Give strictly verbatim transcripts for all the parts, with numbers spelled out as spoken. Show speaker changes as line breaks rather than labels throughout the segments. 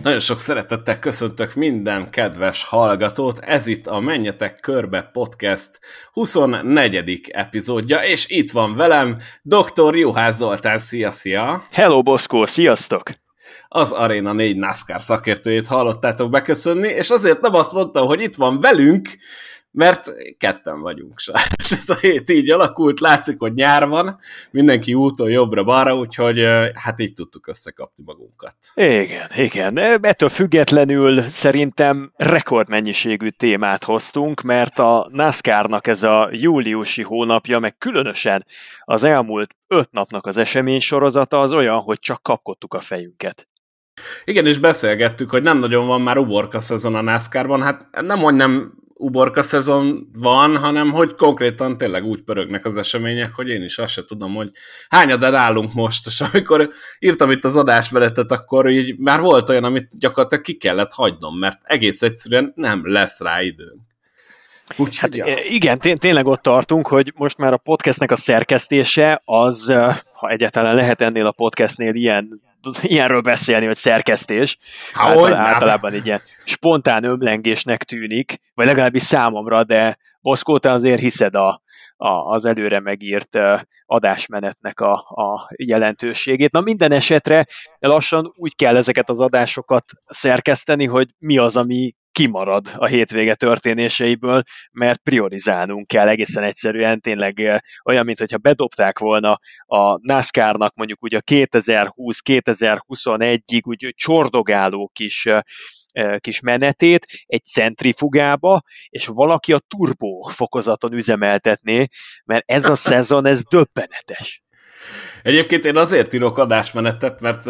Nagyon sok szeretettel köszöntök minden kedves hallgatót, ez itt a Menjetek Körbe Podcast huszonnegyedik epizódja, és itt van velem doktor Juhász Zoltán, szia, szia!
Hello, Boszkó, sziasztok!
Az Arena négy NASCAR szakértőjét hallottátok beköszönni, és azért nem azt mondtam, hogy itt van velünk, mert ketten vagyunk sajnos. Ez a hét így alakult, látszik, hogy nyár van, mindenki úton jobbra-balra, úgyhogy hát így tudtuk összekapni magunkat.
Igen, igen. Ettől függetlenül szerintem rekordmennyiségű témát hoztunk, mert a NASCAR-nak ez a júliusi hónapja, meg különösen az elmúlt öt napnak az eseménysorozata az olyan, hogy csak kapkodtuk a fejünket.
Igen, és beszélgettük, hogy nem nagyon van már uborka szezon a NASCAR-ban, hát nem, hogy nem uborka szezon van, hanem hogy konkrétan tényleg úgy pörögnek az események, hogy én is azt se tudom, hogy hányadán állunk most, és amikor írtam itt az adásmenetet, akkor így már volt olyan, amit gyakorlatilag ki kellett hagynom, mert egész egyszerűen nem lesz rá időnk.
Úgy, hát ja. Igen, té- tényleg ott tartunk, hogy most már a podcastnek a szerkesztése az, ha egyáltalán lehet ennél a podcastnél ilyen, ilyenről beszélni, hogy szerkesztés, Által, általában egy ilyen spontán ömlengésnek tűnik, vagy legalábbis számomra, de Boszkó, te azért hiszed a, a, az előre megírt adásmenetnek a, a jelentőségét. Na minden esetre lassan úgy kell ezeket az adásokat szerkeszteni, hogy mi az, ami kimarad a hétvége történéseiből, mert priorizálnunk kell egészen egyszerűen, tényleg olyan, mintha bedobták volna a NASCAR-nak mondjuk úgy a kétezer-húsz-kétezer-huszonegyig úgy csordogáló kis, kis menetét egy centrifugába, és valaki a turbo fokozaton üzemeltetné, mert ez a szezon, ez döbbenetes.
Egyébként én azért írok adásmenetet, mert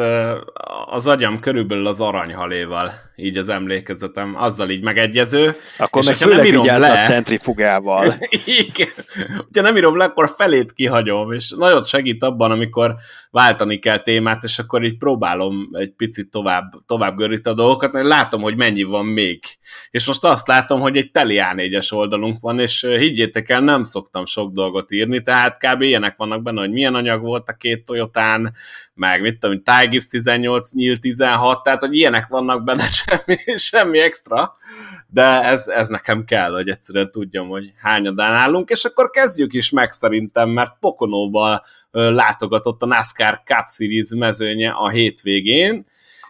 az agyam körülbelül az aranyhaléval, így az emlékezetem, azzal így megegyező.
Akkor meg főleg vigyázz a centrifugával.
Igen. Ugye nem írom le, akkor felét kihagyom, és nagyon segít abban, amikor váltani kell témát, és akkor így próbálom egy picit tovább, tovább göríteni a dolgokat, mert látom, hogy mennyi van még. És most azt látom, hogy egy teli á négyes oldalunk van, és higgyétek el, nem szoktam sok dolgot írni, tehát kb. Ilyenek vannak benne, hogy milyen anyag volt a két Toyotán, meg mit tudom, Tygips tizennyolc, nyíl tizenhat, tehát hogy ilyenek vannak benne, semmi, semmi extra, de ez, ez nekem kell, hogy egyszerűen tudjam, hogy hányadán állunk, és akkor kezdjük is meg szerintem, mert Pokonóval látogatott a NASCAR Cup Series mezőnye a hétvégén,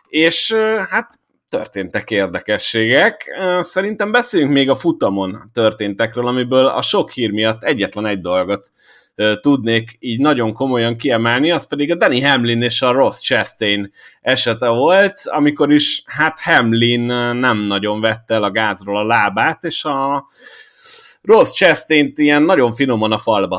és hát történtek érdekességek. Szerintem beszéljünk még a futamon történtekről, amiből a sok hír miatt egyetlen egy dolgot tudnék így nagyon komolyan kiemelni, az pedig a Denny Hamlin és a Ross Chastain esete volt, amikor is hát Hamlin nem nagyon vette el a gázról a lábát, és a Ross Chastaint ilyen nagyon finoman a falba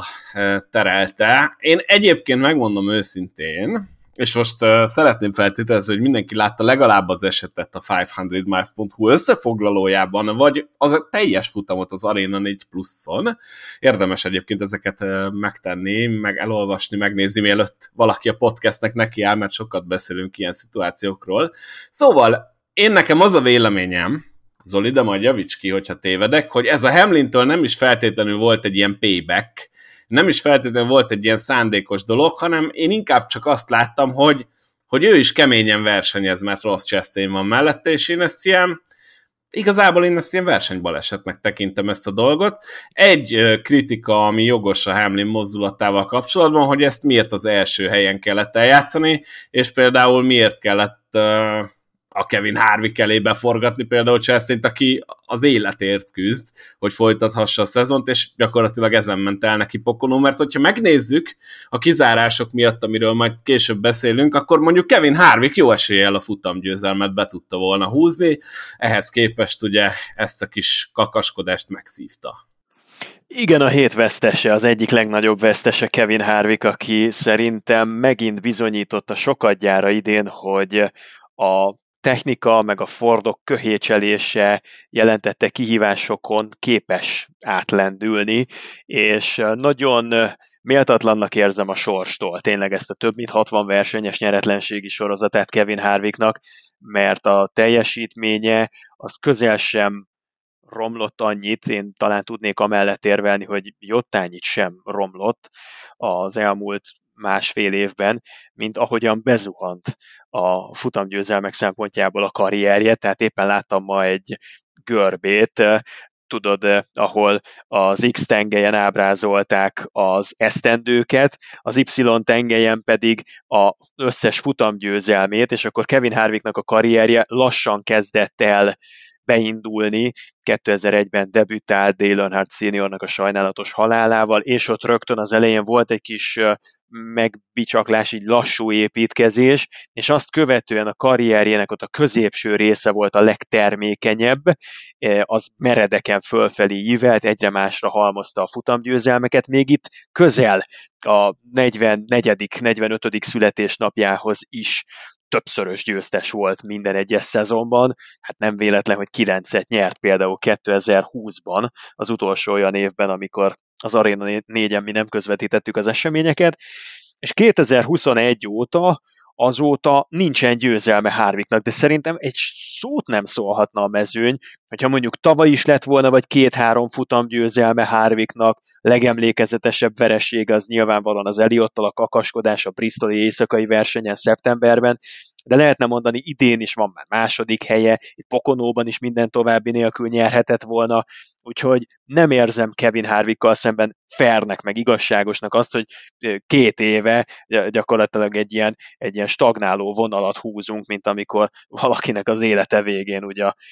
terelte. Én egyébként megmondom őszintén, és most uh, szeretném feltételezni, hogy mindenki látta legalább az esetet a ötszáz miles pont hu összefoglalójában, vagy az a teljes futamot az Arena négy pluszon. Érdemes egyébként ezeket uh, megtenni, meg elolvasni, megnézni, mielőtt valaki a podcastnek nekiáll, mert sokat beszélünk ilyen szituációkról. Szóval én nekem az a véleményem, Zoli, de majd javíts ki, hogyha tévedek, hogy ez a Hamlintől nem is feltétlenül volt egy ilyen payback, nem is feltétlenül volt egy ilyen szándékos dolog, hanem én inkább csak azt láttam, hogy, hogy ő is keményen versenyez, mert Ross Chastain van mellette, és én ezt ilyen, igazából én ezt ilyen versenybalesetnek tekintem ezt a dolgot. Egy kritika, ami jogos a Hamlin mozdulatával kapcsolatban, hogy ezt miért az első helyen kellett eljátszani, és például miért kellett a Kevin Harvick elé beforgatni például Chastaint, aki az életért küzd, hogy folytathassa a szezont, és gyakorlatilag ezen ment el neki Pocono, mert hogyha megnézzük a kizárások miatt, amiről majd később beszélünk, akkor mondjuk Kevin Harvick jó eséllyel a futamgyőzelmet be tudta volna húzni, ehhez képest ugye ezt a kis kakaskodást megszívta.
Igen, a hét vesztese, az egyik legnagyobb vesztese Kevin Harvick, aki szerintem megint bizonyította sokadjára idén, hogy a technika, meg a Fordok köhécselése jelentette kihívásokon képes átlendülni, és nagyon méltatlannak érzem a sorstól tényleg ezt a több mint hatvan versenyes nyeretlenségi sorozatát Kevin Harvicknak, mert a teljesítménye az közel sem romlott annyit, én talán tudnék amellett érvelni, hogy jottányit sem romlott az elmúlt másfél évben, mint ahogyan bezuhant a futamgyőzelmek szempontjából a karrierje, tehát éppen láttam ma egy görbét, tudod, ahol az X tengelyen ábrázolták az esztendőket, az Y tengelyen pedig az összes futamgyőzelmét, és akkor Kevin Harvicknak a karrierje lassan kezdett el beindulni, kétezer-egyben debütált Dale Earnhardt szeniornak a sajnálatos halálával, és ott rögtön az elején volt egy kis megbicsaklás, így lassú építkezés, és azt követően a karrierjének ott a középső része volt a legtermékenyebb, az meredeken fölfelé ívelt, egyre másra halmozta a futamgyőzelmeket, még itt közel a negyvennegyedik negyvenötödik születésnapjához is többszörös győztes volt minden egyes szezonban, hát nem véletlen, hogy kilencet nyert például kétezer-húszban, az utolsó olyan évben, amikor az Arena négyen mi nem közvetítettük az eseményeket, és kétezer-huszonegy óta azóta nincsen győzelme Harvicknak, de szerintem egy szót nem szólhatna a mezőny, hogyha mondjuk tavaly is lett volna, vagy két-három futam győzelme Harvicknak, legemlékezetesebb vereség az nyilvánvalóan az Eliottal a kakaskodás a bristoli éjszakai versenyen szeptemberben, de lehetne mondani, idén is van már második helye, itt Pokonóban is minden további nélkül nyerhetett volna, úgyhogy nem érzem Kevin Harvickkal szemben fairnek, meg igazságosnak azt, hogy két éve gyakorlatilag egy ilyen, egy ilyen stagnáló vonalat húzunk, mint amikor valakinek az élete végén ugye a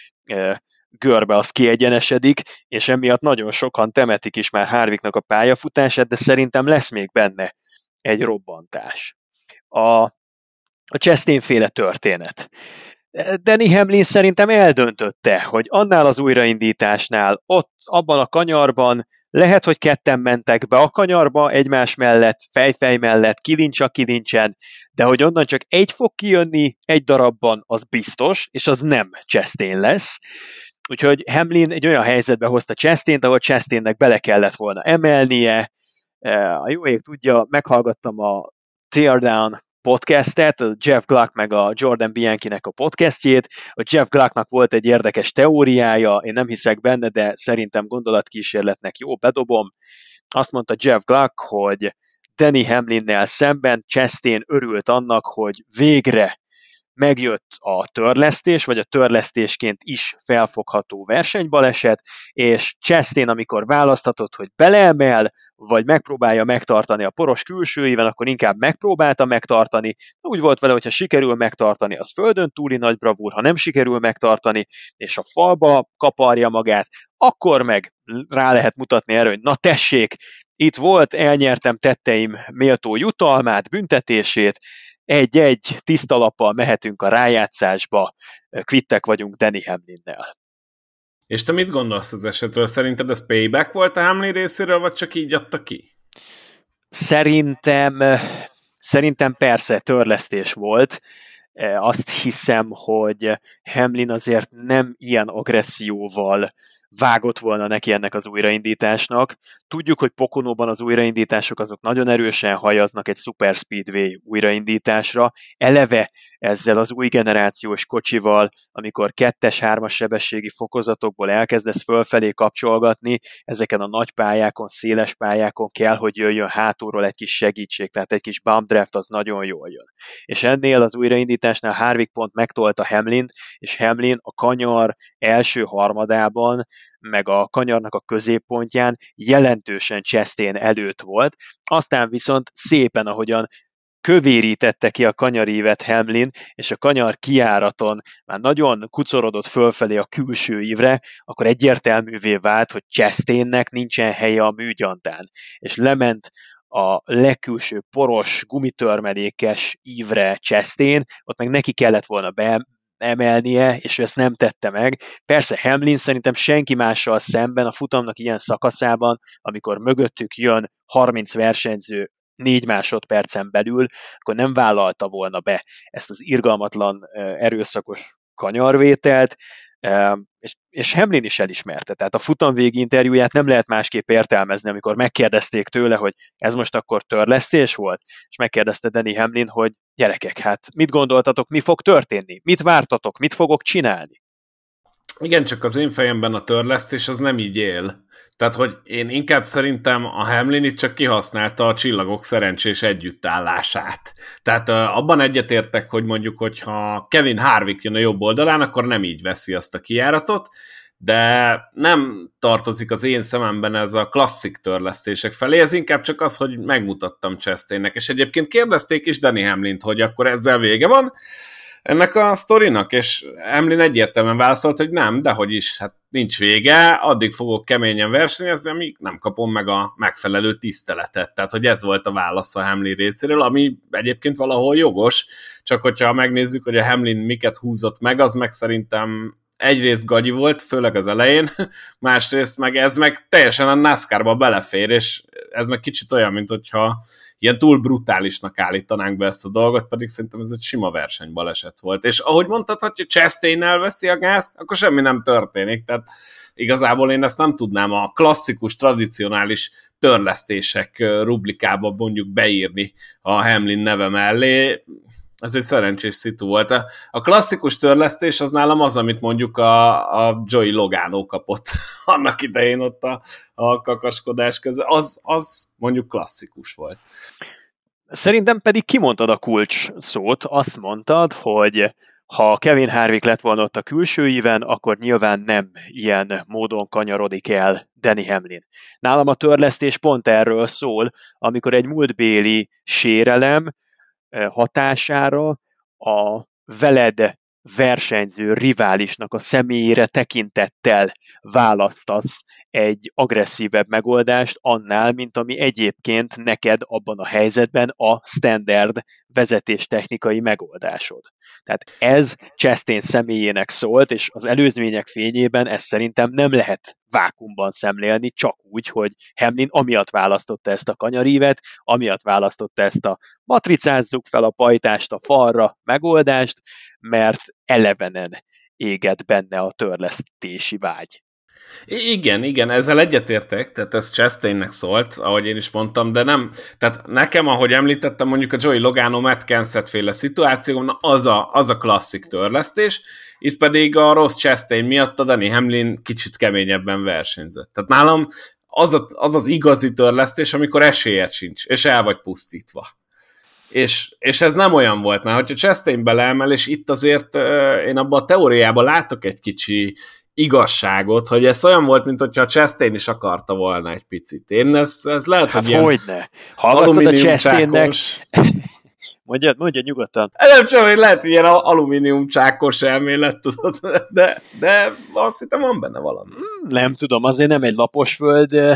görbe az kiegyenesedik, és emiatt nagyon sokan temetik is már Harvicknak a pályafutását, de szerintem lesz még benne egy robbantás. A A Chastain-féle történet. Denny Hamlin szerintem eldöntötte, hogy annál az újraindításnál, ott, abban a kanyarban, lehet, hogy ketten mentek be a kanyarba egymás mellett, fejfej mellett, kilincs a kilincsen, de hogy onnan csak egy fog kijönni egy darabban, az biztos, és az nem Chastain lesz. Úgyhogy Hamlin egy olyan helyzetbe hozta Chastaint, ahol Chastainnek bele kellett volna emelnie. A jó ég tudja, meghallgattam a Teardown podcastet, a Jeff Gluck meg a Jordan Bianchinek a podcastjét. A Jeff Glucknak volt egy érdekes teóriája, én nem hiszek benne, de szerintem gondolatkísérletnek jó, bedobom. Azt mondta Jeff Gluck, hogy Denny Hamlinnel szemben Chastain örült annak, hogy végre megjött a törlesztés, vagy a törlesztésként is felfogható versenybaleset, és Chastain, amikor választhatott, hogy beleemel, vagy megpróbálja megtartani a poros külsőivel, akkor inkább megpróbálta megtartani. Úgy volt vele, hogyha sikerül megtartani, az földön túli nagy bravúr, ha nem sikerül megtartani, és a falba kaparja magát, akkor meg rá lehet mutatni erre, hogy na tessék, itt volt, elnyertem tetteim méltó jutalmát, büntetését, egy-egy tiszta lappal mehetünk a rájátszásba, kvittek vagyunk Denny Hamlinnel.
És te mit gondolsz az esetről? Szerinted ez payback volt a Hamlin részéről, vagy csak így adta ki?
Szerintem, szerintem persze törlesztés volt. Azt hiszem, hogy Hamlin azért nem ilyen agresszióval vágott volna neki ennek az újraindításnak. Tudjuk, hogy Pokonóban az újraindítások azok nagyon erősen hajaznak egy Super Speedway újraindításra. Eleve ezzel az új generációs kocsival, amikor kettes, hármas sebességi fokozatokból elkezdesz fölfelé kapcsolgatni, ezeken a nagy pályákon, széles pályákon kell, hogy jöjjön hátulról egy kis segítség, tehát egy kis bump draft az nagyon jól jön. És ennél az újraindításnál Harvick pont megtolta Hamlint, és Hamlin a kanyar első harmadában meg a kanyarnak a középpontján jelentősen Chastain előtt volt, aztán viszont szépen, ahogyan kövérítette ki a kanyarívet Hamlin, és a kanyar kijáraton már nagyon kucorodott fölfelé a külső ívre, akkor egyértelművé vált, hogy Chastainnek nincsen helye a műgyantán, és lement a legkülső poros, gumitörmelékes ívre Chastain, ott meg neki kellett volna be emelnie, és ő ezt nem tette meg. Persze Hamlin szerintem senki mással szemben a futamnak ilyen szakaszában, amikor mögöttük jön harminc versenyző négy másodpercen belül, akkor nem vállalta volna be ezt az irgalmatlan, erőszakos kanyarvételt, és, és Hamlin is elismerte. Tehát a futamvégi interjúját nem lehet másképp értelmezni, amikor megkérdezték tőle, hogy ez most akkor törlesztés volt, és megkérdezte Denny Hamlin, hogy gyerekek, hát mit gondoltatok, mi fog történni? Mit vártatok? Mit fogok csinálni?
Igen, csak az én fejemben a törlesztés az nem így él. Tehát, hogy én inkább szerintem a Hamlin itt csak kihasználta a csillagok szerencsés együttállását. Tehát uh, abban egyetértek, hogy mondjuk, hogyha Kevin Harvick jön a jobb oldalán, akkor nem így veszi azt a kijáratot, de nem tartozik az én szememben ez a klasszik törlesztések felé, ez inkább csak az, hogy megmutattam Chastainnek, és egyébként kérdezték is Denny Hamlint, hogy akkor ezzel vége van ennek a sztorinak, és Hamlin egyértelműen válaszolt, hogy nem, dehogy is, hát nincs vége, addig fogok keményen versenyezni, amíg nem kapom meg a megfelelő tiszteletet. Tehát, hogy ez volt a válasz a Hamlin részéről, ami egyébként valahol jogos, csak hogyha megnézzük, hogy a Hamlin miket húzott meg, az meg szerintem egyrészt gagyi volt, főleg az elején, másrészt meg ez meg teljesen a NASCAR-ba belefér, és ez meg kicsit olyan, mint hogyha ilyen túl brutálisnak állítanánk be ezt a dolgot, pedig szerintem ez egy sima versenybaleset volt. És ahogy mondtad, hogy Chastain elveszi a gázt, akkor semmi nem történik. Tehát igazából én ezt nem tudnám a klasszikus, tradicionális törlesztések rublikába mondjuk beírni a Hamlin neve mellé. Ez egy szerencsés szitu volt. A, a klasszikus törlesztés az nálam az, amit mondjuk a, a Joey Logano kapott annak idején ott a, a kakaskodás között. Az, az mondjuk klasszikus volt.
Szerintem pedig kimondtad a kulcs szót, azt mondtad, hogy ha Kevin Harvick lett volna ott a külső íven, akkor nyilván nem ilyen módon kanyarodik el Denny Hamlin. Nálam a törlesztés pont erről szól, amikor egy múltbéli sérelem hatására a veled versenyző riválisnak a személyére tekintettel választasz egy agresszívebb megoldást annál, mint ami egyébként neked abban a helyzetben a standard vezetéstechnikai megoldásod. Tehát ez Chastain személyének szólt, és az előzmények fényében ezt szerintem nem lehet vákumban szemlélni, csak úgy, hogy Hamlin amiatt választotta ezt a kanyarívet, amiatt választotta ezt a matricázzuk fel a pajtást a falra megoldást, mert elevenen éget benne a törlesztési vágy.
Igen, igen, ezzel egyetértek, tehát ez Chastainnek szólt, ahogy én is mondtam, de nem, tehát nekem, ahogy említettem, mondjuk a Joey Logano Matt Kenseth féle szituáció, az a, az a klasszik törlesztés, itt pedig a rossz Chastain miatt a Denny Hamlin kicsit keményebben versenyzett. Tehát nálam az, a, az az igazi törlesztés, amikor esélyed sincs, és el vagy pusztítva. És, és ez nem olyan volt, mert hogyha Chastain beleemel, és itt azért uh, én abban a teóriában látok egy kicsi igazságot, hogy ez olyan volt, mint hogyha a Chastain is akarta volna egy picit. Én ez, ez lehet,
hát
hogy ilyen
hogyne. Hallgattad a Chastainnek? Mondja, mondja nyugodtan.
Nem csak, hogy lehet, hogy ilyen alumínium csákos elmélet, tudod, de, de azt hittem van benne valami.
Nem tudom, azért nem egy laposföld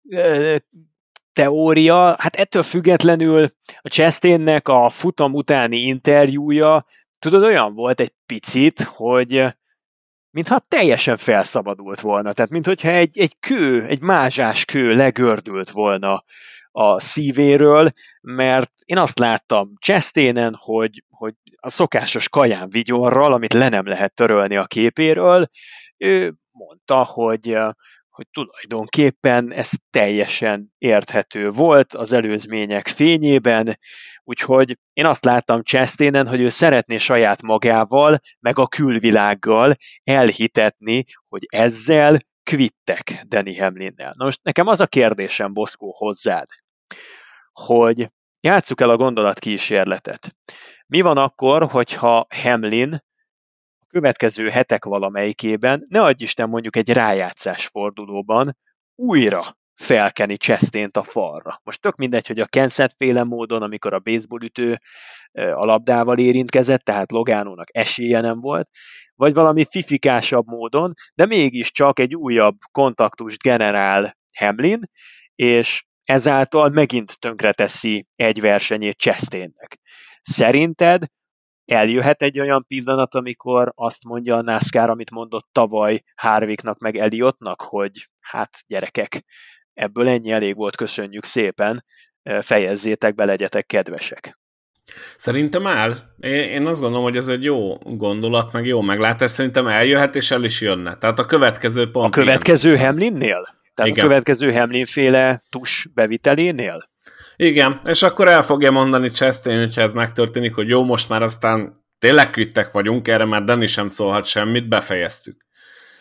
teória. Hát ettől függetlenül a Chastainnek a futam utáni interjúja, tudod, olyan volt egy picit, hogy mintha teljesen felszabadult volna. Tehát, mintha egy, egy kő, egy mázsás kő legördült volna a szívéről, mert én azt láttam Chastainen, hogy, hogy a szokásos kaján vigyorral, amit le nem lehet törölni a képéről, ő mondta, hogy, hogy tulajdonképpen ez teljesen érthető volt az előzmények fényében, úgyhogy én azt láttam Chastainen, hogy ő szeretné saját magával, meg a külvilággal elhitetni, hogy ezzel kvittek Denny Hamlinnel. Na most nekem az a kérdésem, Boszkó, hozzád, hogy játsszuk el a gondolatkísérletet. Mi van akkor, hogyha Hamlin a következő hetek valamelyikében, ne adj Isten mondjuk egy rájátszás fordulóban, újra felkeni Chastaint a falra. Most tök mindegy, hogy a Kenseth féle módon, amikor a baseballütő a labdával érintkezett, tehát Logánónak esélye nem volt, vagy valami fifikásabb módon, de mégiscsak egy újabb kontaktust generál Hamlin, és ezáltal megint tönkreteszi egy versenyét Chastainnek. Szerinted eljöhet egy olyan pillanat, amikor azt mondja a NASCAR, amit mondott tavaly Harvicknak meg Elliottnak, hogy hát gyerekek, ebből ennyi elég volt, köszönjük szépen, fejezzétek be, legyetek kedvesek.
Szerintem áll. Én azt gondolom, hogy ez egy jó gondolat, meg jó meglátás. Szerintem eljöhet, és el is jönne. Tehát a következő pont...
A következő ilyen. Hamlinnél? Tehát igen. A következő Hamlin-féle tus bevitelénél?
Igen, és akkor el fogja mondani Chastain, hogyha ez megtörténik, hogy jó, most már aztán tényleg kvittek vagyunk, erre már Denny sem szólhat semmit, befejeztük.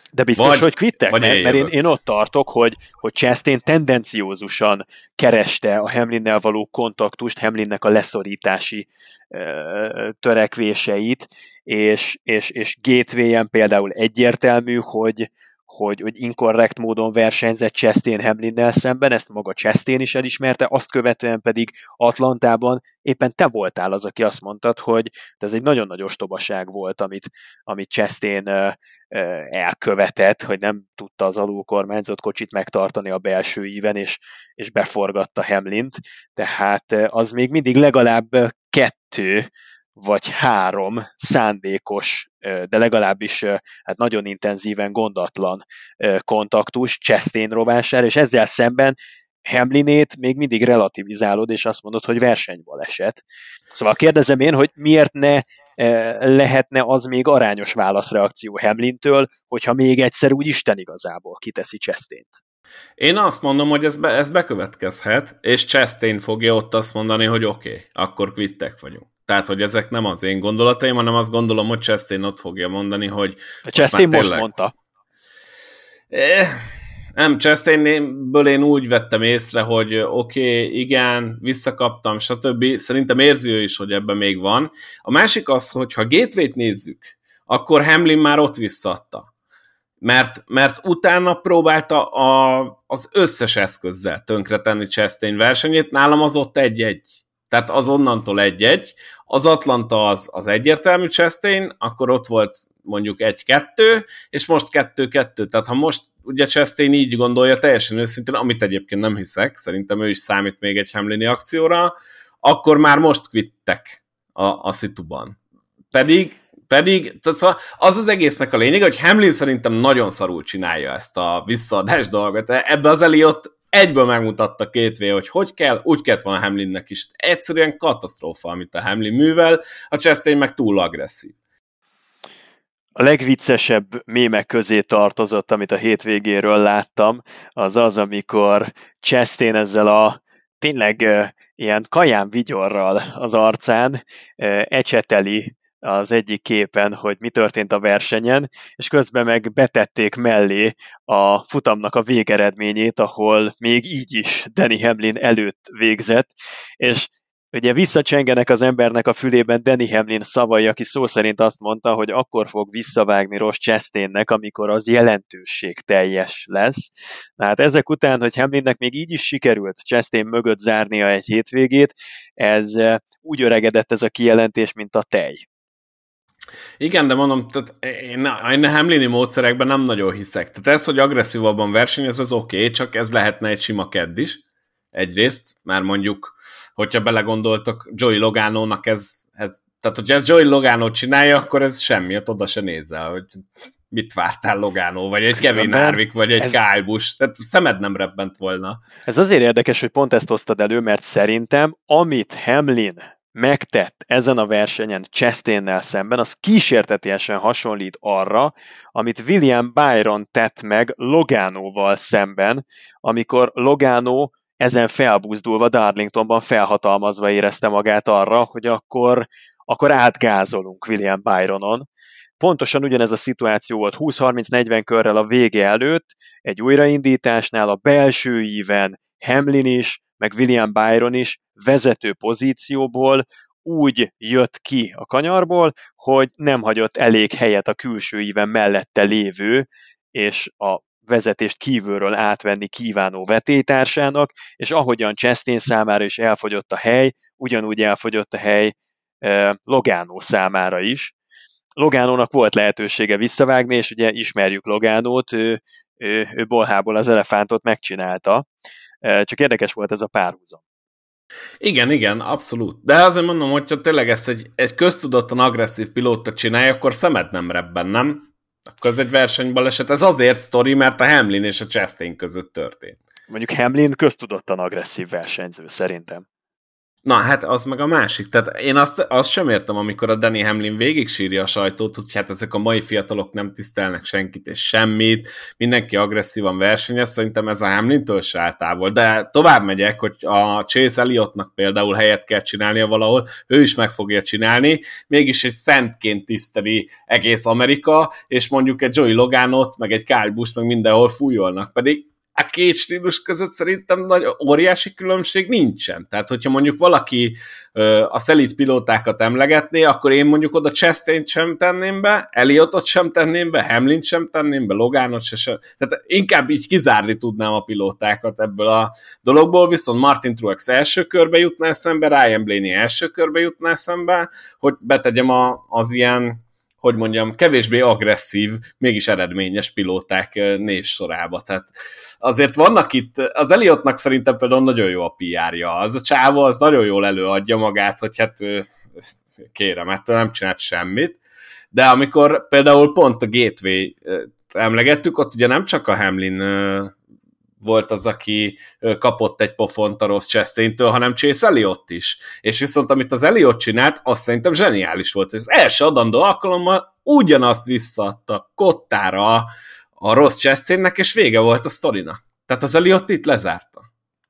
De biztos, vagy, hogy kvittek? Mert, mert én, én ott tartok, hogy, hogy Chastain tendenciózusan kereste a Hamlinnel való kontaktust, Hamlinnek a leszorítási ö, törekvéseit, és, és, és Gateway-en például egyértelmű, hogy, hogy, hogy inkorrekt módon versenyzett Chastain Hamlinnel szemben, ezt maga Chastain is elismerte, azt követően pedig Atlantában éppen te voltál az, aki azt mondtad, hogy ez egy nagyon nagy ostobaság volt, amit, amit Chastain uh, uh, elkövetett, hogy nem tudta az alulkormányzott kocsit megtartani a belső íven, és, és beforgatta Hamlint, tehát uh, az még mindig legalább kettő vagy három szándékos, de legalábbis hát nagyon intenzíven gondatlan kontaktus Chastain rovására, és ezzel szemben Hamlinét még mindig relativizálod, és azt mondod, hogy versenybaleset. Szóval kérdezem én, hogy miért ne lehetne az még arányos válaszreakció Hamlintől, hogyha még egyszer úgy Isten igazából kiteszi Chastaint.
Én azt mondom, hogy ez, be, ez bekövetkezhet, és Chastain fogja ott azt mondani, hogy oké, okay, akkor kvittek vagyunk. Tehát, hogy ezek nem az én gondolataim, hanem azt gondolom, hogy Chastain ott fogja mondani, hogy...
A Chastain most, tényleg... most mondta.
Eh, nem, Chastainből én úgy vettem észre, hogy oké, okay, igen, visszakaptam, stb. Szerintem érzi ő is, hogy ebben még van. A másik az, hogy ha Gateway-t nézzük, akkor Hamlin már ott visszaadta. Mert, mert utána próbálta a, az összes eszközzel tönkretenni Chastain versenyét, nálam az ott egy-egy. Tehát az onnantól egy-egy, az Atlanta az, az egyértelmű Chastain, akkor ott volt mondjuk egy-kettő, és most kettő-kettő. Tehát ha most ugye Chastain így gondolja teljesen őszintén, amit egyébként nem hiszek, szerintem ő is számít még egy Hamlini akcióra, akkor már most kvittek a, a szituban. Pedig Pedig szóval az az egésznek a lényeg, hogy Hamlin szerintem nagyon szarul csinálja ezt a visszaadás dolgot. Ebbe az Elliott egyből megmutatta Gateway, hogy hogy kell, úgy kellett volna Hamlinnek is. Egyszerűen katasztrófa, amit a Hamlin művel, a Chastain meg túl agresszív.
A legviccesebb mémek közé tartozott, amit a hétvégéről láttam, az az, amikor Chastain ezzel a tényleg uh, ilyen kaján vigyorral az arcán uh, ecseteli az egyik képen, hogy mi történt a versenyen, és közben meg betették mellé a futamnak a végeredményét, ahol még így is Denny Hamlin előtt végzett, és ugye visszacsengenek az embernek a fülében Denny Hamlin szavai, aki szó szerint azt mondta, hogy akkor fog visszavágni Ross Chastainnek, amikor az jelentőség teljes lesz. Na hát ezek után, hogy Hamlinnek még így is sikerült Chastain mögött zárnia egy hétvégét, ez úgy öregedett ez a kijelentés, mint a tej.
Igen, de mondom, tehát én, én a Hamlini módszerekben nem nagyon hiszek. Tehát ez, hogy agresszívabban versenyez, az oké, okay, csak ez lehetne egy sima kedd is. Egyrészt, már mondjuk, hogyha belegondoltok, Joey Logano-nak ez, ez, tehát hogyha ez Joey Logano csinálja, akkor ez semmi, ott oda se nézzel, hogy mit vártál Logano, vagy egy Kevin Harvick, vagy egy ez... Kyle Busch, tehát szemed nem rebbent volna.
Ez azért érdekes, hogy pont ezt hoztad elő, mert szerintem, amit Hamlin megtett ezen a versenyen Chastainnel szemben, az kísértetiesen hasonlít arra, amit William Byron tett meg Loganoval szemben, amikor Logano ezen felbuzdulva Darlingtonban felhatalmazva érezte magát arra, hogy akkor, akkor átgázolunk William Byronon. Pontosan ugyanez a szituáció volt húsz-harminc-negyven körrel a vége előtt, egy újraindításnál a belső íven Hamlin is, meg William Byron is vezető pozícióból úgy jött ki a kanyarból, hogy nem hagyott elég helyet a külső íven mellette lévő, és a vezetést kívülről átvenni kívánó vetélytársának, és ahogyan Chastain számára is elfogyott a hely, ugyanúgy elfogyott a hely eh, Logano számára is. Loganónak volt lehetősége visszavágni, és ugye ismerjük Loganót, ő, ő, ő bolhából az elefántot megcsinálta. Csak érdekes volt ez a párhuzam.
Igen, igen, abszolút. De azért mondom, hogyha tényleg ezt egy, egy köztudottan agresszív pilóta csinálja, akkor szemed nem rebben, nem? Akkor ez egy versenybaleset. Ez azért sztori, mert a Hamlin és a Chastain között történt.
Mondjuk Hamlin köztudottan agresszív versenyző, szerintem.
Na, hát az meg a másik. Tehát én azt, azt sem értem, amikor a Denny Hamlin végig sírja a sajtót, hogy hát ezek a mai fiatalok nem tisztelnek senkit és semmit, mindenki agresszívan versenyez, szerintem ez a Hamlintől se áll távol. De tovább megyek, hogy a Chase Elliottnak például helyet kell csinálnia valahol, ő is meg fogja csinálni, mégis egy szentként tiszteli egész Amerika, és mondjuk egy Joey Loganot, meg egy Kyle Busch, meg mindenhol fújolnak, pedig a két stílus között szerintem nagy óriási különbség nincsen. Tehát, hogyha mondjuk valaki ö, a szelíd pilótákat emlegetné, akkor én mondjuk oda Chastain sem tenném be, Elliotot sem tenném be, Hamlint sem tenném be, Loganot se sem. Tehát inkább így kizárni tudnám a pilótákat ebből a dologból, viszont Martin Truex első körbe jutna eszembe, Ryan Blaney első körbe jutna eszembe, hogy betegyem a, az ilyen, hogy mondjam, kevésbé agresszív, mégis eredményes pilóták névsorába. Tehát azért vannak itt, az Elliottnak szerintem például nagyon jó a pé er-ja. Az a csávó, az nagyon jól előadja magát, hogy hát kérem, ettől nem csinált semmit. De amikor például pont a Gateway emlegettük, ott ugye nem csak a Hamlin volt az, aki kapott egy pofont a Ross Chastaintől, hanem Chase Elliott is. És viszont amit az Elliott csinált, az szerintem zseniális volt. Az első adandó alkalommal ugyanazt visszaadta kottára a Ross Chastainnek, és vége volt a sztorinak. Tehát az Elliott itt lezárta.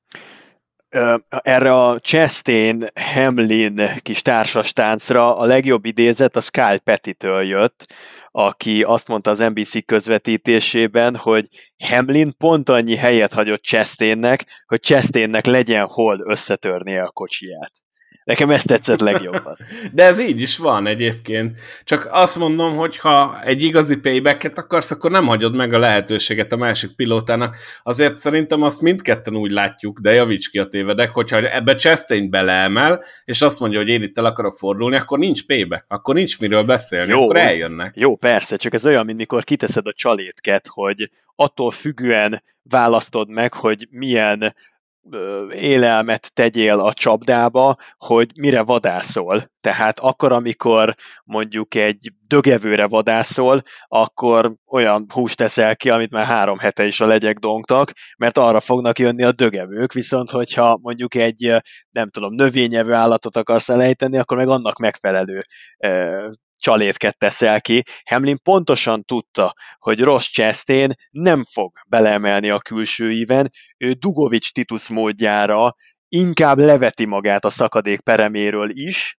Erre a Chastain-Hamlin kis társas táncra a legjobb idézet a Kyle Petty-től jött, aki azt mondta az en bé cé közvetítésében, hogy Hamlin pont annyi helyet hagyott Chastainnek, hogy Chastainnek legyen hol összetörnie a kocsiját. Nekem ezt tetszett legjobban.
De ez így is van egyébként. Csak azt mondom, hogy ha egy igazi paybacket akarsz, akkor nem hagyod meg a lehetőséget a másik pilótának. Azért szerintem azt mindketten úgy látjuk, de javíts ki a tévedek, hogyha ebbe Chastain beleemel, és azt mondja, hogy én itt el akarok fordulni, akkor nincs payback, akkor nincs miről beszélni, jó, akkor eljönnek.
Jó, persze, csak ez olyan, mint mikor kiteszed a csalétket, hogy attól függően választod meg, hogy milyen élelmet tegyél a csapdába, hogy mire vadászol. Tehát akkor, amikor mondjuk egy dögevőre vadászol, akkor olyan húst teszel ki, amit már három hete is a legyek dongtak, mert arra fognak jönni a dögevők, viszont hogyha mondjuk egy, nem tudom, növényevő állatot akarsz elejteni, akkor meg annak megfelelő csalétket teszel ki. Hamlin pontosan tudta, hogy Ross Chastain nem fog beleemelni a külső íven, ő Dugovics Titus módjára inkább leveti magát a szakadék pereméről is,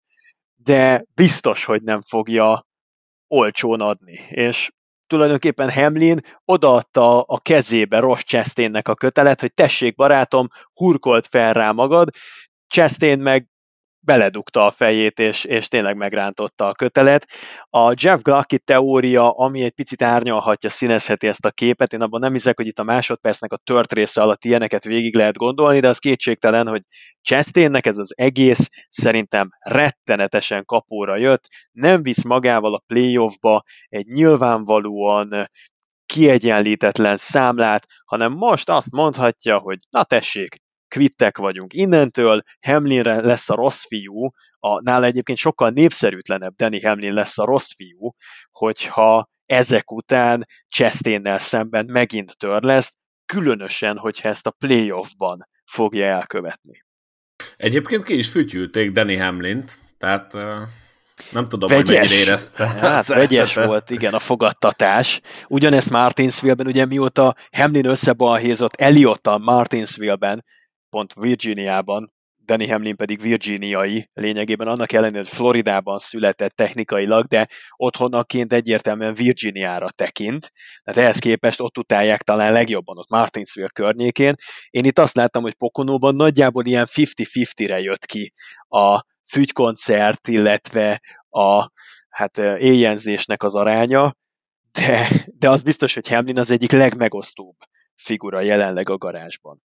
de biztos, hogy nem fogja olcsón adni. És tulajdonképpen Hamlin odaadta a kezébe Ross Chastainnek a kötelet, hogy tessék barátom, hurkolt fel rá magad, Chastain meg beledugta a fejét, és, és tényleg megrántotta a kötelet. A Jeff Glucky teória, ami egy picit árnyalhatja, színezheti ezt a képet, én abban nem hiszek, hogy itt a másodpercnek a tört része alatt ilyeneket végig lehet gondolni, de az kétségtelen, hogy Chastainnek ez az egész szerintem rettenetesen kapóra jött, nem visz magával a playoffba egy nyilvánvalóan kiegyenlítetlen számlát, hanem most azt mondhatja, hogy na tessék, kvittek vagyunk. Innentől Hamlinre lesz a rossz fiú, a, nála egyébként sokkal népszerűtlenebb Denny Hamlin lesz a rossz fiú, hogyha ezek után Chastainnel szemben megint tör lesz, különösen, hogyha ezt a playoffban fogja elkövetni.
Egyébként ki is fütyülték Denny Hamlint, tehát uh, nem tudom, vegyes, hogy mennyire érezte.
Hát vegyes volt, igen, a fogadtatás. Ugyanezt Martinsville-ben, ugye mióta Hamlin összebalhézott Elliottal Martinsville-ben, pont Virginiában, Denny Hamlin pedig virginiai lényegében, annak ellenére, hogy Floridában született technikailag, de otthonnaként egyértelműen Virginiára tekint, tehát ehhez képest ott utálják talán legjobban, ott Martinsville környékén. Én itt azt láttam, hogy Poconóban nagyjából ilyen fifty-fifty-re jött ki a fügykoncert, illetve a hát, éjjenzésnek az aránya, de, de az biztos, hogy Hamlin az egyik legmegosztóbb figura jelenleg a garázsban.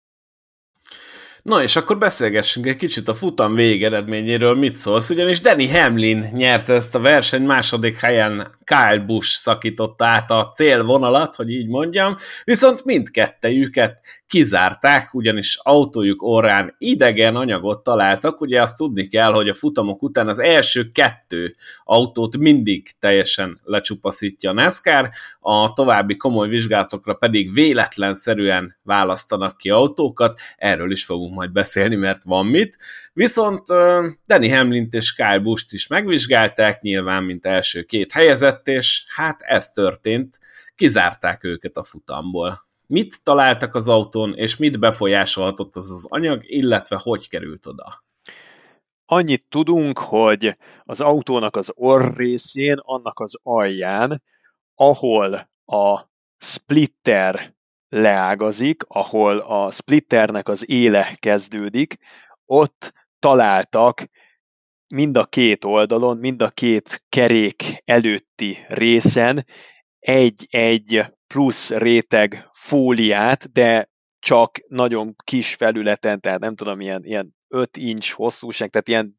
Na és akkor beszélgessünk egy kicsit a futam végeredményéről, mit szólsz, ugyanis Denny Hamlin nyerte ezt a verseny, második helyen Kyle Busch szakította át a célvonalat, hogy így mondjam, viszont mindkettejüket kizárták, ugyanis autójuk orrán idegen anyagot találtak. Ugye azt tudni kell, hogy a futamok után az első kettő autót mindig teljesen lecsupaszítja a NASCAR, a további komoly vizsgálatokra pedig véletlenszerűen választanak ki autókat, erről is fogunk majd beszélni, mert van mit. Viszont uh, Denny Hamlint és Kyle Buscht is megvizsgálták, nyilván mint első két helyezett, és hát ez történt, kizárták őket a futamból. Mit találtak az autón, és mit befolyásolhatott az az anyag, illetve hogy került oda?
Annyit tudunk, hogy az autónak az orr részén, annak az alján, ahol a splitter leágazik, ahol a splitternek az éle kezdődik, ott találtak mind a két oldalon, mind a két kerék előtti részen egy-egy plusz réteg fóliát, de csak nagyon kis felületen, tehát nem tudom, ilyen, ilyen öt inch hosszúság, tehát ilyen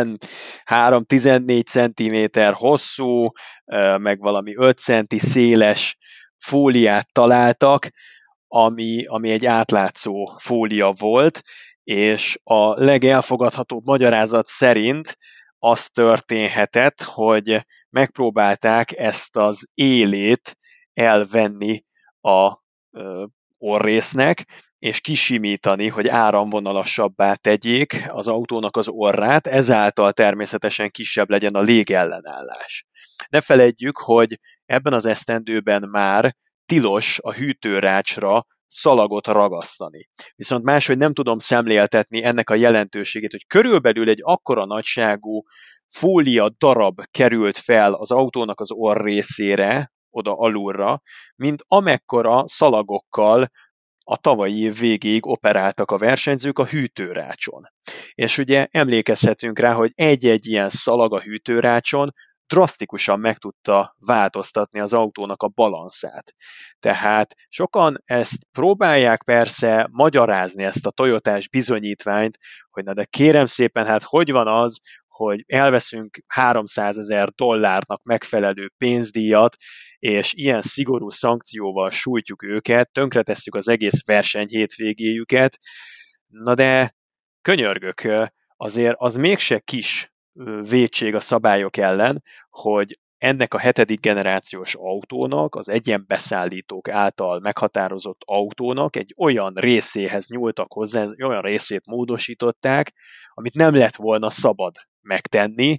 tizenhárom-tizennégy centiméter hosszú, meg valami öt centi széles fóliát találtak, ami, ami egy átlátszó fólia volt, és a legelfogadhatóbb magyarázat szerint az történhetett, hogy megpróbálták ezt az élét elvenni a orrésznek, és kisimítani, hogy áramvonalasabbá tegyék az autónak az orrát, ezáltal természetesen kisebb legyen a légellenállás. Ne feledjük, hogy ebben az esztendőben már tilos a hűtőrácsra szalagot ragasztani. Viszont máshogy nem tudom szemléltetni ennek a jelentőségét, hogy körülbelül egy akkora nagyságú fólia darab került fel az autónak az orr részére, oda alulra, mint amekkora szalagokkal a tavalyi év végéig operáltak a versenyzők a hűtőrácson. És ugye emlékezhetünk rá, hogy egy-egy ilyen szalag a hűtőrácson drasztikusan meg tudta változtatni az autónak a balanszát. Tehát sokan ezt próbálják persze magyarázni, ezt a Toyotás bizonyítványt, hogy na de kérem szépen, hát hogy van az, hogy elveszünk háromszázezer dollárnak megfelelő pénzdíjat, és ilyen szigorú szankcióval sújtjuk őket, tönkretesszük az egész verseny hétvégéjüket. Na de könyörgök, azért az mégse kis vétség a szabályok ellen, hogy ennek a hetedik generációs autónak, az egyenbeszállítók által meghatározott autónak egy olyan részéhez nyúltak hozzá, egy olyan részét módosították, amit nem lett volna szabad megtenni,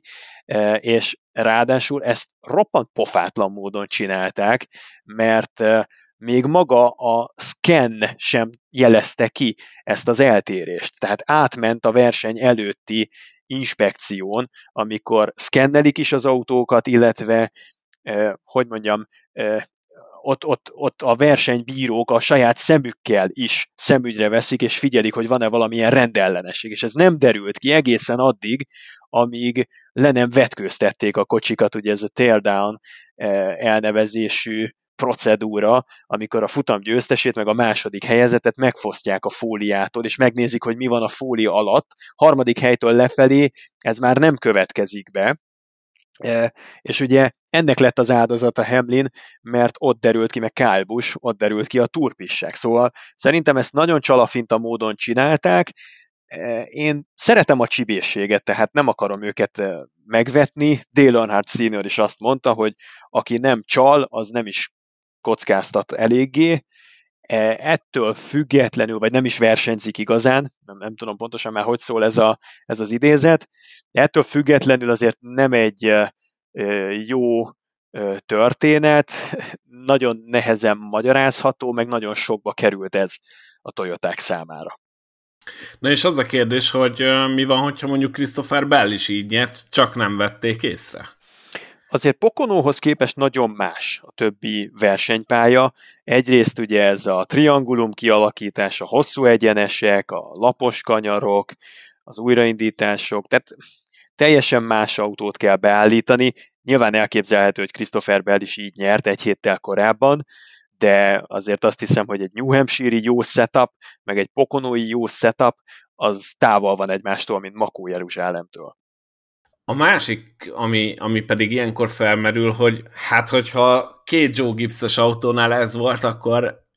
és ráadásul ezt roppant pofátlan módon csinálták, mert még maga a scan sem jelezte ki ezt az eltérést. Tehát átment a verseny előtti inspekción, amikor szkennelik is az autókat, illetve, eh, hogy mondjam, eh, ott, ott, ott a versenybírók a saját szemükkel is szemügyre veszik, és figyelik, hogy van-e valamilyen rendellenesség. És ez nem derült ki egészen addig, amíg le nem vetkőztették a kocsikat, ugye ez a teardown eh, elnevezésű procedúra, amikor a futam győztesét meg a második helyezettet megfosztják a fóliától, és megnézik, hogy mi van a fólia alatt. Harmadik helytől lefelé ez már nem következik be. E, és ugye ennek lett az áldozata Hamlin, mert ott derült ki, meg Kyle Busch, ott derült ki a turpisság. Szóval szerintem ezt nagyon csalafinta módon csinálták. E, én szeretem a csibészséget, tehát nem akarom őket megvetni. Dale Earnhardt szenior is azt mondta, hogy aki nem csal, az nem is kockáztat eléggé, ettől függetlenül, vagy nem is versenyzik igazán, nem, nem tudom pontosan már, hogy szól ez, a, ez az idézet, de ettől függetlenül azért nem egy jó történet, nagyon nehezen magyarázható, meg nagyon sokba került ez a Toyoták számára.
Na és az a kérdés, hogy mi van, hogyha mondjuk Christopher Bell is így nyert, csak nem vették észre?
Azért Poconóhoz képest nagyon más a többi versenypálya. Egyrészt ugye ez a triangulum kialakítás, a hosszú egyenesek, a lapos kanyarok, az újraindítások, tehát teljesen más autót kell beállítani. Nyilván elképzelhető, hogy Christopher Bell is így nyert egy héttel korábban, de azért azt hiszem, hogy egy New Hampshire-i jó setup, meg egy Poconói jó setup, az távol van egymástól, mint Makó Jeruzsálemtől.
A másik, ami, ami pedig ilyenkor felmerül, hogy hát hogyha két Joe Gibbs-es autónál ez volt, akkor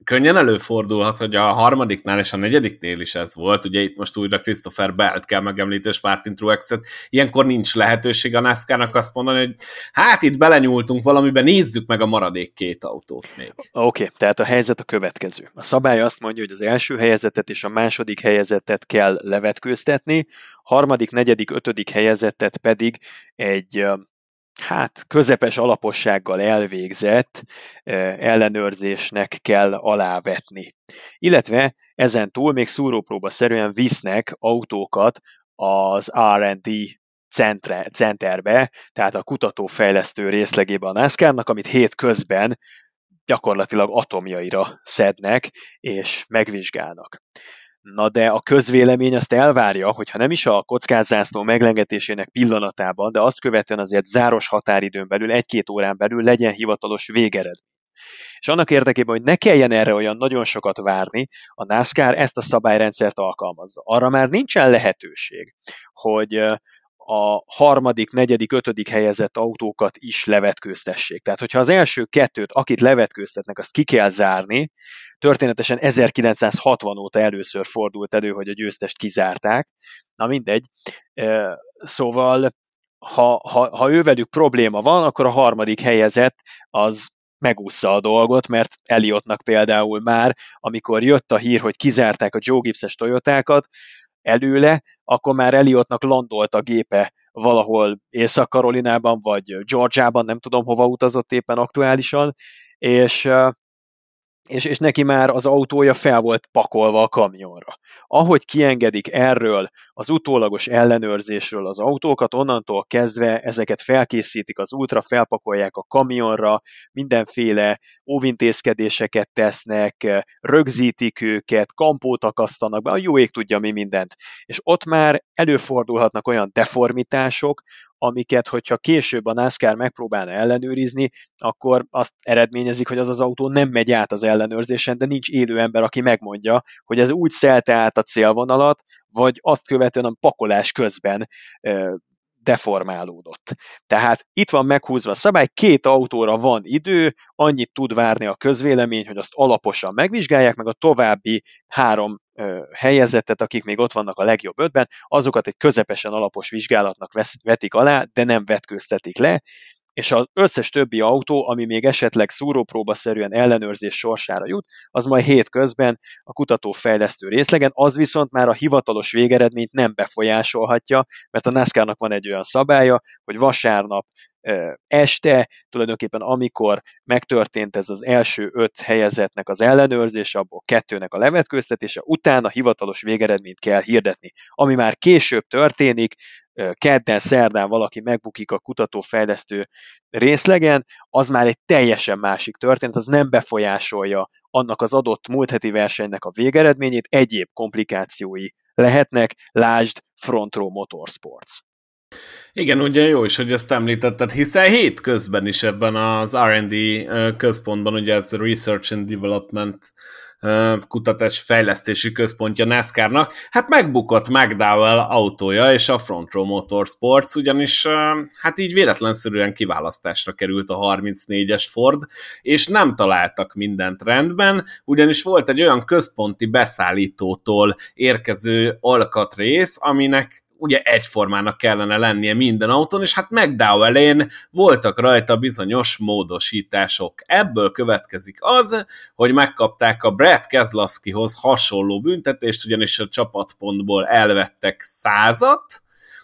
könnyen előfordulhat, hogy a harmadiknál és a negyediknél is ez volt, ugye itt most újra Christopher Belt kell megemlíteni, és Martin Truex-et, ilyenkor nincs lehetőség a NASCAR-nak azt mondani, hogy hát itt belenyúltunk valamiben, nézzük meg a maradék két autót még.
Oké, okay, tehát a helyzet a következő. A szabály azt mondja, hogy az első helyezettet és a második helyezettet kell levetkőztetni, harmadik, negyedik, ötödik helyezettet pedig egy hát közepes alapossággal elvégzett ellenőrzésnek kell alávetni. Illetve ezen túl még szúrópróbaszerűen visznek autókat az er and dé centre, centerbe, tehát a kutatófejlesztő részlegébe a NASCAR-nak, amit hét közben gyakorlatilag atomjaira szednek és megvizsgálnak. Na de a közvélemény azt elvárja, hogyha nem is a kockázzászló meglengetésének pillanatában, de azt követően azért záros határidőn belül, egy-két órán belül legyen hivatalos végeredmény. És annak érdekében, hogy ne kelljen erre olyan nagyon sokat várni, a NASCAR ezt a szabályrendszert alkalmazza. Arra már nincsen lehetőség, hogy a harmadik, negyedik, ötödik helyezett autókat is levetkőztessék. Tehát, hogyha az első kettőt, akit levetkőztetnek, azt ki kell zárni, történetesen ezerkilencszázhatvan óta először fordult elő, hogy a győztest kizárták. Na mindegy. Szóval, ha, ha, ha ővelük probléma van, akkor a harmadik helyezett az megúszza a dolgot, mert Elliottnak például már, amikor jött a hír, hogy kizárták a Joe Gibbs-es Toyotákat előle, akkor már Elliottnak landolt a gépe valahol Észak-Karolinában, vagy Georgiában, nem tudom hova utazott éppen aktuálisan, és És, és neki már az autója fel volt pakolva a kamionra. Ahogy kiengedik erről az utólagos ellenőrzésről az autókat, onnantól kezdve ezeket felkészítik az útra, felpakolják a kamionra, mindenféle óvintézkedéseket tesznek, rögzítik őket, kampót akasztanak be, a jó ég tudja mi mindent. És ott már előfordulhatnak olyan deformitások, amiket, hogyha később a NASCAR megpróbálna ellenőrizni, akkor azt eredményezik, hogy az az autó nem megy át az ellenőrzésen, de nincs élő ember, aki megmondja, hogy ez úgy szelte át a célvonalat, vagy azt követően a pakolás közben ö, deformálódott. Tehát itt van meghúzva a szabály, két autóra van idő, annyit tud várni a közvélemény, hogy azt alaposan megvizsgálják, meg a további három ö, helyezettet, akik még ott vannak a legjobb ötben, azokat egy közepesen alapos vizsgálatnak vesz, vetik alá, de nem vetkőztetik le, és az összes többi autó, ami még esetleg szúrópróbaszerűen ellenőrzés sorsára jut, az majd hét közben a kutatófejlesztő részlegen, az viszont már a hivatalos végeredményt nem befolyásolhatja, mert a NASCAR-nak van egy olyan szabálya, hogy vasárnap este, tulajdonképpen amikor megtörtént ez az első öt helyezettnek az ellenőrzése, abból kettőnek a levetkőztetése, utána hivatalos végeredményt kell hirdetni. Ami már később történik, kedden, szerdán valaki megbukik a kutatófejlesztő részlegen, az már egy teljesen másik történet, az nem befolyásolja annak az adott múlt heti versenynek a végeredményét, egyéb komplikációi lehetnek, lásd Front Row Motorsports.
Igen, ugye jó is, hogy ezt említetted, hiszen hét közben is ebben az er and dé központban, ugye ez a Research and Development kutatás fejlesztési központja NASCAR-nak, hát megbukott McDowell autója és a Front Row Motorsports, ugyanis hát így véletlenszerűen kiválasztásra került a harmincnégyes Ford, és nem találtak mindent rendben, ugyanis volt egy olyan központi beszállítótól érkező alkatrész, aminek ugye egyformának kellene lennie minden autón, és hát McDowell-én voltak rajta bizonyos módosítások. Ebből következik az, hogy megkapták a Brad Keselowskihoz hasonló büntetést, ugyanis a csapatpontból elvettek százat,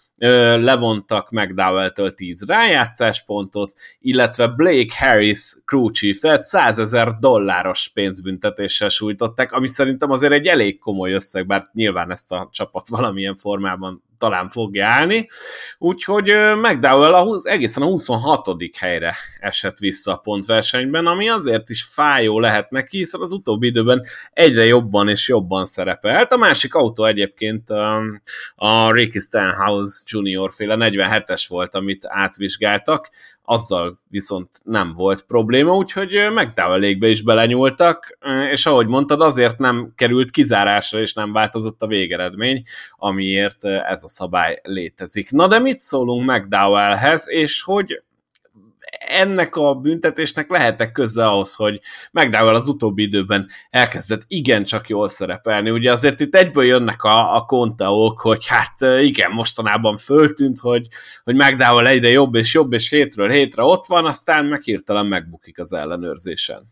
levontak McDowell-től tíz rájátszáspontot, illetve Blake Harris crew chiefet százezer dolláros pénzbüntetéssel sújtották, ami szerintem azért egy elég komoly összeg, bár nyilván ezt a csapat valamilyen formában talán fogja állni. Úgyhogy McDowell a, egészen a huszonhatodik helyre esett vissza a pontversenyben, ami azért is fájó lehet neki, hiszen az utóbbi időben egyre jobban és jobban szerepelt. A másik autó egyébként a, a Ricky Stenhouse junior féle negyvenhetes volt, amit átvizsgáltak, azzal viszont nem volt probléma, úgyhogy McDowellékbe is belenyúltak, és ahogy mondtad, azért nem került kizárásra, és nem változott a végeredmény, amiért ez a szabály létezik. Na de mit szólunk McDowellhez, és hogy ennek a büntetésnek lehetek köze ahhoz, hogy McDowell az utóbbi időben elkezdett igencsak jól szerepelni. Ugye azért itt egyből jönnek a, a kontaók, hogy hát igen, mostanában föltűnt, hogy, hogy McDowell egyre jobb és jobb, és hétről hétre ott van, aztán meg hirtelen megbukik az ellenőrzésen.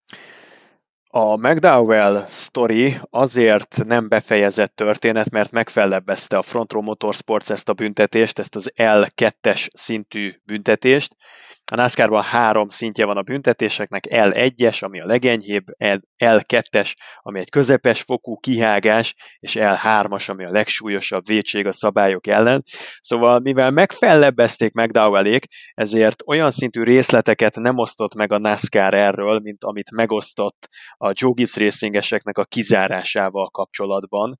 A McDowell sztori azért nem befejezett történet, mert megfellebbezte a Front Row Motorsports ezt a büntetést, ezt az el kettes szintű büntetést. A NASCAR-ban három szintje van a büntetéseknek, el egyes, ami a legenyhébb, el kettes, ami egy közepes fokú kihágás, és el hármas, ami a legsúlyosabb vétség a szabályok ellen. Szóval, mivel megfellebbezték McDowellék, ezért olyan szintű részleteket nem osztott meg a NASCAR erről, mint amit megosztott a Joe Gibbs racingeseknek a kizárásával kapcsolatban.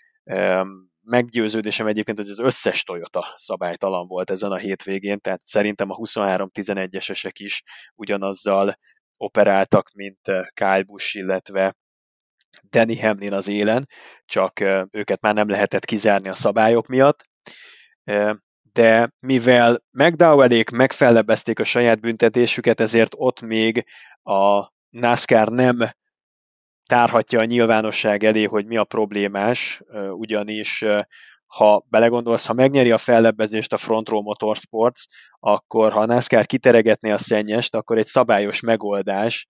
Meggyőződésem egyébként, hogy az összes Toyota szabálytalan volt ezen a hétvégén, tehát szerintem a huszonhárom tizenegyesesek is ugyanazzal operáltak, mint Kyle Busch, illetve Denny Hamlin az élen, csak őket már nem lehetett kizárni a szabályok miatt. De mivel McDowellék megfellebbezték a saját büntetésüket, ezért ott még a NASCAR nem tárhatja a nyilvánosság elé, hogy mi a problémás, ugyanis ha belegondolsz, ha megnyeri a fellebbezést a Front Row Motorsports, akkor ha a NASCAR kiteregetné a szennyest, akkor egy szabályos megoldás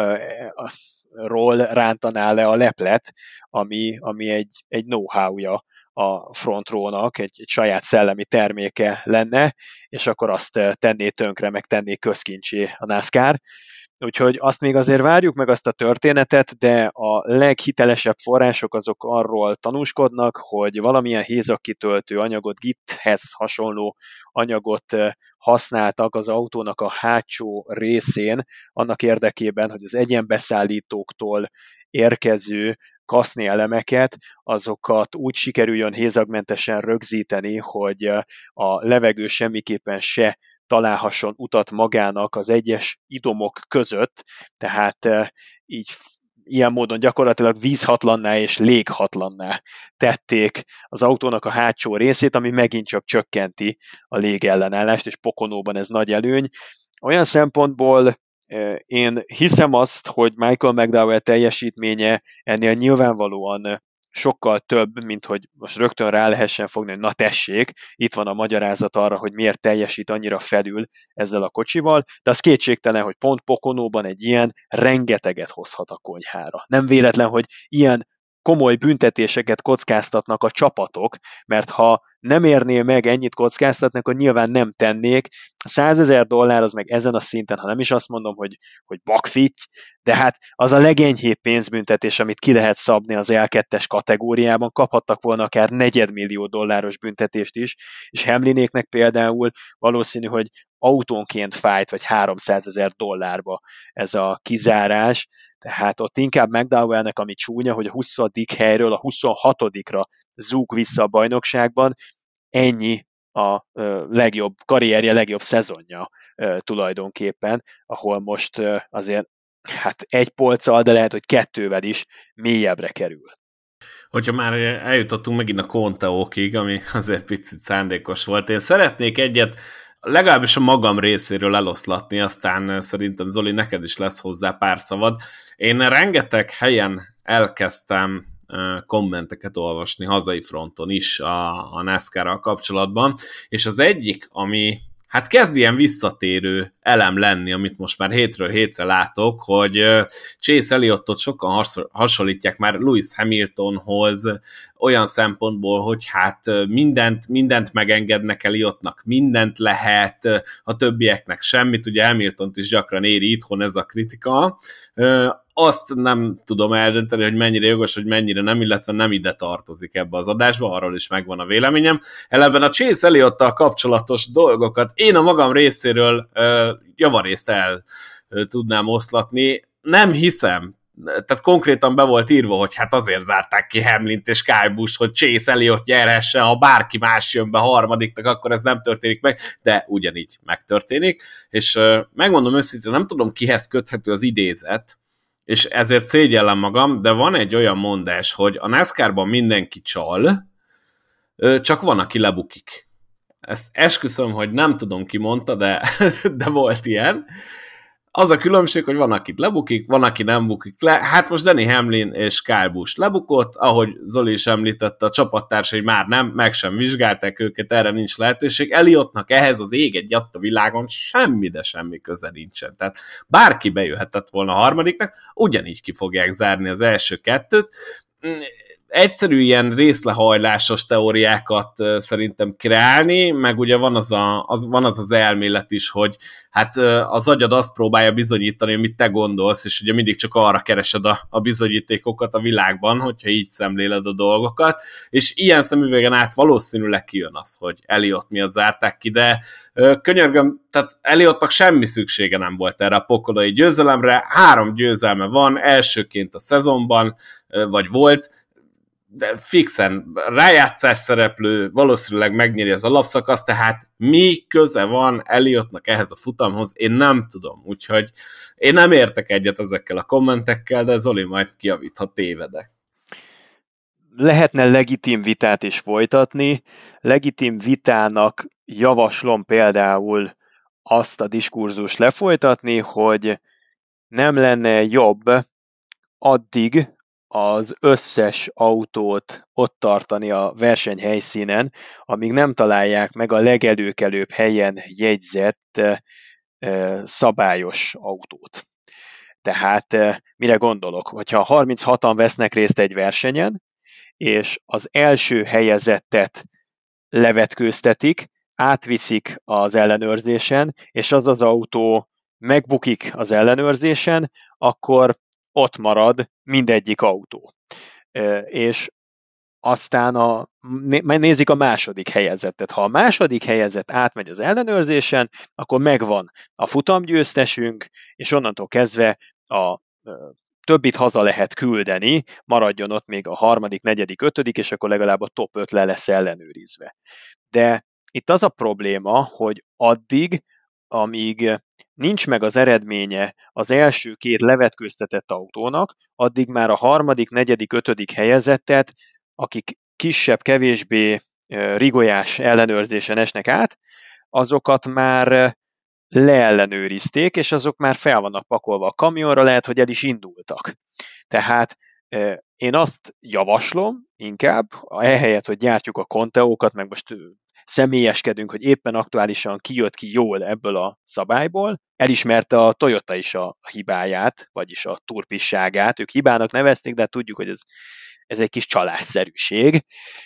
ról rántaná le a leplet, ami, ami egy, egy know-how-ja a Front Row-nak, egy, egy saját szellemi terméke lenne, és akkor azt tenné tönkre, meg tenné közkincsé a NASCAR. Úgyhogy azt még azért várjuk meg azt a történetet, de a leghitelesebb források azok arról tanúskodnak, hogy valamilyen hézakkitöltő anyagot, githez hasonló anyagot használtak az autónak a hátsó részén, annak érdekében, hogy az egyenbeszállítóktól érkező kaszni elemeket, azokat úgy sikerüljön hézagmentesen rögzíteni, hogy a levegő semmiképpen se találhasson utat magának az egyes idomok között, tehát így ilyen módon gyakorlatilag vízhatlanná és léghatlanná tették az autónak a hátsó részét, ami megint csak csökkenti a légellenállást, és Poconóban ez nagy előny. Olyan szempontból én hiszem azt, hogy Michael McDowell teljesítménye ennél nyilvánvalóan sokkal több, mint hogy most rögtön rá lehessen fogni, hogy na tessék, itt van a magyarázat arra, hogy miért teljesít annyira felül ezzel a kocsival, de az kétségtelen, hogy pont Poconóban egy ilyen rengeteget hozhat a konyhára. Nem véletlen, hogy ilyen komoly büntetéseket kockáztatnak a csapatok, mert ha nem érnél meg ennyit kockáztatni, akkor nyilván nem tennék. A százezer dollár az meg ezen a szinten, ha nem is azt mondom, hogy, hogy bakfitty, de hát az a legenyhébb pénzbüntetés, amit ki lehet szabni az el kettes kategóriában, kaphattak volna akár negyedmillió dolláros büntetést is, és Hamlinéknek például valószínű, hogy autónként fájt, vagy háromszázezer dollárba ez a kizárás, tehát ott inkább McDowellnek, ami csúnya, hogy a huszadik helyről a huszonhatodikra zúg vissza a bajnokságban, ennyi a ö, legjobb karrierje, legjobb szezonja ö, tulajdonképpen, ahol most ö, azért hát egy polccal, de lehet, hogy kettővel is mélyebbre kerül.
Hogyha már eljutottunk megint a kontaókig, ami azért picit szándékos volt, én szeretnék egyet legalábbis a magam részéről eloszlatni, aztán szerintem Zoli, neked is lesz hozzá pár szavad. Én rengeteg helyen elkezdtem kommenteket olvasni hazai fronton is a, a NASCAR-ral kapcsolatban, és az egyik, ami hát kezd ilyen visszatérő elem lenni, amit most már hétről hétre látok, hogy Chase Elliotot sokan hasonlítják már Lewis Hamiltonhoz, olyan szempontból, hogy hát mindent, mindent megengednek Elliotnak, mindent lehet, a többieknek semmit, ugye Hamiltont is gyakran éri itthon ez a kritika. Azt nem tudom eldönteni, hogy mennyire jogos, hogy mennyire nem, illetve nem ide tartozik ebbe az adásba, arról is megvan a véleményem. Ellenben a Chase Elliotttal kapcsolatos dolgokat én a magam részéről uh, javarészt el uh, tudnám oszlatni. Nem hiszem, tehát konkrétan be volt írva, hogy hát azért zárták ki Hamlint és Kyle Busch, hogy Chase Elliott nyerhesse, ha bárki más jön be harmadiknak, akkor ez nem történik meg, de ugyanígy megtörténik, és uh, megmondom őszintén, nem tudom kihez köthető az idézet, és ezért szégyellem magam, de van egy olyan mondás, hogy a NASCAR-ban mindenki csal, csak van, aki lebukik. ezt esküszöm, hogy nem tudom ki mondta, de, de volt ilyen. Az a különbség, hogy van, akit lebukik, van, aki nem bukik le. Hát most Denny Hamlin és Kyle Busch lebukott, ahogy Zoli is említette, a csapattársai már nem, meg sem vizsgálták őket, erre nincs lehetőség. Elliottnak ehhez az ég egy a világon semmi, de semmi köze nincsen. Tehát bárki bejöhetett volna a harmadiknak, ugyanígy ki fogják zárni az első kettőt. Egyszerű ilyen részlehajlásos teóriákat szerintem kreálni, meg ugye van az, a, az, van az az elmélet is, hogy hát az agyad azt próbálja bizonyítani, amit te gondolsz, és ugye mindig csak arra keresed a, a bizonyítékokat a világban, hogyha így szemléled a dolgokat, és ilyen szemüvegen át valószínűleg kijön az, hogy Elliott miatt zárták ki, de könyörgöm, tehát Elliottnak semmi szüksége nem volt erre a pokolai győzelemre, három győzelme van, elsőként a szezonban, vagy volt, de fixen rájátszás szereplő, valószínűleg megnyeri az alapszakasz, tehát mi köze van Elliottnak ehhez a futamhoz, én nem tudom, úgyhogy én nem értek egyet ezekkel a kommentekkel, de Zoli majd kijavít, ha tévedek.
Lehetne legitim vitát is folytatni, legitim vitának javaslom például azt a diskurzus lefolytatni, hogy nem lenne jobb addig az összes autót ott tartani a versenyhelyszínen, amíg nem találják meg a legelőkelőbb helyen jegyzett e, szabályos autót. Tehát e, mire gondolok? Hogyha harminchatan vesznek részt egy versenyen, és az első helyezettet levetkőztetik, átviszik az ellenőrzésen, és az az autó megbukik az ellenőrzésen, akkor ott marad mindegyik autó. És aztán a, nézik a második helyezettet. Ha a második helyezett átmegy az ellenőrzésen, akkor megvan a futamgyőztesünk, és onnantól kezdve a többit haza lehet küldeni, maradjon ott még a harmadik, negyedik, ötödik, és akkor legalább a top öt le lesz ellenőrizve. De itt az a probléma, hogy addig, amíg nincs meg az eredménye az első két levetkőztetett autónak, addig már a harmadik, negyedik, ötödik helyezettet, akik kisebb, kevésbé rigolyás ellenőrzésen esnek át, azokat már leellenőrizték, és azok már fel vannak pakolva a kamionra, lehet, hogy el is indultak. Tehát én azt javaslom inkább, ehelyett, hogy gyártjuk a konteókat, meg most személyeskedünk, hogy éppen aktuálisan kijött ki jól ebből a szabályból, elismerte a Toyota is a hibáját, vagyis a turpisságát, ők hibának nevezték, de tudjuk, hogy ez, ez egy kis csalásszerűség.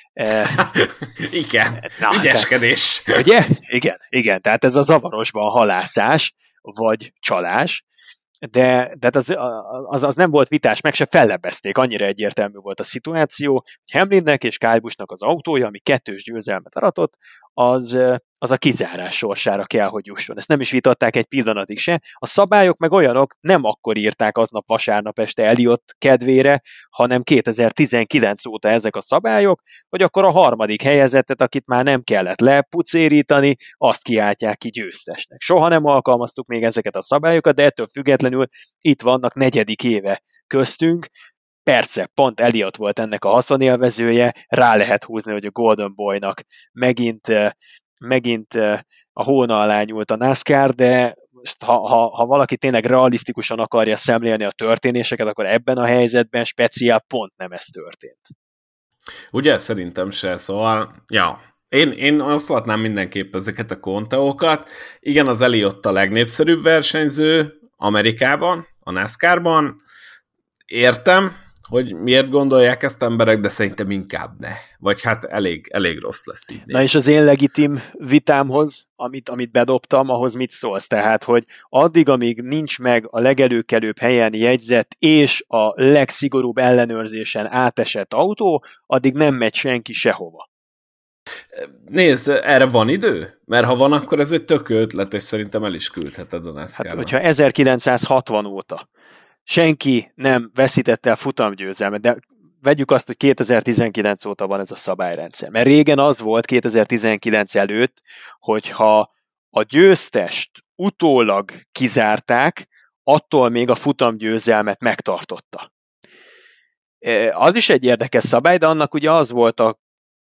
Igen, na, ügyeskedés.
Tehát, ugye? Igen, igen, tehát ez a zavarosban halászás, vagy csalás, de, de az, az, az nem volt vitás, meg se fellebbezték, annyira egyértelmű volt a szituáció, hogy Hamlinnek és Kyle Buschnak az autója, ami kettős győzelmet aratott, az, az a kizárás sorsára kell, hogy jusson. Ezt nem is vitatták egy pillanatig se. A szabályok meg olyanok nem akkor írták aznap vasárnap este Elliott kedvére, hanem kétezer-tizenkilenc óta ezek a szabályok, hogy akkor a harmadik helyezettet, akit már nem kellett lepucérítani, azt kiáltják ki győztesnek. Soha nem alkalmaztuk még ezeket a szabályokat, de ettől függetlenül itt vannak negyedik éve köztünk. Persze, pont Elliott volt ennek a haszonélvezője, rá lehet húzni, hogy a Golden Boynak megint, megint a hóna alá nyúlt a NASCAR, de most, ha, ha, ha valaki tényleg realisztikusan akarja szemlélni a történéseket, akkor ebben a helyzetben speciál pont nem ez történt.
Ugye, szerintem se, szóval, ja, én, én oszlatnám mindenképp ezeket a konteókat. Igen, az Elliott a legnépszerűbb versenyző Amerikában, a NASCAR-ban. Értem, hogy miért gondolják ezt emberek, de szerintem inkább ne. Vagy hát elég, elég rossz lesz így.
Na és az én legitim vitámhoz, amit, amit bedobtam, ahhoz mit szólsz? Tehát, hogy addig, amíg nincs meg a legelőkelőbb helyen jegyzett és a legszigorúbb ellenőrzésen átesett autó, addig nem megy senki sehova.
Nézd, erre van idő? Mert ha van, akkor ez egy tök ötlet, és szerintem el is küldheted a NASCAR-ra.
Hát, hogyha ezerkilencszázhatvan óta senki nem veszítette el futamgyőzelmet, de vegyük azt, hogy kétezer-tizenkilenc óta van ez a szabályrendszer. Mert régen az volt kétezer-tizenkilenc előtt, hogyha a győztest utólag kizárták, attól még a futamgyőzelmet megtartotta. Az is egy érdekes szabály, de annak ugye az volt a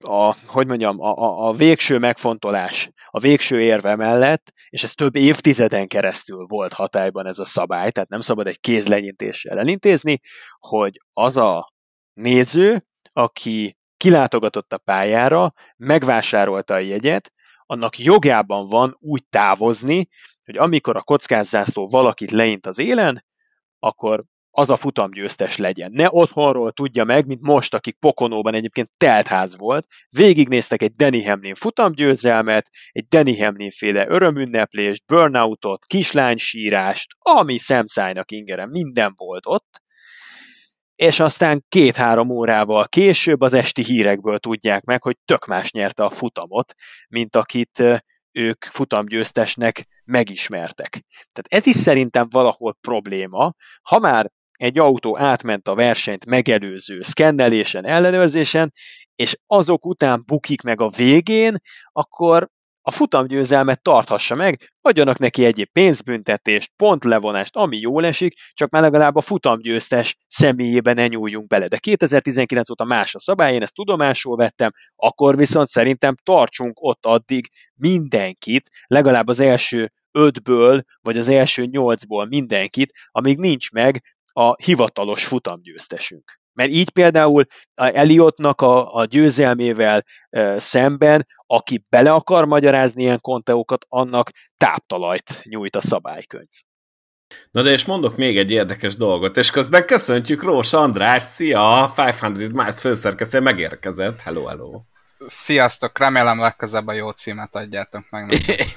a, hogy mondjam, a, a, a végső megfontolás, a végső érve mellett, és ez több évtizeden keresztül volt hatályban ez a szabály, tehát nem szabad egy kézlegyintéssel elintézni, hogy az a néző, aki kilátogatott a pályára, megvásárolta a jegyet, annak jogában van úgy távozni, hogy amikor a kockázzászló valakit leint az élen, akkor az a futamgyőztes legyen. Ne otthonról tudja meg, mint most, akik Pokonóban egyébként teltház volt, végignéztek egy Denny Hamlin futamgyőzelmet, egy Denny Hamlin féle örömünneplést, burnoutot, kislánysírást, ami szemszájnak ingeren, minden volt ott, és aztán két-három órával később az esti hírekből tudják meg, hogy tök más nyerte a futamot, mint akit ők futamgyőztesnek megismertek. Tehát ez is szerintem valahol probléma, ha már egy autó átment a versenyt megelőző szkennelésen, ellenőrzésen, és azok után bukik meg a végén, akkor a futamgyőzelmet tarthassa meg, adjanak neki egyéb pénzbüntetést, pontlevonást, ami jól esik, csak már legalább a futamgyőztes személyében ne nyúljunk bele. De kétezer-tizenkilenc óta más a szabály, én ezt tudomásul vettem, akkor viszont szerintem tartsunk ott addig mindenkit, legalább az első ötből, vagy az első nyolcból mindenkit, amíg nincs meg a hivatalos futamgyőztesünk. Mert így például Elliotnak a, a győzelmével e, szemben, aki bele akar magyarázni ilyen konteókat, annak táptalajt nyújt a szabálykönyv.
Na de és mondok még egy érdekes dolgot, és közben köszöntjük Rós András, szia, a ötszáz Miles főszerkesztő megérkezett, hello, hello.
Sziasztok, remélem legközelebb a jó címet adjátok meg.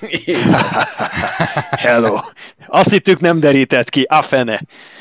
Hello. Azt hittük nem derített ki, a fene.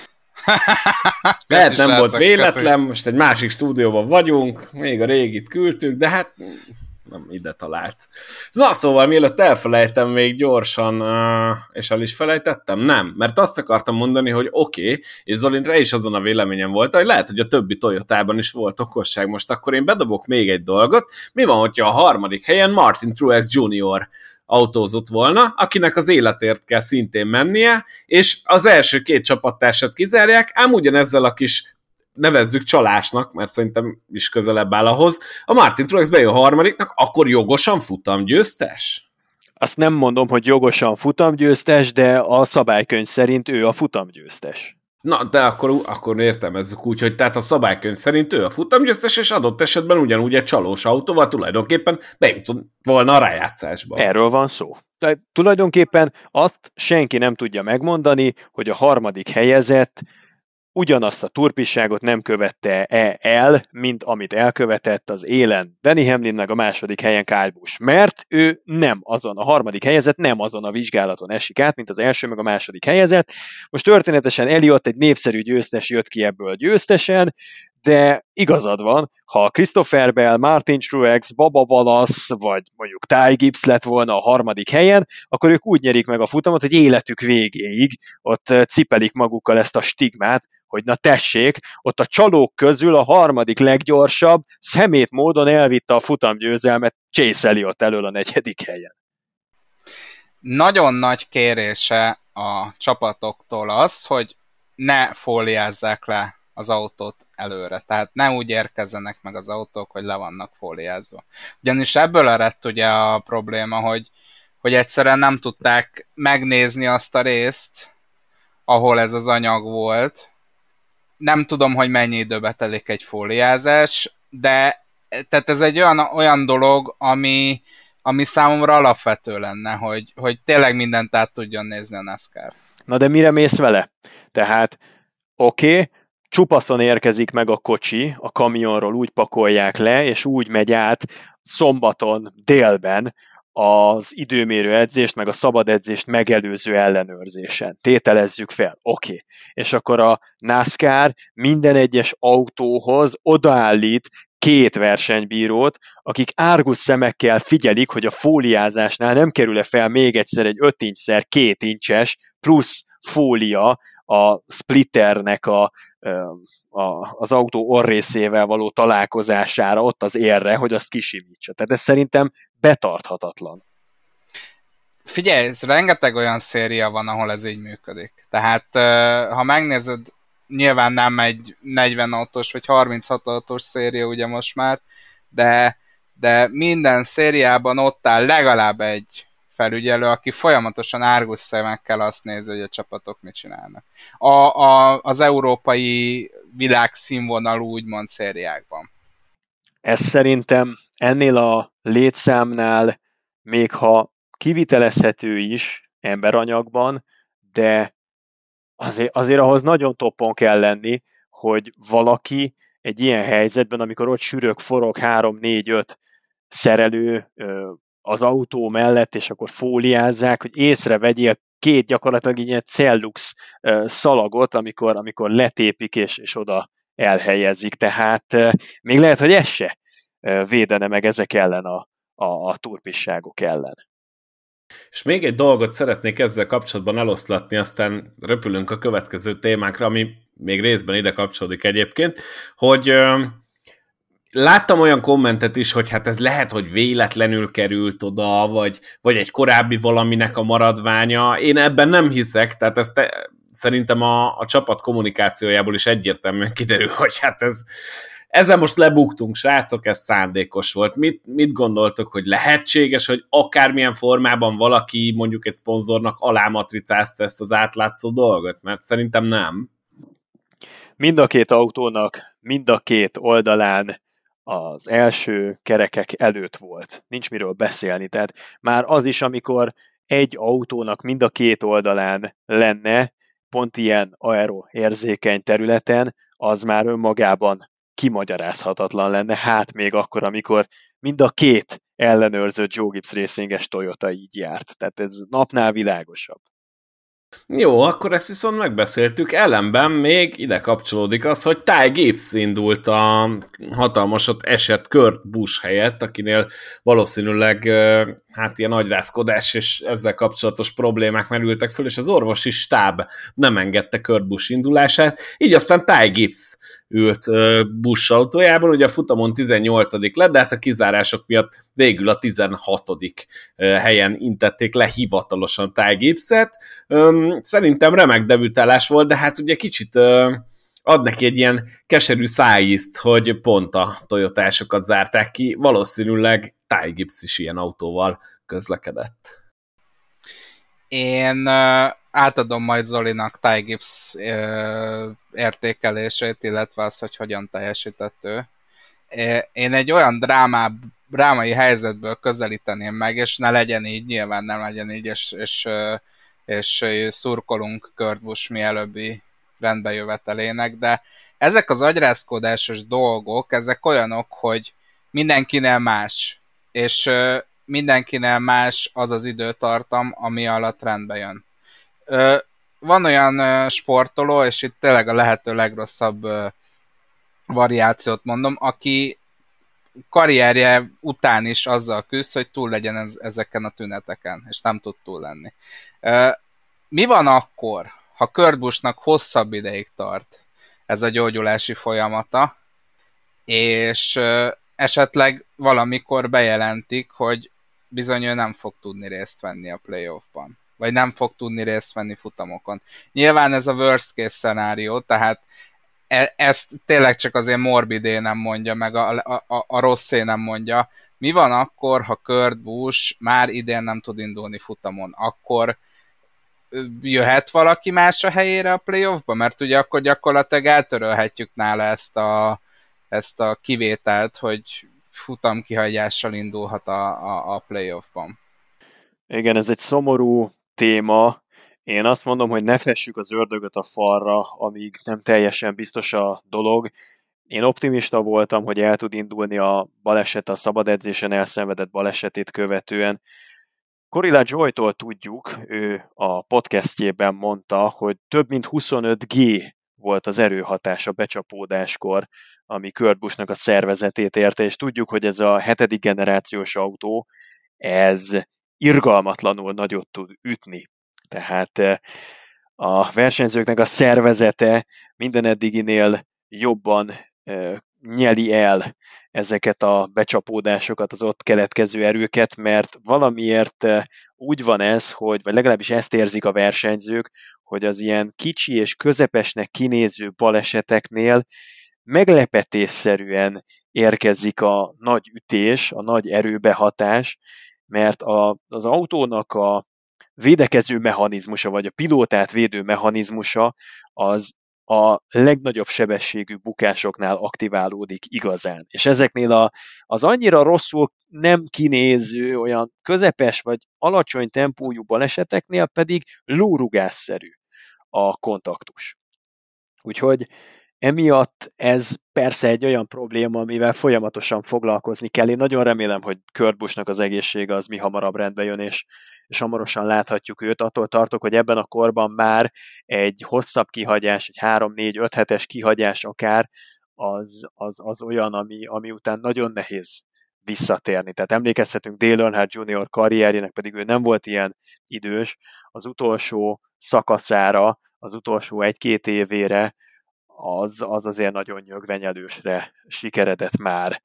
Lehet nem volt véletlen, köszönjük. Most egy másik stúdióban vagyunk, még a régit küldtük, de hát nem ide talált. Na szóval, mielőtt elfelejtem még gyorsan, és el is felejtettem, nem, mert azt akartam mondani, hogy oké, okay, és Zolintre is azon a véleményem volt, hogy lehet, hogy a többi Toyotában is volt okosság. Most akkor én bedobok még egy dolgot. Mi van, hogyha a harmadik helyen Martin Truex junior autózott volna, akinek az életért kell szintén mennie, és az első két csapattársat kizárják, ám ugyanezzel a kis, nevezzük csalásnak, mert szerintem is közelebb áll ahhoz, a Martin Truex bejön harmadiknak, akkor jogosan futamgyőztes?
Azt nem mondom, hogy jogosan futamgyőztes, de a szabálykönyv szerint ő a futamgyőztes.
Na, de akkor, akkor értelmezzük úgy, hogy tehát a szabálykönyv szerint ő a futamgyőztes, és adott esetben ugyanúgy egy csalós autóval tulajdonképpen bejutott volna a rájátszásba.
Erről van szó. De tulajdonképpen azt senki nem tudja megmondani, hogy a harmadik helyezett ugyanazt a turpisságot nem követte el, mint amit elkövetett az élen Denny Hamlin, meg a második helyen Kyle Busch, mert ő nem azon, a harmadik helyezett nem azon a vizsgálaton esik át, mint az első, meg a második helyezett. Most történetesen Elliott egy népszerű győztes jött ki ebből győztesen, de igazad van, ha Christopher Bell, Martin Truex, Baba Wallace, vagy mondjuk Ty Gibbs lett volna a harmadik helyen, akkor ők úgy nyerik meg a futamot, hogy életük végéig ott cipelik magukkal ezt a stigmát, hogy na tessék, ott a csalók közül a harmadik leggyorsabb, szemét módon elvitte a futamgyőzelmet Chase Elliott elől a negyedik helyen.
Nagyon nagy kérése a csapatoktól az, hogy ne fóliázzák le az autót előre. Tehát ne úgy érkezzenek meg az autók, hogy le vannak fóliázva. Ugyanis ebből eredt ugye a probléma, hogy, hogy egyszerűen nem tudták megnézni azt a részt, ahol ez az anyag volt. Nem tudom, hogy mennyi időbe telik egy fóliázás, de tehát ez egy olyan, olyan dolog, ami, ami számomra alapvető lenne, hogy, hogy tényleg mindent át tudjon nézni a NASCAR.
Na de mire mész vele? Tehát oké, okay, csupaszon érkezik meg a kocsi, a kamionról úgy pakolják le, és úgy megy át szombaton délben az időmérő edzést, meg a szabad edzést megelőző ellenőrzésen. Tételezzük fel, oké. Okay. És akkor a NASCAR minden egyes autóhoz odaállít két versenybírót, akik árgus szemekkel figyelik, hogy a fóliázásnál nem kerül-e fel még egyszer egy öt incszer két incses plusz fólia a splitternek a, a, az autó orrészével való találkozására, ott az érre, hogy azt kisimítsa. Tehát ez szerintem betarthatatlan.
Figyelj, rengeteg olyan széria van, ahol ez így működik. Tehát ha megnézed, nyilván nem egy negyven autós vagy harminchat autós széria ugye most már, de de minden szériában ott áll legalább egy felügyelő, aki folyamatosan árgus szemekkel azt nézi, hogy a csapatok mit csinálnak. A, a, az európai világszínvonalú úgymond szériákban.
Ez szerintem ennél a létszámnál, még ha kivitelezhető is emberanyagban, de azért, azért ahhoz nagyon toppon kell lenni, hogy valaki egy ilyen helyzetben, amikor ott sűrök, forog három, négy, öt szerelő az autó mellett, és akkor fóliázzák, hogy észrevegyél két gyakorlatilag ilyen cellux szalagot, amikor, amikor letépik, és, és oda elhelyezik. Tehát még lehet, hogy ez se védene meg ezek ellen a, a, a turpisságok ellen.
És még egy dolgot szeretnék ezzel kapcsolatban eloszlatni, aztán röpülünk a következő témákra, ami még részben ide kapcsolódik egyébként, hogy ö, láttam olyan kommentet is, hogy hát ez lehet, hogy véletlenül került oda, vagy, vagy egy korábbi valaminek a maradványa. Én ebben nem hiszek, tehát ezt te, szerintem a, a csapat kommunikációjából is egyértelműen kiderül, hogy hát ez... Ezzel most lebuktunk, srácok, ez szándékos volt. Mit, mit gondoltok, hogy lehetséges, hogy akármilyen formában valaki mondjuk egy szponzornak alámatricázta ezt az átlátszó dolgot? Mert szerintem nem.
Mind a két autónak, mind a két oldalán az első kerekek előtt volt. Nincs miről beszélni. Tehát már az is, amikor egy autónak mind a két oldalán lenne, pont ilyen aeroérzékeny területen, az már önmagában kimagyarázhatatlan lenne, hát még akkor, amikor mind a két ellenőrzött Joe Gibbs Racinges Toyota így járt. Tehát ez napnál világosabb.
Jó, akkor ezt viszont megbeszéltük. Ellenben még ide kapcsolódik az, hogy Ty Gibbs indult a hatalmasat esett Kurt Busch helyett, akinél valószínűleg hát ilyen agyrázkodás és ezzel kapcsolatos problémák merültek föl, és az orvosi stáb nem engedte Kurt Busch indulását, így aztán Ty Gibbs ült Busch autójában, ugye a futamon tizennyolcadik lett, de hát a kizárások miatt végül a tizenhatodik helyen intették le hivatalosan Ty Gibbset. Szerintem remek debütálás volt, de hát ugye kicsit ad neki egy ilyen keserű szájízt, hogy pont a toyotásokat zárták ki, valószínűleg Ty Gibbs is ilyen autóval közlekedett.
Én uh, átadom majd Zolinak Ty Gibbs uh, értékelését, illetve az, hogy hogyan teljesített ő. Én egy olyan drámább, drámai helyzetből közelíteném meg, és ne legyen így, nyilván nem legyen így, és, és, és szurkolunk Kurt Busch mielőbbi rendbejövetelének, de ezek az agyrázkodásos dolgok, ezek olyanok, hogy mindenkinél más, és mindenkinél más az az időtartam, ami alatt rendbe jön. Van olyan sportoló, és itt tényleg a lehető legrosszabb variációt mondom, aki karrierje után is azzal küzd, hogy túl legyen ez, ezeken a tüneteken, és nem tud túl lenni. Mi van akkor, ha Kurt Buschnak hosszabb ideig tart ez a gyógyulási folyamata, és esetleg valamikor bejelentik, hogy bizony ő nem fog tudni részt venni a playoffban, vagy nem fog tudni részt venni futamokon. Nyilván ez a worst case szenárió, tehát e- ezt tényleg csak azért morbidé nem mondja, meg a, a, a, a rosszé nem mondja. Mi van akkor, ha Kurt Busch már idén nem tud indulni futamon? Akkor jöhet valaki más a helyére a playoffba? Mert ugye akkor gyakorlatilag eltörölhetjük nála ezt a, ezt a kivételt, hogy futamkihagyással indulhat a, a, a playoffban.
Igen, ez egy szomorú téma. Én azt mondom, hogy ne fessük az ördögöt a falra, amíg nem teljesen biztos a dolog. Én optimista voltam, hogy el tud indulni a baleset, a szabad edzésen elszenvedett balesetét követően. Corilla Joy-tól tudjuk, ő a podcastjében mondta, hogy több mint huszonöt gé volt az erőhatás a becsapódáskor, ami Kurt Buschnak a szervezetét érte, és tudjuk, hogy ez a hetedik generációs autó, ez irgalmatlanul nagyot tud ütni. Tehát a versenyzőknek a szervezete minden eddiginél jobban nyeli el ezeket a becsapódásokat, az ott keletkező erőket, mert valamiért úgy van ez, hogy, vagy legalábbis ezt érzik a versenyzők, hogy az ilyen kicsi és közepesnek kinéző baleseteknél meglepetésszerűen érkezik a nagy ütés, a nagy erőbehatás, mert a, az autónak a védekező mechanizmusa, vagy a pilótát védő mechanizmusa az a legnagyobb sebességű bukásoknál aktiválódik igazán. És ezeknél a, az annyira rosszul nem kinéző, olyan közepes vagy alacsony tempójú baleseteknél pedig lórugásszerű a kontaktus. Úgyhogy emiatt ez persze egy olyan probléma, amivel folyamatosan foglalkozni kell. Én nagyon remélem, hogy Kurt Buschnak az egészsége az mi hamarabb rendbe jön, és, és hamarosan láthatjuk őt. Attól tartok, hogy ebben a korban már egy hosszabb kihagyás, egy három négy öt hetes kihagyás akár, az, az, az olyan, ami, ami után nagyon nehéz visszatérni. Tehát emlékezhetünk Dale Earnhardt junior karrierjének, pedig ő nem volt ilyen idős, az utolsó szakaszára, az utolsó egy-két évére az, az azért nagyon nyögvenyelősre sikeredett már,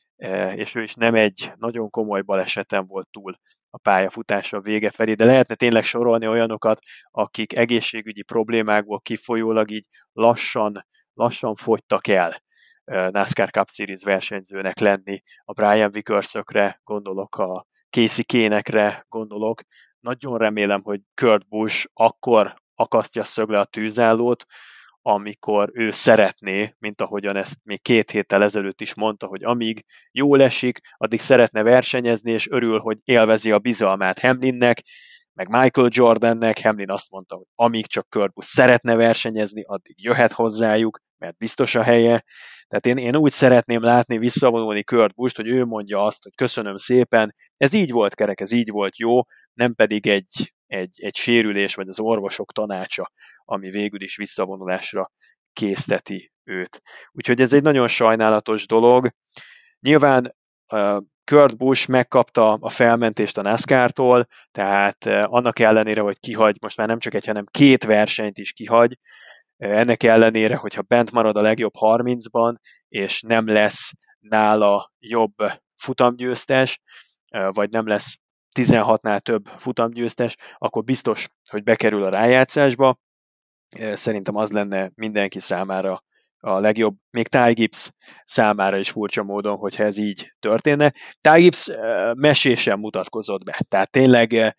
és ő is nem egy nagyon komoly baleseten volt túl a pályafutása vége felé, de lehetne tényleg sorolni olyanokat, akik egészségügyi problémákból kifolyólag így lassan, lassan fogytak el NASCAR Cup Series versenyzőnek lenni. A Brian Vickersökre gondolok, a Casey Kane-ekre gondolok. Nagyon remélem, hogy Kurt Busch akkor akasztja szögle a tűzállót, amikor ő szeretné, mint ahogyan ezt még két héttel ezelőtt is mondta, hogy amíg jól esik, addig szeretne versenyezni, és örül, hogy élvezi a bizalmát Hamlinnek, meg Michael Jordannek. Hamlin azt mondta, hogy amíg csak Kurt Busch szeretne versenyezni, addig jöhet hozzájuk, mert biztos a helye. Tehát én, én úgy szeretném látni visszavonulni Kurt Buscht, hogy ő mondja azt, hogy köszönöm szépen, ez így volt kerek, ez így volt jó, nem pedig egy, egy, egy sérülés, vagy az orvosok tanácsa, ami végül is visszavonulásra készteti őt. Úgyhogy ez egy nagyon sajnálatos dolog. Nyilván uh, Kurt Busch megkapta a felmentést a NASCAR-tól, tehát uh, annak ellenére, hogy kihagy, most már nem csak egy, hanem két versenyt is kihagy, ennek ellenére, hogyha bent marad a legjobb harmincban, és nem lesz nála jobb futamgyőztes, vagy nem lesz tizenhatnál több futamgyőztes, akkor biztos, hogy bekerül a rájátszásba. Szerintem az lenne mindenki számára a legjobb, még Ty Gibbs számára is furcsa módon, hogyha ez így történne. Ty Gibbs mesésen mutatkozott be, tehát tényleg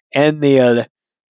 ennél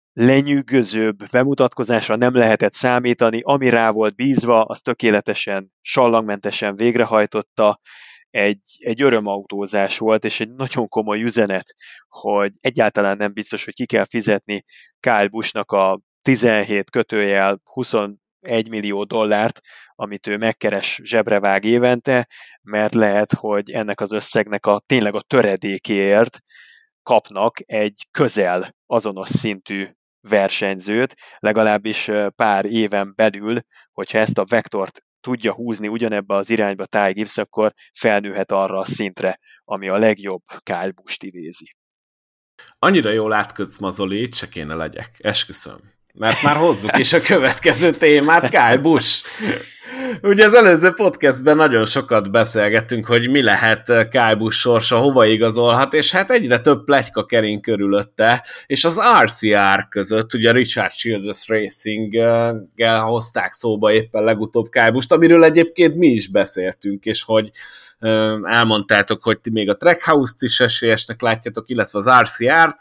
lenyűgözőbb bemutatkozásra nem lehetett számítani, ami rá volt bízva, az tökéletesen, sallangmentesen végrehajtotta, egy, egy örömautózás volt, és egy nagyon komoly üzenet, hogy egyáltalán nem biztos, hogy ki kell fizetni Kyle Buschnak a tizenhét kötőjel huszonegy millió dollárt, amit ő megkeres, zsebrevág évente, mert lehet, hogy ennek az összegnek a tényleg a töredékéért kapnak egy közel azonos szintű versenyzőt, legalábbis pár éven belül, hogyha ezt a vektort tudja húzni ugyanebbe az irányba Ty Gibbs, akkor felnőhet arra a szintre, ami a legjobb Kyle Buscht idézi.
Annyira jól átkötsz, Mazoli, itt se kéne legyek, esküszöm. Mert már hozzuk is a következő témát, Kyle Busch. Ugye az előző podcastben nagyon sokat beszélgettünk, hogy mi lehet Kyle Busch sorsa, hova igazolhat, és hát egyre több pletyka kering körülötte, és az er cé er között, ugye Richard Childress Racing-gel hozták szóba éppen legutóbb Kyle Buscht, amiről egyébként mi is beszéltünk, és hogy elmondtátok, hogy ti még a Trackhouse-t is esélyesnek látjátok, illetve az er cé er-t.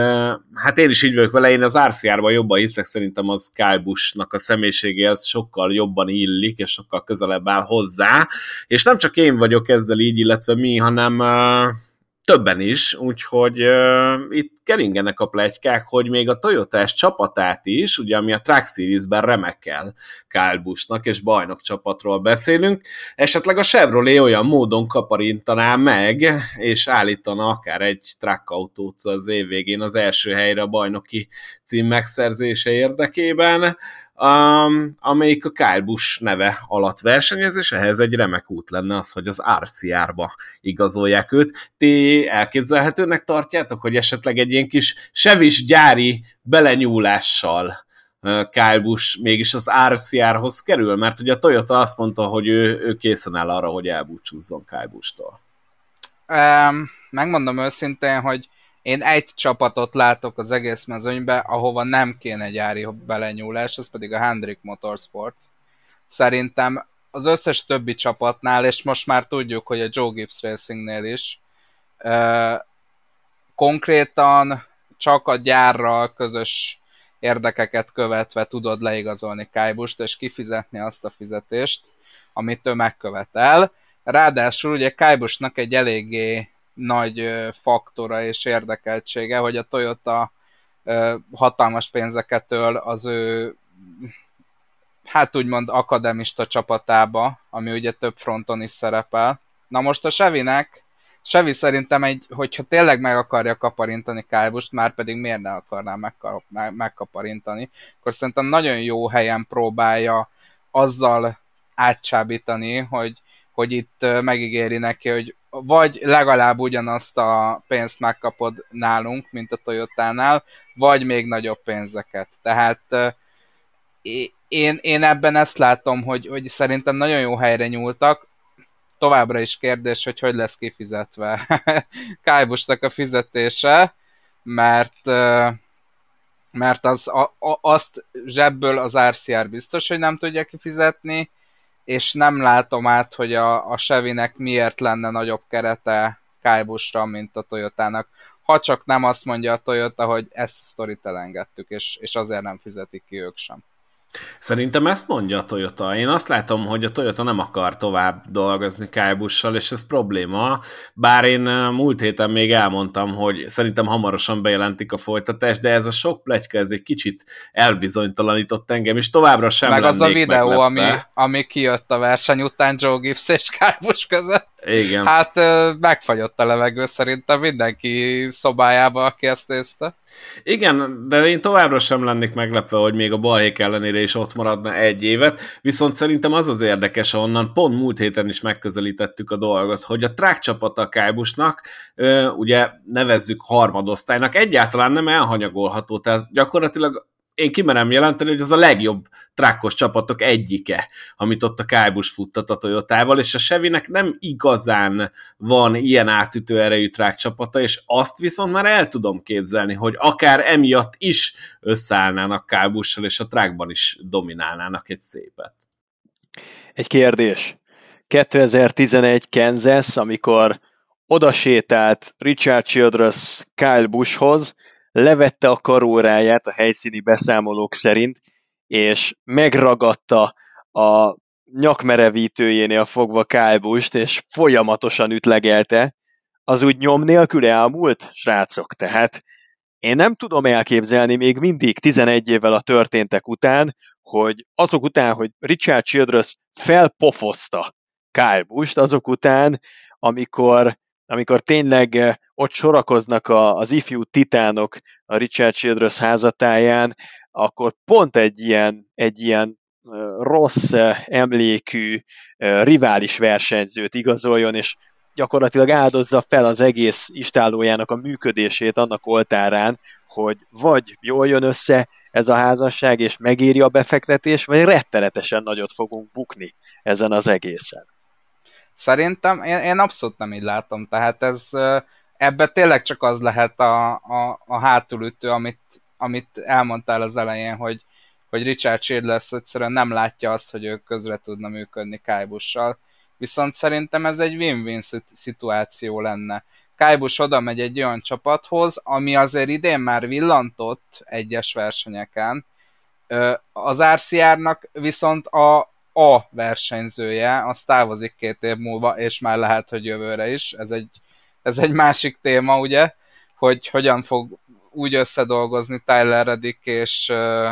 Hát én is így vagyok vele, én az er cé er-ban jobban hiszek, szerintem az Kyle Buschnak a személyiségéhez sokkal jobban illik, és sokkal közelebb áll hozzá, és nem csak én vagyok ezzel így, illetve mi, hanem uh, többen is, úgyhogy uh, itt keringenek a pletykák, hogy még a Toyotás csapatát is, ugye ami a Truck Series-ben remekkel Kyle Buschnak, és bajnok csapatról beszélünk, esetleg a Chevrolet olyan módon kaparintaná meg, és állítana akár egy truck autót az év végén az első helyre a bajnoki cím megszerzése érdekében, Um, amelyik a Kyle Busch neve alatt versenyez, és ehhez egy remek út lenne az, hogy az er cé er-ba igazolják őt. Ti elképzelhetőnek tartjátok, hogy esetleg egy ilyen kis sevis gyári belenyúlással uh, Kyle Busch mégis az er cé er-hoz kerül? Mert ugye a Toyota azt mondta, hogy ő, ő készen áll arra, hogy elbúcsúzzon Kyle Busch-tól.
Um, megmondom őszintén, hogy én egy csapatot látok az egész mezőnybe, ahova nem kéne gyári belenyúlás, az pedig a Hendrick Motorsports. Szerintem az összes többi csapatnál, és most már tudjuk, hogy a Joe Gibbs Racingnél is, konkrétan csak a gyárral közös érdekeket követve tudod leigazolni Kyle Busch-t, és kifizetni azt a fizetést, amit ő megkövetel. Ráadásul ugye Kyle Busch-nak egy eléggé nagy faktora és érdekeltsége, hogy a Toyota hatalmas pénzeket öl az ő, hát úgymond akademista csapatába, ami ugye több fronton is szerepel. Na most a Chevynek, Chevy szerintem, egy, hogyha tényleg meg akarja kaparintani Kyle Busch-t, már pedig miért ne akarná megkap, megkaparintani, akkor szerintem nagyon jó helyen próbálja azzal átcsábítani, hogy, hogy itt megígéri neki, hogy vagy legalább ugyanazt a pénzt megkapod nálunk, mint a Toyotánál, vagy még nagyobb pénzeket. Tehát én, én ebben ezt látom, hogy, hogy szerintem nagyon jó helyre nyúltak. Továbbra is kérdés, hogy hogy lesz kifizetve Kyle Busch-nak a fizetése, mert, mert az, a, a, azt zsebből az er cé er biztos, hogy nem tudja kifizetni, és nem látom át, hogy a, a Chevynek miért lenne nagyobb kerete Kyle Busch-ra, mint a Toyotának. Ha csak nem azt mondja a Toyota, hogy ezt a sztorit elengedtük, és, és azért nem fizetik ki ők sem.
Szerintem ezt mondja a Toyota. Én azt látom, hogy a Toyota nem akar tovább dolgozni Kyle Busch-sal, és ez probléma. Bár én múlt héten még elmondtam, hogy szerintem hamarosan bejelentik a folytatást, de ez a sok pletyka, ez egy kicsit elbizonytalanított engem, és továbbra sem
meg
lennék
az a videó, ami,
meglepve.
ami kijött a verseny után Joe Gibbs és Kyle Busch között.
Igen.
Hát megfagyott a levegő szerintem mindenki szobájába, aki ezt nézte.
Igen, de én továbbra sem lennék meglepve, hogy még a balhék ellenére is ott maradna egy évet, viszont szerintem az az érdekes, onnan pont múlt héten is megközelítettük a dolgot, hogy a track csapata a Kyle Busch-nak, ugye nevezzük harmadosztálynak, egyáltalán nem elhanyagolható, tehát gyakorlatilag én kimerem jelenteni, hogy ez a legjobb trackos csapatok egyike, amit ott a Kyle Busch futtat a Toyotával, és a Chevynek nem igazán van ilyen átütő erejű track csapata, és azt viszont már el tudom képzelni, hogy akár emiatt is összeállnának Kyle Busch-sal, és a trackban is dominálnának egy szépet.
Egy kérdés. kétezer-tizenegy Kansas, amikor odasétált Richard Childress Kyle Buschhoz, levette a karóráját a helyszíni beszámolók szerint, és megragadta a nyakmerevítőjénél fogva Kyle Busch-t, és folyamatosan ütlegelte, az úgy nyom nélkül elmúlt, srácok. Tehát én nem tudom elképzelni még mindig tizenegy évvel a történtek után, hogy azok után, hogy Richard Childress felpofozta Kyle Busch-t, azok után, amikor amikor tényleg ott sorakoznak a, az ifjú titánok a Richard Childress házatáján, akkor pont egy ilyen, egy ilyen rossz emlékű rivális versenyzőt igazoljon, és gyakorlatilag áldozza fel az egész istállójának a működését annak oltárán, hogy vagy jól jön össze ez a házasság, és megéri a befektetés, vagy rettenetesen nagyot fogunk bukni ezen az egészen.
Szerintem én, én abszolút nem így látom, tehát ez ebbe tényleg csak az lehet a, a, a hátulütő, amit, amit elmondtál az elején, hogy, hogy Richard Childress egyszerűen nem látja azt, hogy ő közre tudna működni Kyle Busch-sal, viszont szerintem ez egy win-win szituáció lenne. Kyle Busch oda megy egy olyan csapathoz, ami azért idén már villantott egyes versenyeken, az er cé er-nak viszont a a versenyzője, az távozik két év múlva, és már lehet, hogy jövőre is. Ez egy, ez egy másik téma, ugye, hogy hogyan fog úgy összedolgozni Tyler Reddick és,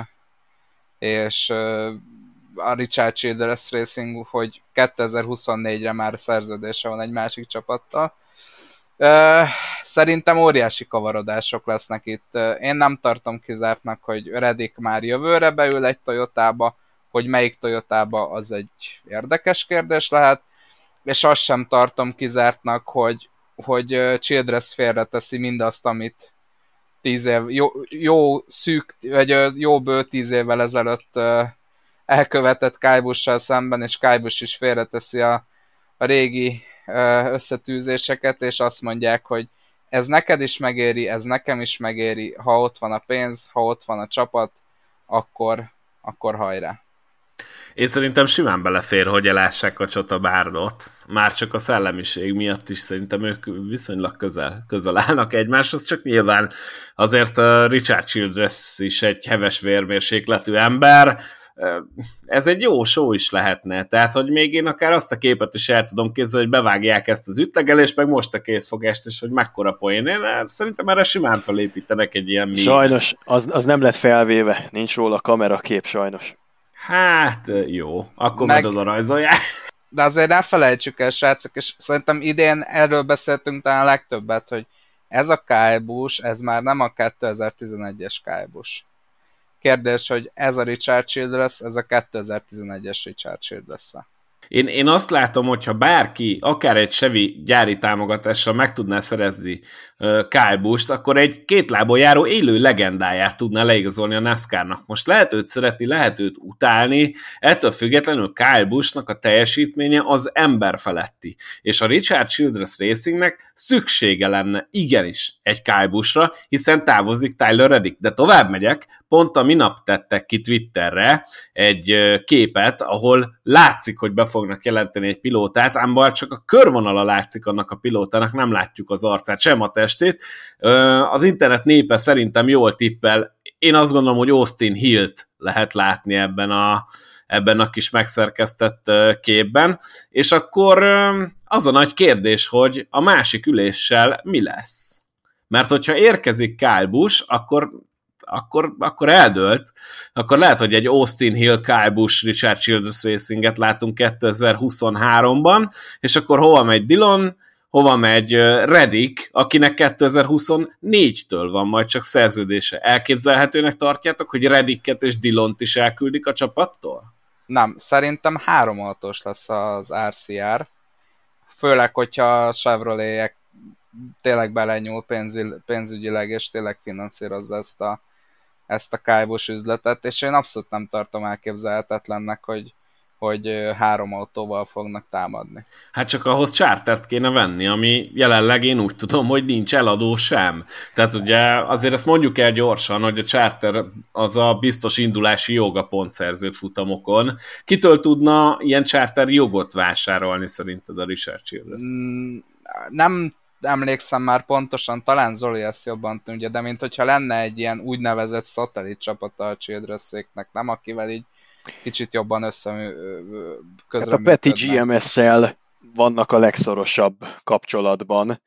és a Richard Childress Racing, hogy kétezer-huszonnégyre már szerződése van egy másik csapattal. Szerintem óriási kavarodások lesznek itt. Én nem tartom kizártnak, hogy Reddick már jövőre beül egy Toyotába, hogy melyik Toyotába, az egy érdekes kérdés lehet, és azt sem tartom kizártnak, hogy, hogy Childress félreteszi mindazt, amit tíz év, jó, jó szűk, vagy jó bő tíz évvel ezelőtt elkövetett Kyle Busch-sal szemben, és Kyle Busch is félreteszi a, a régi összetűzéseket, és azt mondják, hogy ez neked is megéri, ez nekem is megéri, ha ott van a pénz, ha ott van a csapat, akkor, akkor hajrá.
Én szerintem simán belefér, hogy elássák a csatabárdot. Már csak a szellemiség miatt is szerintem ők viszonylag közel, közel állnak egymáshoz, csak nyilván azért Richard Childress is egy heves vérmérsékletű ember. Ez egy jó show is lehetne, tehát hogy még én akár azt a képet is el tudom képzelni, hogy bevágják ezt az ütlegelést, meg most a készfogást, és hogy mekkora poén. Én szerintem erre simán felépítenek egy ilyen mít.
Sajnos, az, az nem lett felvéve, nincs róla kamerakép sajnos.
Hát jó, akkor meg oda rajzolják.
De azért ne felejtsük el, srácok, és szerintem idén erről beszéltünk talán legtöbbet, hogy ez a Kyle Busch, ez már nem a kétezer-tizenegyes Kyle Busch. Kérdés, hogy ez a Richard Childress, ez a kétezer-tizenegyes Richard Childress-a.
Én, én azt látom, hogyha bárki, akár egy Chevy gyári támogatással meg tudná szerezni uh, Kyle Busch-t, akkor egy két lábon járó élő legendáját tudná leigazolni a NASCAR-nak. Most lehet őt szeretni, lehet őt utálni, ettől függetlenül Kyle Busch-nak a teljesítménye az ember feletti. És a Richard Childress Racingnek szüksége lenne igenis egy Kyle Busch-ra, hiszen távozik Tyler Reddick. De tovább megyek, pont a minap tettek ki Twitterre egy uh, képet, ahol látszik, hogy be fognak jelenteni egy pilótát, ám bár csak a körvonala látszik annak a pilótának, nem látjuk az arcát, sem a testét. Az internet népe szerintem jól tippel. Én azt gondolom, hogy Austin Hillt lehet látni ebben a, ebben a kis megszerkesztett képben, és akkor az a nagy kérdés, hogy a másik üléssel mi lesz? Mert hogyha érkezik Kyle Busch, akkor Akkor, akkor eldőlt, akkor lehet, hogy egy Austin Hill, Kyle Busch, Richard Childress Racinget látunk kétezer-huszonháromban, és akkor hova megy Dillon, hova megy Reddick, akinek kétezer-huszonnégytől van majd csak szerződése. Elképzelhetőnek tartjátok, hogy Reddicket és Dillont is elküldik a csapattól?
Nem, szerintem három autós lesz az er cé er, főleg, hogyha a Chevrolet tényleg belenyúl pénzü- pénzügyileg, és tényleg finanszírozza ezt a ezt a Kyle Busch üzletet, és én abszolút nem tartom elképzelhetetlennek, hogy, hogy három autóval fognak támadni.
Hát csak ahhoz chartert kéne venni, ami jelenleg én úgy tudom, hogy nincs eladó sem. Tehát ugye azért ezt mondjuk el gyorsan, hogy a charter az a biztos indulási jog a pontszerző futamokon. Kitől tudna ilyen charter jogot vásárolni szerinted a Richard Childress?
Mm, nem emlékszem már pontosan, talán Zoli ezt jobban tudja, de mint hogyha lenne egy ilyen úgynevezett szatellit csapata a Childresséknek, nem, akivel így kicsit jobban össze közre
hát a Petty gé em es-szel vannak a legszorosabb kapcsolatban.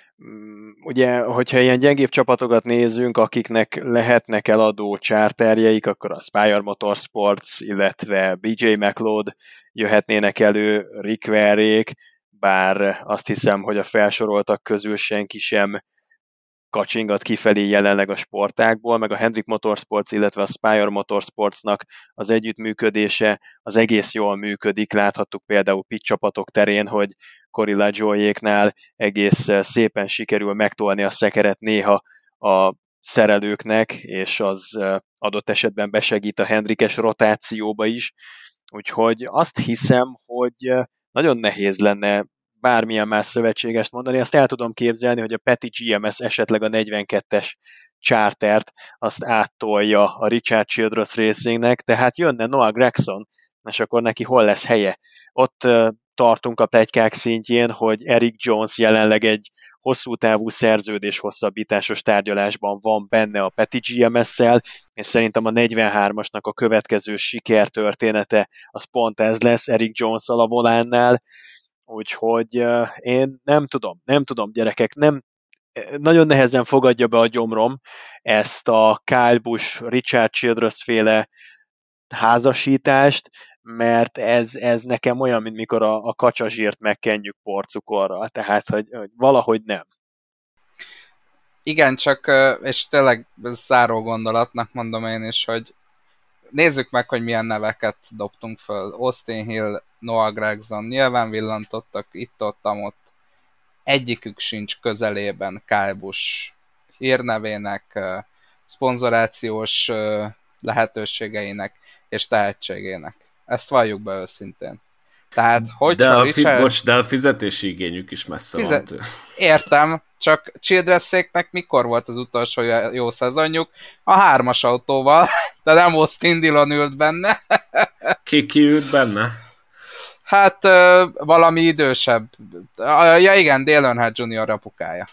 Ugye, hogyha ilyen gyengébb csapatokat nézünk, akiknek lehetnek eladó charterjeik, akkor a Spire Motorsports, illetve bé jé McLeod jöhetnének elő, Rick Verrék, bár azt hiszem, hogy a felsoroltak közül senki sem kacsingat kifelé jelenleg a sportágból, meg a Hendrick Motorsports, illetve a Spire Motorsportsnak az együttműködése az egész jól működik. Láthattuk például pit csapatok terén, hogy Corey LaJoyéknál egész szépen sikerül megtolni a szekeret néha a szerelőknek, és az adott esetben besegít a Hendrickes rotációba is. Úgyhogy azt hiszem, hogy nagyon nehéz lenne bármilyen más szövetségest mondani. Azt el tudom képzelni, hogy a Petty gé em es esetleg a negyvenkettes chartert azt áttolja a Richard Childress Racingnek, tehát jönne Noah Gragson, és akkor neki hol lesz helye? Ott uh, tartunk a pletykák szintjén, hogy Eric Jones jelenleg egy hosszú távú szerződés hosszabbításos tárgyalásban van benne a Petty gé em es-szel, és szerintem a negyvenhármasnak a következő sikertörténete az pont ez lesz Eric Jones-szal a volánnál, úgyhogy uh, én nem tudom, nem tudom gyerekek, nem, nagyon nehezen fogadja be a gyomrom ezt a Kyle Busch, Richard Childress féle házasítást, mert ez, ez nekem olyan, mint mikor a, a kacsazsírt megkenjük porcukorral, tehát hogy, hogy valahogy nem.
Igen, csak, és tényleg záró gondolatnak mondom én is, hogy nézzük meg, hogy milyen neveket dobtunk föl. Austin Hill, Noah Gragson, nyilván villantottak itt-ott, ott. Egyikük sincs közelében Kyle Busch hírnevének, szponzorációs lehetőségeinek és tehetségének. Ezt valljuk be őszintén. Tehát,
de, a Richard... fi, bocs, de a fizetési igényük is messze Fizet... van.
Értem, csak Childresséknek mikor volt az utolsó jó szezonjuk? A hármas autóval, de nem Austin Dillon ült benne.
Ki, ki ült benne?
Hát uh, valami idősebb. Uh, ja igen, Dale Earnhardt junior apukája.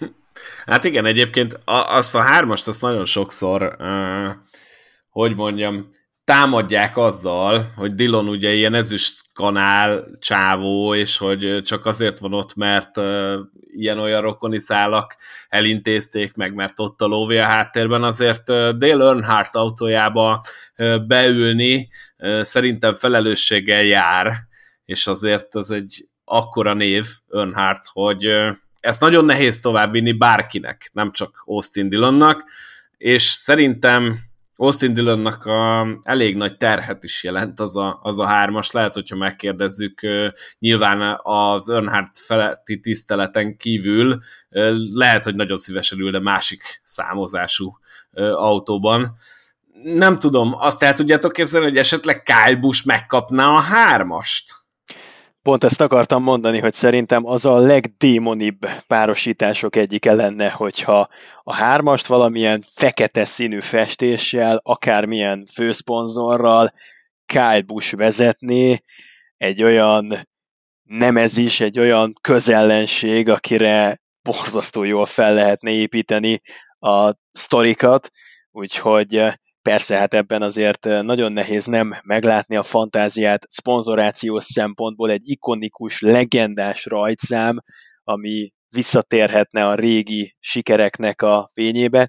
Hát igen, egyébként azt a hármast azt nagyon sokszor, uh, hogy mondjam, támadják azzal, hogy Dillon ugye ilyen ezüst kanál csávó, és hogy csak azért van ott, mert uh, ilyen-olyan rokoni szálak elintézték meg, mert ott a lóvé a háttérben, azért uh, Dale Earnhardt autójába uh, beülni uh, szerintem felelősséggel jár, és azért ez egy akkora név, Earnhardt, hogy uh, ezt nagyon nehéz továbbvinni bárkinek, nem csak Austin Dillonnak, és szerintem Austin Dillonnak a elég nagy terhet is jelent az a, az a hármas. Lehet, hogyha megkérdezzük, nyilván az Earnhardt feletti tiszteleten kívül lehet, hogy nagyon szívesen ülne másik számozású autóban. Nem tudom, azt el tudjátok képzelni, hogy esetleg Kyle Busch megkapná a hármast?
Pont ezt akartam mondani, hogy szerintem az a legdémonibb párosítások egyike lenne, hogyha a hármast valamilyen fekete színű festéssel, akármilyen főszponzorral Kyle Busch vezetné, egy olyan nemezis, egy olyan közellenség, akire borzasztó jól fel lehetne építeni a sztorikat, úgyhogy persze, hát ebben azért nagyon nehéz nem meglátni a fantáziát szponzorációs szempontból, egy ikonikus, legendás rajtszám, ami visszatérhetne a régi sikereknek a fényébe.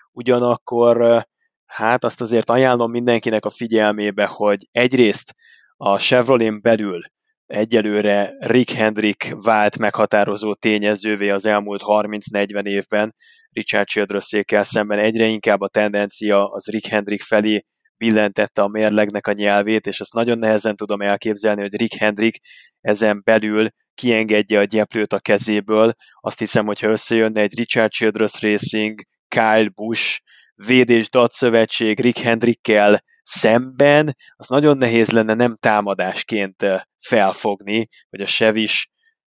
Ugyanakkor hát azt azért ajánlom mindenkinek a figyelmébe, hogy egyrészt a Chevrolet belül egyelőre Rick Hendrick vált meghatározó tényezővé az elmúlt harminc-negyven évben. Richard Childressékkel szemben egyre inkább a tendencia az Rick Hendrick felé billentette a mérlegnek a nyelvét, és azt nagyon nehezen tudom elképzelni, hogy Rick Hendrick ezen belül kiengedje a gyeplőt a kezéből. Azt hiszem, hogyha összejönne egy Richard Childress Racing, Kyle Busch, Védés D A C szövetség Rick Hendrickkel szemben, az nagyon nehéz lenne nem támadásként felfogni, hogy a Chevys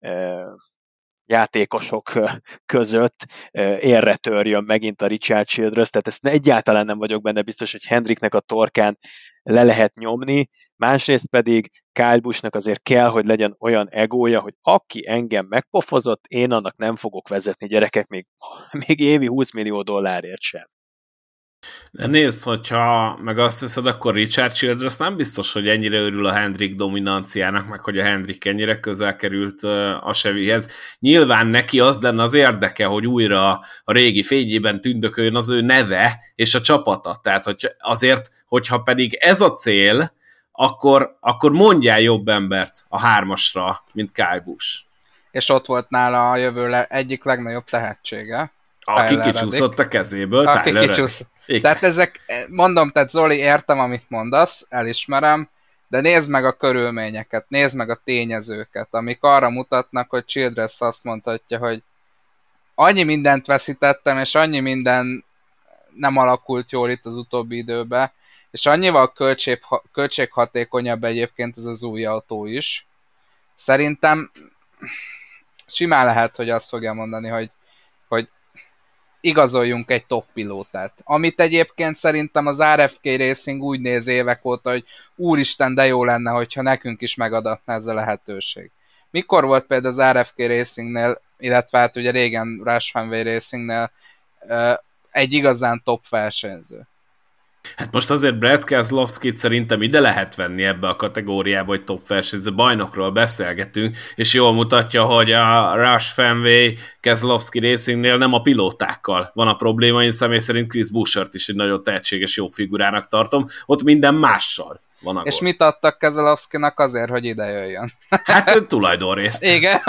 játékosok között érre törjön megint a Richard Childress, tehát ezt egyáltalán nem vagyok benne biztos, hogy Hendricknek a torkán le lehet nyomni, másrészt pedig Kyle Buschnak azért kell, hogy legyen olyan egója, hogy aki engem megpofozott, én annak nem fogok vezetni, gyerekek, még, még évi húsz millió dollárért sem.
De nézd, hogyha meg azt veszed, akkor Richard Childress nem biztos, hogy ennyire örül a Hendrick dominanciának, meg hogy a Hendrick ennyire közel került a Chevyhez. Nyilván neki az lenne az érdeke, hogy újra a régi fényében tündököljön az ő neve és a csapata. Tehát hogy azért, hogyha pedig ez a cél, akkor, akkor mondjál jobb embert a hármasra, mint Kyle Busch.
És ott volt nála a jövő le- egyik legnagyobb tehetsége.
Aki kicsúszott a kezéből,
Aki kicsúszott. Tehát ezek, mondom, tehát Zoli, értem, amit mondasz, elismerem, de nézd meg a körülményeket, nézd meg a tényezőket, amik arra mutatnak, hogy Childress azt mondhatja, hogy annyi mindent veszítettem, és annyi minden nem alakult jól itt az utóbbi időben, és annyival költség, költséghatékonyabb egyébként ez az új autó is. Szerintem simán lehet, hogy azt fogja mondani, hogy, hogy igazoljunk egy top pilótát. Amit egyébként szerintem az er ef ká Racing úgy néz évek óta, hogy úristen, de jó lenne, hogyha nekünk is megadatná ez a lehetőség. Mikor volt például az er ef ká Racingnél, illetve hát ugye régen Roush Fenway Racingnél egy igazán top versenyző?
Hát most azért Brad Keselowskit szerintem ide lehet venni ebbe a kategóriába, hogy top versenyző, bajnokról beszélgetünk, és jól mutatja, hogy a Roush Fenway Keselowski Racingnél nem a pilótákkal van a probléma, én személy szerint Chris Bouchert is egy nagyon tehetséges, jó figurának tartom, ott minden mással van a
És
gól.
mit adtak Keselowskinak azért, hogy ide jöjjön?
Hát tulajdonrészt.
Igen.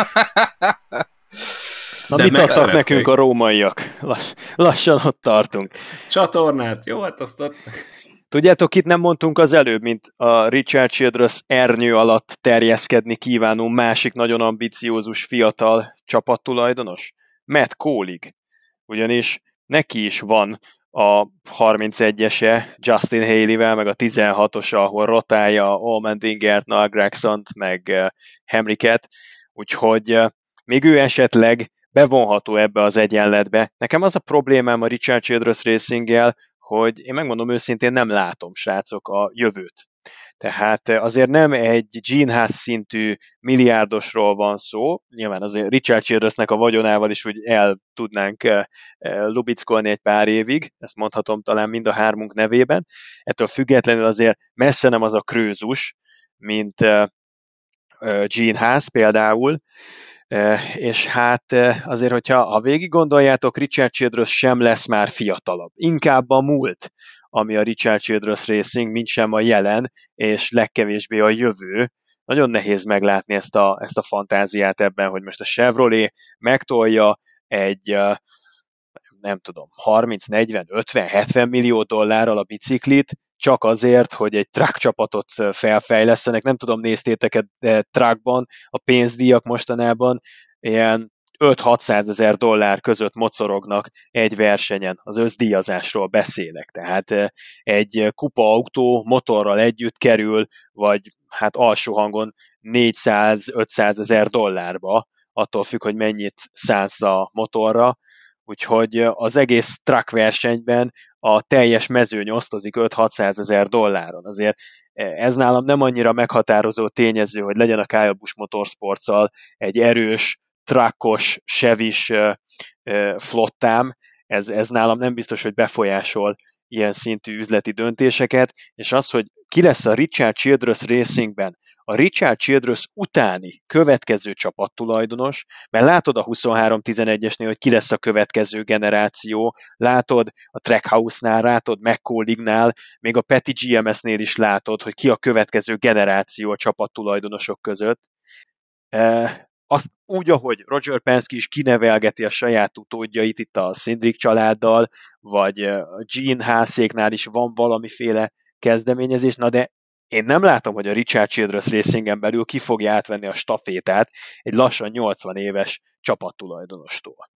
Na, de mit adtak nekünk a rómaiak? Lass, lassan ott tartunk.
Csatornát, jó, hát azt ott...
Tudjátok, itt nem mondtunk az előbb, mint a Richard Childress ernyő alatt terjeszkedni kívánó másik nagyon ambiciózus fiatal csapattulajdonos? Matt Kaulig. Ugyanis neki is van a harmincegyese Justin Haleyvel, meg a tizenhatosa, ahol rotálja Allmendingert, Noah Gragsont, meg Hemricket, úgyhogy még ő esetleg bevonható ebbe az egyenletbe. Nekem az a problémám a Richard Childress Racinggel, hogy én megmondom őszintén, nem látom, srácok, a jövőt. Tehát azért nem egy Gene Haas szintű milliárdosról van szó, nyilván azért Richard Childressnek a vagyonával is úgy el tudnánk lubickolni egy pár évig, ezt mondhatom talán mind a hármunk nevében, ettől függetlenül azért messze nem az a krőzus, mint Gene Haas például, és hát azért, hogyha ha végig gondoljátok, Richard Childress sem lesz már fiatalabb. Inkább a múlt, ami a Richard Childress Racing, mint sem a jelen, és legkevésbé a jövő. Nagyon nehéz meglátni ezt a, ezt a fantáziát ebben, hogy most a Chevrolet megtolja egy nem tudom, harminc, negyven, ötven, hetven millió dollárral a biciklit, csak azért, hogy egy truck csapatot felfejlesztenek. Nem tudom, néztétek-e truckban, a pénzdíjak mostanában ilyen öt-hatszázezer dollár között mocorognak egy versenyen, az összdíjazásról beszélek. Tehát egy kupa autó motorral együtt kerül, vagy hát alsó hangon négyszáz-ötszázezer dollárba, attól függ, hogy mennyit szánsz a motorra, úgyhogy az egész truck versenyben a teljes mezőny osztozik öt-hatszázezer dolláron. Azért ez nálam nem annyira meghatározó tényező, hogy legyen a Kyle Busch Motorsportszal egy erős, truckos, Chevys flottám, ez, ez nálam nem biztos, hogy befolyásol ilyen szintű üzleti döntéseket, és az, hogy ki lesz a Richard Childress Racingben, a Richard Childress utáni következő csapattulajdonos, mert látod a huszonhárom tizenegyesnél, hogy ki lesz a következő generáció, látod a Trackhouse-nál, látod McCauley-nál, még a Petty gé em es-nél is látod, hogy ki a következő generáció a csapattulajdonosok között. E- Azt úgy, ahogy Roger Penske is kinevelgeti a saját utódjait itt a Cindric családdal, vagy a Gene Haaséknál is van valamiféle kezdeményezés, na de én nem látom, hogy a Richard Childress Racingen belül ki fogja átvenni a stafétát egy lassan nyolcvan éves csapattulajdonostól.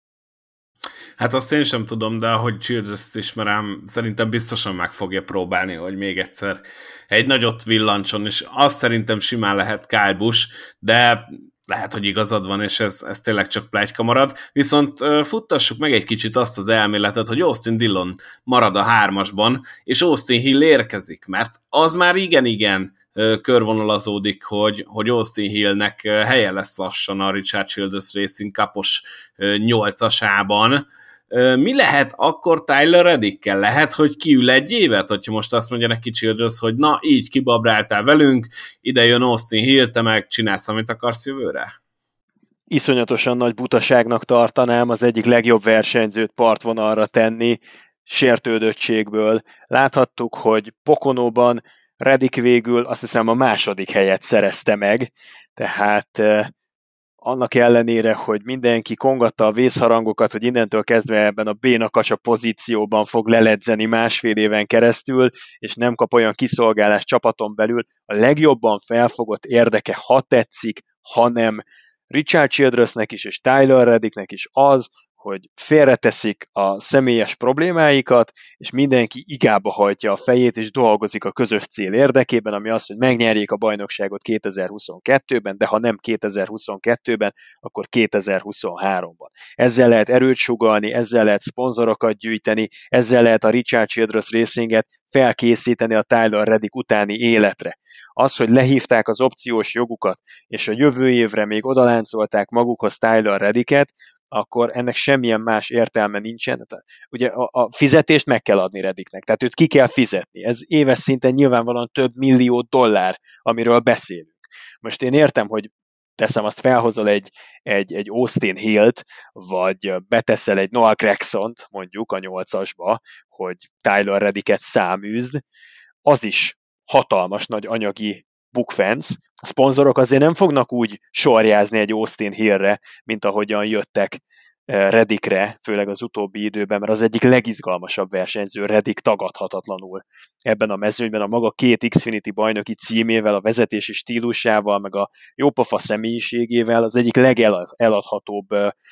Hát azt én sem tudom, de ahogy Childress-t ismerem, szerintem biztosan meg fogja próbálni, hogy még egyszer egy nagyot villancson, és azt szerintem simán lehet Kyle Busch, de lehet, hogy igazad van, és ez, ez tényleg csak pletyka marad. Viszont uh, futtassuk meg egy kicsit azt az elméletet, hogy Austin Dillon marad a hármasban, és Austin Hill érkezik, mert az már igen-igen uh, körvonalazódik, hogy, hogy Austin Hillnek uh, helye lesz lassan a Richard Childress Racing Cupos uh, nyolcasában. Uh, mi lehet akkor Tyler Reddickkel? Lehet, hogy kiül egy évet, hogyha most azt mondja neki Childress, hogy na, így kibabráltál velünk, ide jön Austin Hill, te meg csinálsz, amit akarsz jövőre?
Iszonyatosan nagy butaságnak tartanám az egyik legjobb versenyzőt partvonalra tenni, sértődöttségből. Láthattuk, hogy Poconóban Reddick végül azt hiszem a második helyet szerezte meg, tehát eh, annak ellenére, hogy mindenki kongatta a vészharangokat, hogy innentől kezdve ebben a bénakacsa pozícióban fog leledzeni másfél éven keresztül, és nem kap olyan kiszolgálást csapaton belül, a legjobban felfogott érdeke, ha tetszik, ha nem Richard Childressnek is, és Tyler Reddicknek is az, hogy félreteszik a személyes problémáikat, és mindenki igába hajtja a fejét, és dolgozik a közös cél érdekében, ami az, hogy megnyerjék a bajnokságot kétezer-huszonkettőben, de ha nem kétezer-huszonkettőben, akkor kétezer-huszonháromban. Ezzel lehet erőt sugallni, ezzel lehet szponzorokat gyűjteni, ezzel lehet a Richard Childress Racinget felkészíteni a Tyler Reddick utáni életre. Az, hogy lehívták az opciós jogukat, és a jövő évre még odaláncolták magukhoz Tyler Reddicket, akkor ennek semmilyen más értelme nincsen. Ugye a, a fizetést meg kell adni Reddicknek, tehát őt ki kell fizetni. Ez éves szinten nyilvánvalóan több millió dollár, amiről beszélünk. Most én értem, hogy teszem, azt felhozol egy, egy, egy Austin Hillt, vagy beteszel egy Noah Gragsont, mondjuk a nyolcasba, hogy Tyler Reddicket száműzd, az is hatalmas nagy anyagi bukfenc. A szponzorok azért nem fognak úgy sorjázni egy Austin Hillre, mint ahogyan jöttek Reddickre, főleg az utóbbi időben, mert az egyik legizgalmasabb versenyző Reddick tagadhatatlanul ebben a mezőnyben, a maga két Xfinity bajnoki címével, a vezetési stílusával, meg a jópofa személyiségével az egyik legeladhatóbb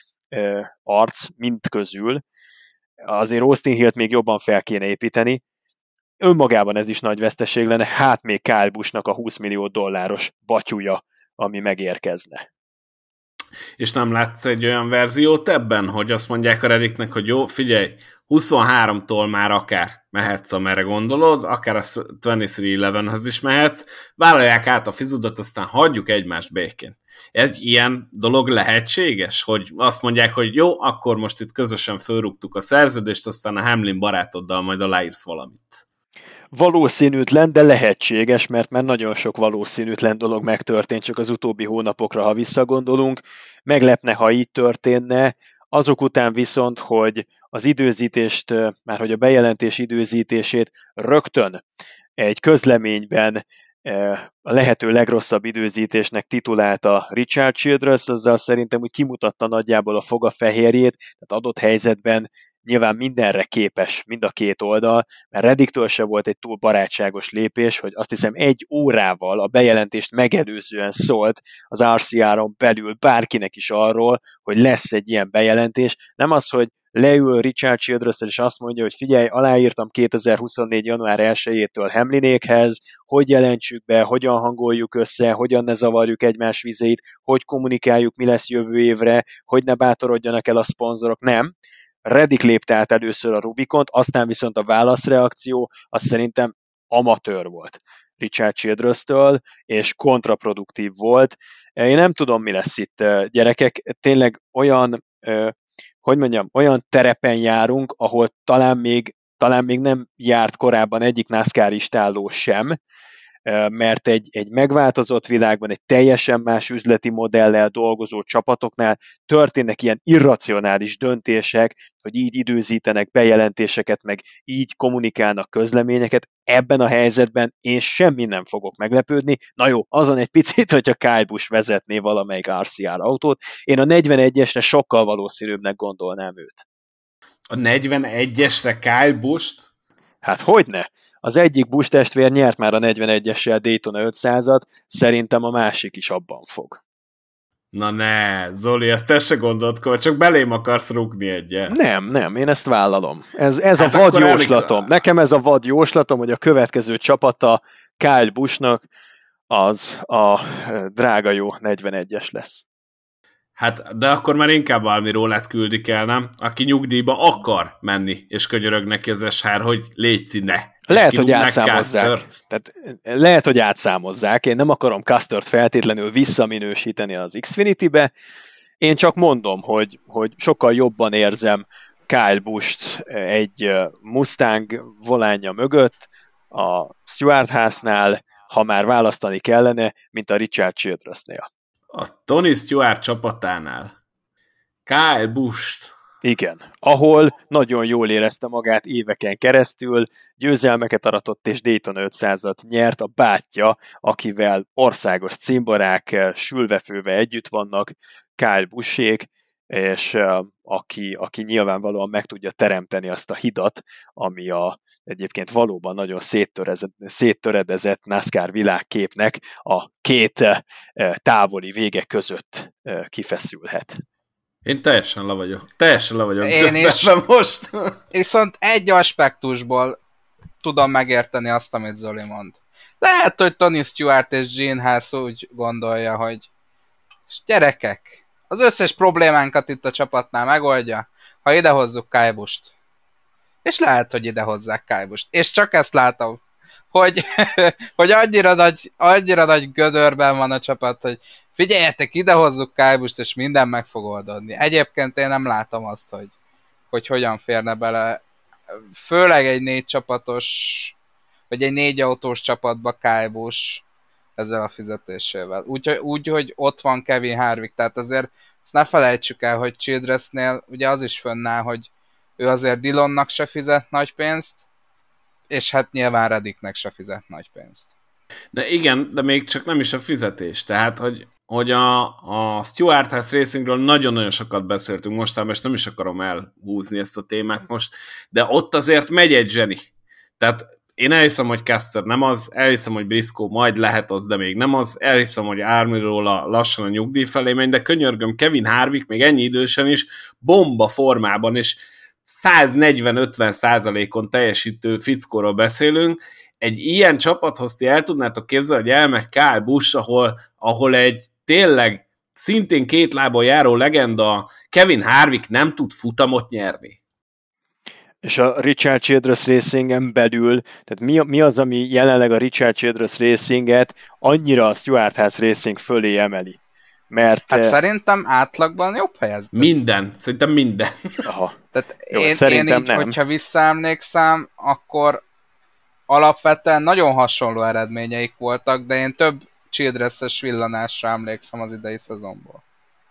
arc mind közül. Azért Austin Hillt még jobban fel kéne építeni. Önmagában ez is nagy veszteség lenne, hát még Kyle Buschnak a húsz millió dolláros batyúja, ami megérkezne.
És nem látsz egy olyan verziót ebben, hogy azt mondják a Reddicknek, hogy jó, figyelj, huszonháromtól már akár mehetsz, amerre gondolod, akár a huszonhárom tizenkilenchez is mehetsz, vállalják át a fizudat, aztán hagyjuk egymást békén. Egy ilyen dolog lehetséges, hogy azt mondják, hogy jó, akkor most itt közösen fölrúgtuk a szerződést, aztán a Hamlin barátoddal majd aláírsz valamit.
Valószínűtlen, de lehetséges, mert már nagyon sok valószínűtlen dolog megtörtént csak az utóbbi hónapokra, ha visszagondolunk. Meglepne, ha így történne, azok után viszont, hogy az időzítést, már hogy a bejelentés időzítését rögtön egy közleményben a lehető legrosszabb időzítésnek titulálta Richard Childress, azzal szerintem úgy kimutatta nagyjából a fogafehérjét, tehát adott helyzetben nyilván mindenre képes mind a két oldal, mert Reddiktől se volt egy túl barátságos lépés, hogy azt hiszem egy órával a bejelentést megelőzően szólt az er cé er-on belül bárkinek is arról, hogy lesz egy ilyen bejelentés. Nem az, hogy leül Richard Childress és azt mondja, hogy figyelj, aláírtam kétezer-huszonnégy. január elsejétől Hamlinékhez, hogy jelentsük be, hogyan hangoljuk össze, hogyan ne zavarjuk egymás vizeit, hogy kommunikáljuk, mi lesz jövő évre, hogy ne bátorodjanak el a szponzorok. Nem. Reddick lépte át először a Rubikont, aztán viszont a válaszreakció az szerintem amatőr volt Richard Childress-től, és kontraproduktív volt. Én nem tudom, mi lesz itt, gyerekek, tényleg olyan, hogy mondjam, olyan terepen járunk, ahol talán még, talán még nem járt korábban egyik NASCAR istálló sem, mert egy, egy megváltozott világban, egy teljesen más üzleti modellel dolgozó csapatoknál történnek ilyen irracionális döntések, hogy így időzítenek bejelentéseket, meg így kommunikálnak közleményeket. Ebben a helyzetben én semmi nem fogok meglepődni. Na jó, azon egy picit, hogyha Kyle Busch vezetné valamelyik er cé er autót, én a negyvenegyesre sokkal valószínűbbnek gondolnám őt.
A negyvenegyesre Kyle Busch-t?
Hát hogyne? Az egyik Busch testvér nyert már a negyvenegyessel Daytona ötszázat, szerintem a másik is abban fog.
Na ne, Zoli, ezt te se gondolt, csak belém akarsz rúgni egyet.
Nem, nem, én ezt vállalom. Ez, ez hát a vad jóslatom. Elég... Nekem ez a vad jóslatom, hogy a következő csapata Kyle Buschnak az a drága jó negyvenegyes lesz.
Hát, de akkor már inkább valami rólát küldik el, nem? Aki nyugdíjba akar menni, és könyörög neki az es há, hogy légy ne.
Lehet, hogy átszámozzák. Tehát, lehet, hogy átszámozzák. Én nem akarom Custert feltétlenül visszaminősíteni az Xfinity-be. Én csak mondom, hogy, hogy sokkal jobban érzem Kyle Busch-t egy Mustang volánja mögött, a Stewart háznál, ha már választani kellene, mint a Richard Childressnél.
A Tony Stewart csapatánál. Kyle Busch-t.
Igen, ahol nagyon jól érezte magát éveken keresztül, győzelmeket aratott és Daytona ötszázat nyert a bátyja, akivel országos címbarák sülvefőve együtt vannak, Kyle Buschék, és uh, aki, aki nyilvánvalóan meg tudja teremteni azt a hidat, ami a egyébként valóban nagyon széttöredezett NASCAR világképnek a két uh, távoli vége között uh, kifeszülhet.
Én teljesen le vagyok. Teljesen le vagyok.
Én is. Most. Viszont egy aspektusból tudom megérteni azt, amit Zoli mond. Lehet, hogy Tony Stewart és Gene Haas úgy gondolja, hogy gyerekek, az összes problémánkat itt a csapatnál megoldja, ha idehozzuk Kyle Busch-t. És lehet, hogy idehozzák Kyle Busch-t. És csak ezt látom, hogy, hogy annyira, nagy, annyira nagy gödörben van a csapat, hogy figyeljetek, idehozzuk Kyle Busch-t, és minden meg fog oldódni. Egyébként én nem látom azt, hogy, hogy hogyan férne bele, főleg egy négy csapatos, vagy egy négy autós csapatba Kyle Busch ezzel a fizetésével. Úgy, úgy, hogy ott van Kevin Harvick, tehát azért azt ne felejtsük el, hogy Childressnél ugye az is fönnáll, hogy ő azért Dillonnak se fizet nagy pénzt, és hát nyilván Reddicknek se fizet nagy pénzt.
De igen, de még csak nem is a fizetés, tehát, hogy hogy a, a Stewart Haas Racingről nagyon-nagyon sokat beszéltünk mostában, és nem is akarom elhúzni ezt a témát most, de ott azért megy egy zseni. Tehát én elhiszem, hogy Custer nem az, elhiszem, hogy Briscoe majd lehet az, de még nem az, elhiszem, hogy Almirola lassan a nyugdíj felé megy, de könyörgöm, Kevin Harvick még ennyi idősen is bomba formában, és száznegyven-ötven százalékon teljesítő fickóról beszélünk. Egy ilyen csapathoz ti el tudnátok képzelni, hogy elmegy Kyle Busch, ahol, ahol egy tényleg szintén két lábon járó legenda Kevin Harvick nem tud futamot nyerni?
És a Richard Childress Racingen belül, tehát mi, mi az, ami jelenleg a Richard Childress Racinget annyira a Stewart Haas Racing fölé emeli? Mert,
hát szerintem átlagban jobb helyezett.
Minden, szerintem minden.
Aha.
Tehát Jó, én, szerintem én így, nem. Hogyha visszaemlékszem, akkor alapvetően nagyon hasonló eredményeik voltak, de én több Childress-es villanásra emlékszem az idei szezonból.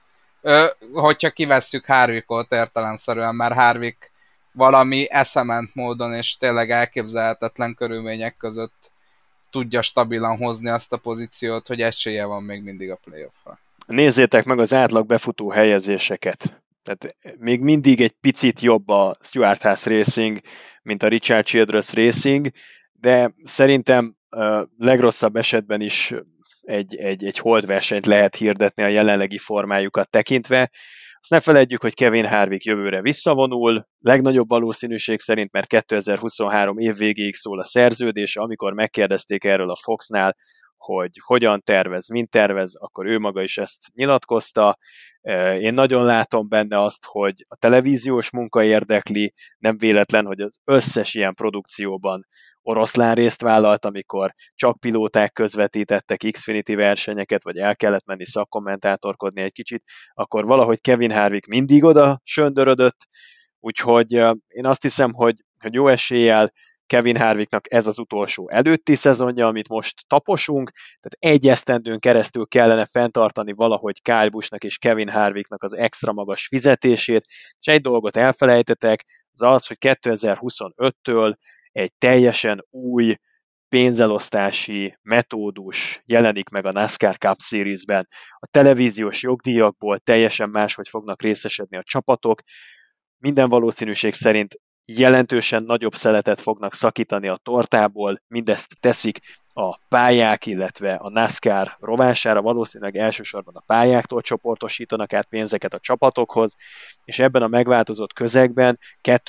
Ö, hogyha kivesszük Harvickot értelemszerűen, mert Harvick valami eszement módon és tényleg elképzelhetetlen körülmények között tudja stabilan hozni azt a pozíciót, hogy esélye van még mindig a playoffra.
Nézzétek meg az átlag befutó helyezéseket. Tehát még mindig egy picit jobb a Stewart Haas Racing, mint a Richard Childress Racing, de szerintem uh, legrosszabb esetben is egy, egy, egy holdversenyt lehet hirdetni a jelenlegi formájukat tekintve. Azt ne feledjük, hogy Kevin Harvick jövőre visszavonul, legnagyobb valószínűség szerint, mert kétezer-huszonhárom év végéig szól a szerződése, amikor megkérdezték erről a Foxnál, hogy hogyan tervez, mint tervez, akkor ő maga is ezt nyilatkozta. Én nagyon látom benne azt, hogy a televíziós munka érdekli, nem véletlen, hogy az összes ilyen produkcióban oroszlán részt vállalt, amikor csak pilóták közvetítettek Xfinity versenyeket, vagy el kellett menni szakkommentátorkodni egy kicsit, akkor valahogy Kevin Harvick mindig oda söndörödött, úgyhogy én azt hiszem, hogy, hogy jó eséllyel Kevin Harvicknak ez az utolsó előtti szezonja, amit most taposunk, tehát egy esztendőn keresztül kellene fenntartani valahogy Kyle Buschnak és Kevin Harvicknak az extra magas fizetését, és egy dolgot elfelejtetek, az az, hogy kétezer-huszonöttől egy teljesen új pénzelosztási metódus jelenik meg a NASCAR Cup Series-ben. A televíziós jogdíjakból teljesen máshogy fognak részesedni a csapatok. Minden valószínűség szerint jelentősen nagyobb szeletet fognak szakítani a tortából, mindezt teszik a pályák, illetve a NASCAR rovására, valószínűleg elsősorban a pályáktól csoportosítanak át pénzeket a csapatokhoz, és ebben a megváltozott közegben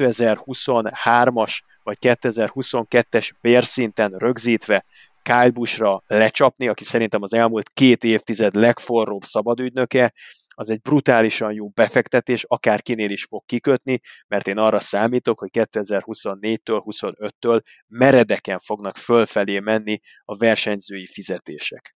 kétezer-huszonhármas vagy kétezer-huszonkettes bérszinten rögzítve Kyle Buschra lecsapni, aki szerintem az elmúlt két évtized legforróbb szabadügynöke, az egy brutálisan jó befektetés, akár kinél is fog kikötni, mert én arra számítok, hogy kétezer-huszonnégytől, huszonöttől meredeken fognak fölfelé menni a versenyzői fizetések.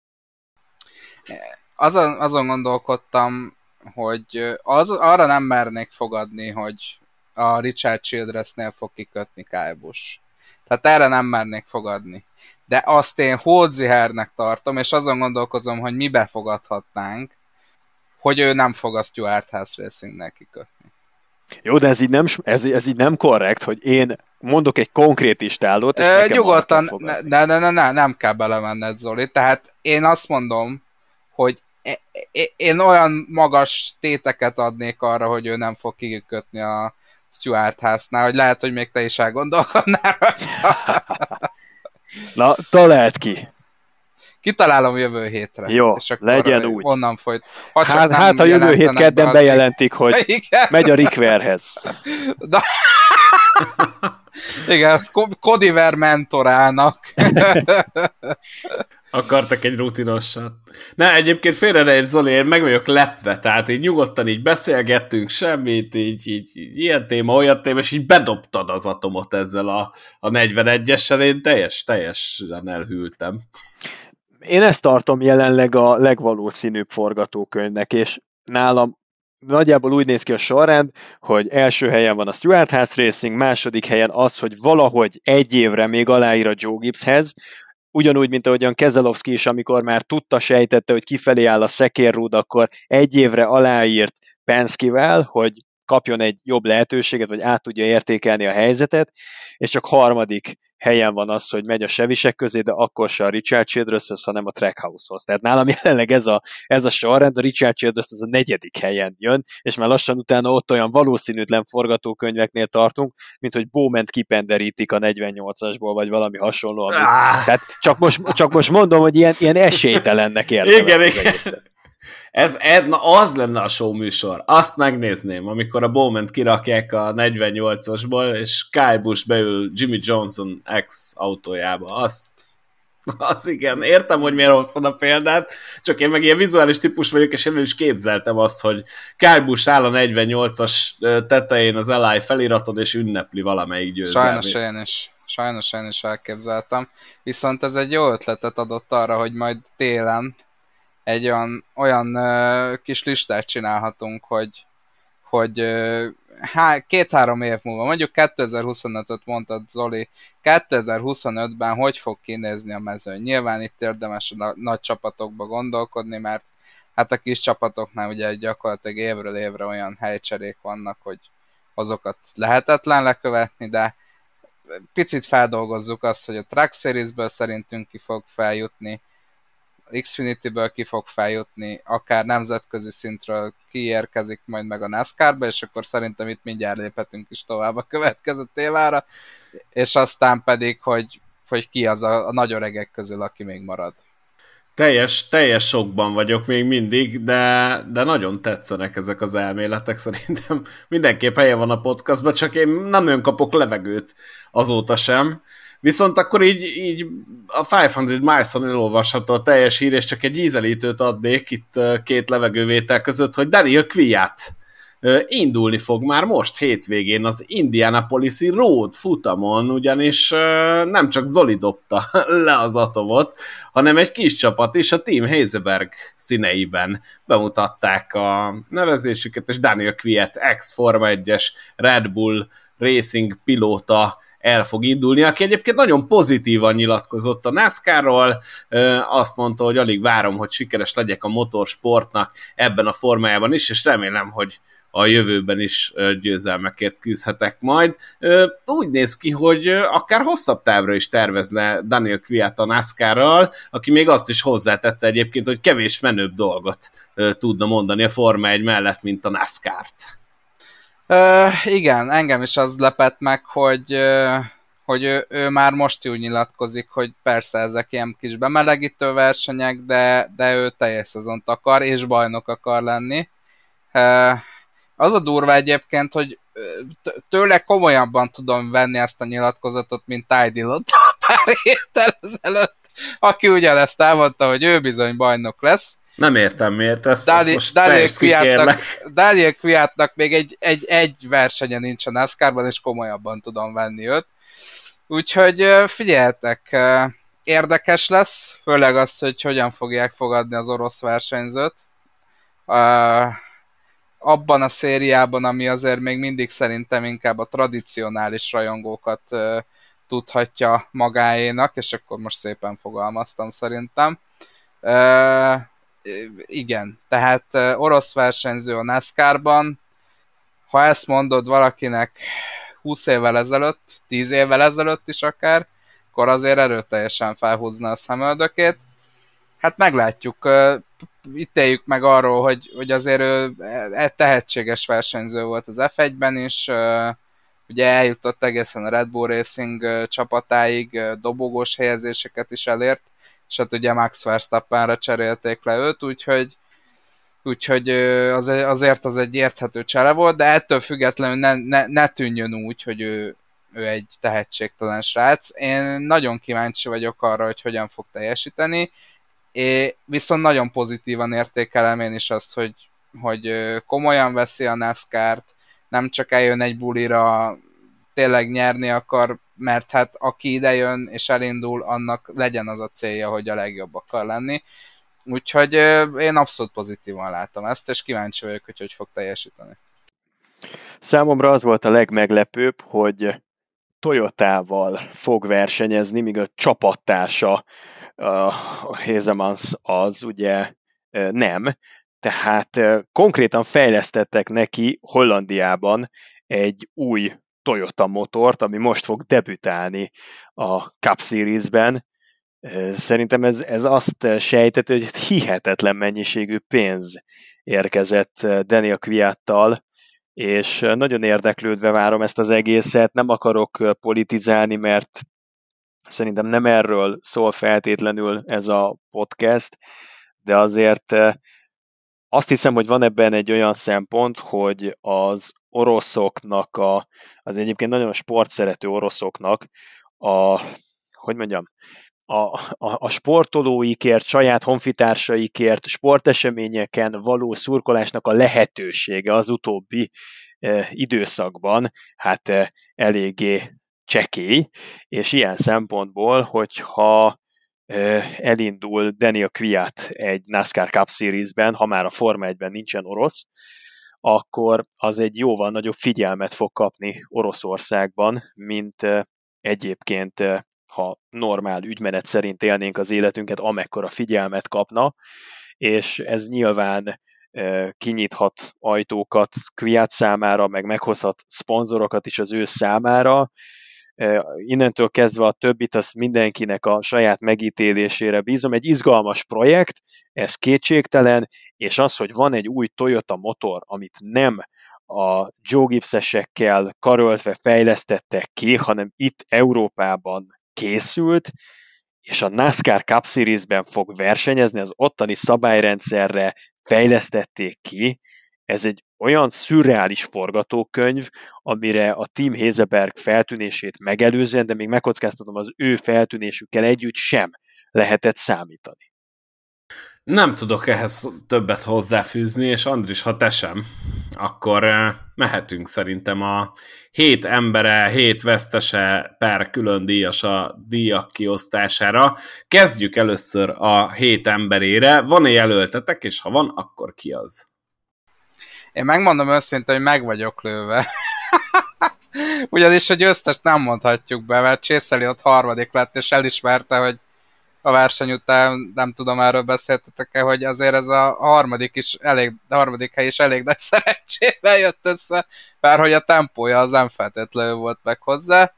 Azon, azon gondolkodtam, hogy az, arra nem mernék fogadni, hogy a Richard Childressnél fog kikötni Kyle Busch. Tehát erre nem mernék fogadni. De azt én holdzihernek tartom, és azon gondolkozom, hogy mi befogadhatnánk, hogy ő nem fog a Stewart Haas Racingnek kikötni.
Jó, de ez így, nem, ez, ez így nem korrekt, hogy én mondok egy konkrét istálót, és nekem
nyugodtan, ne, ne, ne, ne, nem kell belemenned, Zoli. Tehát én azt mondom, hogy én olyan magas téteket adnék arra, hogy ő nem fog kikötni a Stewart Haasnál, hogy lehet, hogy még te is elgondolkodnál.
Na, találd ki!
Kitalálom jövő hétre.
Jó,
és akkor
legyen úgy.
Onnan folyt. Ha
hát, hát ha jövő hét kedden be bejelentik, hogy igen. Megy a Rickverhez.
Da... Igen, Kodiver mentorának.
Akartak egy rutinosat. Ne, egyébként félre ne, Zoli, én meg vagyok lepve, tehát így nyugodtan így beszélgettünk semmit, így, így, így ilyen téma, olyan téma, és így bedobtad az atomot ezzel a, a negyvenegyessel, én teljes, teljesen elhűltem.
Én ezt tartom jelenleg a legvalószínűbb forgatókönyvnek, és nálam nagyjából úgy néz ki a sorrend, hogy első helyen van a Stewart Haas Racing, második helyen az, hogy valahogy egy évre még aláír a Joe Gibbshez, ugyanúgy, mint ahogyan Keselowski is, amikor már tudta, sejtette, hogy kifelé áll a szekérrúd, akkor egy évre aláírt Penske-vel, hogy kapjon egy jobb lehetőséget, vagy át tudja értékelni a helyzetet, és csak harmadik helyen van az, hogy megy a sevisek közé, de akkor se a Richard Childresshez, hanem a Trackhouse-hoz. Tehát nálam jelenleg ez a, ez a sorrend, a Richard Childress az a negyedik helyen jön, és már lassan utána ott olyan valószínűtlen forgatókönyveknél tartunk, mint hogy Bowman kipenderítik a negyvennyolcasból, vagy valami hasonló. Ami... Ah. Tehát csak most, csak most mondom, hogy ilyen, ilyen esélytelennek érzem.
Igen, igen. Ez, ez, na az lenne a show műsor. Azt megnézném, amikor a Bowman-t kirakják a negyvennyolcasból, és Kyle Busch beül Jimmy Johnson ex autójába. Azt, Az igen, értem, hogy miért hoztad a példát, csak én meg ilyen vizuális típus vagyok, és én is képzeltem azt, hogy Kyle Busch áll a negyvennyolcas tetején az Eli feliraton, és ünnepli valamelyik győzelmét.
Sajnos én is. Sajnos én is elképzeltem. Viszont ez egy jó ötletet adott arra, hogy majd télen egy olyan, olyan uh, kis listát csinálhatunk, hogy, hogy uh, há, két-három év múlva, mondjuk kétezer-huszonötöt mondtad, Zoli, kétezer-huszonötben hogy fog kinézni a mezőny? Nyilván itt érdemes a nagy csapatokba gondolkodni, mert hát a kis csapatoknál ugye gyakorlatilag évről évre olyan helycserék vannak, hogy azokat lehetetlen lekövetni, de picit feldolgozzuk azt, hogy a Truck Series-ből szerintünk ki fog feljutni, Xfinity-ből ki fog feljutni, akár nemzetközi szintről kiérkezik majd meg a NASCAR-ba, és akkor szerintem itt mindjárt léphetünk is tovább a következő tévára, és aztán pedig, hogy, hogy ki az a, a nagy öregek közül, aki még marad.
Teljes, teljes sokban vagyok még mindig, de, de nagyon tetszenek ezek az elméletek, szerintem mindenképp helye van a podcastban, csak én nem nagyon kapok levegőt azóta sem. Viszont akkor így, így a ötszáz Miles-on elolvasható a teljes hír, és csak egy ízelítőt adnék itt két levegővétel között, hogy Daniel Kvyat indulni fog már most hétvégén az Indianapolis-i Road futamon, ugyanis nem csak Zoli dobta le az atomot, hanem egy kis csapat is a Team Haseberg színeiben bemutatták a nevezésüket, és Daniel Kvyat ex-Forma egyes Red Bull Racing pilóta el fog indulni, aki egyébként nagyon pozitívan nyilatkozott a NASCAR-ról, azt mondta, hogy alig várom, hogy sikeres legyek a motorsportnak ebben a formájában is, és remélem, hogy a jövőben is győzelmekért küzdhetek majd. Úgy néz ki, hogy akár hosszabb távra is tervezne Daniel Kvyat a NASCAR-ral, aki még azt is hozzátette egyébként, hogy kevés menőbb dolgot tudna mondani a Forma egy mellett, mint a NASCAR-t.
Uh, igen, engem is az lepett meg, hogy, uh, hogy ő, ő már most úgy nyilatkozik, hogy persze ezek ilyen kis bemelegítő versenyek, de, de ő teljes szezont akar, és bajnok akar lenni. Uh, az a durva egyébként, hogy tőle komolyabban tudom venni ezt a nyilatkozatot, mint Ty Dillon pár héttel ezelőtt, aki ugyanezt elmondta, hogy ő bizony bajnok lesz.
Nem értem miért, ezt,
Daniel,
ezt most
Daniel Kvyatnak, Daniel Kvyatnak még egy, egy, egy versenye nincs a NASCAR-ban, és komolyabban tudom venni őt. Úgyhogy figyeljetek, érdekes lesz, főleg az, hogy hogyan fogják fogadni az orosz versenyzőt. Abban a szériában, ami azért még mindig szerintem inkább a tradicionális rajongókat tudhatja magáénak, és akkor most szépen fogalmaztam szerintem. Igen, tehát orosz versenyző a NASCAR-ban, ha ezt mondod valakinek húsz évvel ezelőtt, tíz évvel ezelőtt is akár, akkor azért erőteljesen felhúzna a szemöldökét. Hát meglátjuk, itt éljük meg arról, hogy, hogy azért ő tehetséges versenyző volt az ef egyben is, ugye eljutott egészen a Red Bull Racing csapatáig, dobogós helyezéseket is elért, és hát ugye Max Verstappenre cserélték le őt, úgyhogy, úgyhogy az, azért az egy érthető csere volt, de ettől függetlenül ne, ne, ne tűnjön úgy, hogy ő, ő egy tehetségtelen srác. Én nagyon kíváncsi vagyok arra, hogy hogyan fog teljesíteni, és viszont nagyon pozitívan értékelem én is azt, hogy, hogy komolyan veszi a NASCAR-t, nem csak eljön egy bulira, tényleg nyerni akar, mert hát aki idejön és elindul, annak legyen az a célja, hogy a legjobb akar lenni. Úgyhogy én abszolút pozitívan látom ezt, és kíváncsi vagyok, hogy hogy fog teljesíteni.
Számomra az volt a legmeglepőbb, hogy Toyotával fog versenyezni, míg a csapattársa a Hasemans az ugye nem. Tehát konkrétan fejlesztettek neki Hollandiában egy új Toyota motort, ami most fog debütálni a Cup Series-ben. Szerintem ez, ez azt sejtett, hogy hihetetlen mennyiségű pénz érkezett Daniel Kvyattal, és nagyon érdeklődve várom ezt az egészet. Nem akarok politizálni, mert szerintem nem erről szól feltétlenül ez a podcast, de azért azt hiszem, hogy van ebben egy olyan szempont, hogy az oroszoknak, a, az egyébként nagyon sportszerető oroszoknak a, hogy mondjam, a, a, a sportolóikért, saját honfitársaikért, sporteseményeken való szurkolásnak a lehetősége az utóbbi e, időszakban hát e, eléggé csekély, és ilyen szempontból, hogyha e, elindul Daniel Kvyat egy NASCAR Cup Series-ben, ha már a Forma egyben nincsen orosz, akkor az egy jóval nagyobb figyelmet fog kapni Oroszországban, mint e, egyébként e, ha normál ügymenet szerint élnénk az életünket, amekkora figyelmet kapna, és ez nyilván e, kinyithat ajtókat Kvyat számára, meg meghozhat szponzorokat is az ő számára. E, innentől kezdve a többit, azt mindenkinek a saját megítélésére bízom. Egy izgalmas projekt, ez kétségtelen, és az, hogy van egy új Toyota motor, amit nem a Joe Gibbs-esekkel karöltve fejlesztettek ki, hanem itt Európában készült, és a NASCAR Cup Series-ben fog versenyezni, az ottani szabályrendszerre fejlesztették ki. Ez egy olyan szürreális forgatókönyv, amire a Team Heseberg feltűnését megelőzően, de még megkockáztatom, az ő feltűnésükkel együtt sem lehetett számítani.
Nem tudok ehhez többet hozzáfűzni, és Andris, ha te sem, akkor mehetünk szerintem a hét embere, hét vesztese per külön díjas a díjak kiosztására. Kezdjük először a hét emberére. Van-e jelöltetek, és ha van, akkor ki az?
Én megmondom őszintén, hogy meg vagyok lőve. Ugyanis a győztest nem mondhatjuk be, mert Chase Elliott harmadik lett, és elismerte, hogy a verseny után, nem tudom, erről beszéltetek-e, hogy azért ez a harmadik, is elég, a harmadik hely is elég nagy szerencsével jött össze, bár hogy a tempója az nem feltétlenül volt meg hozzá.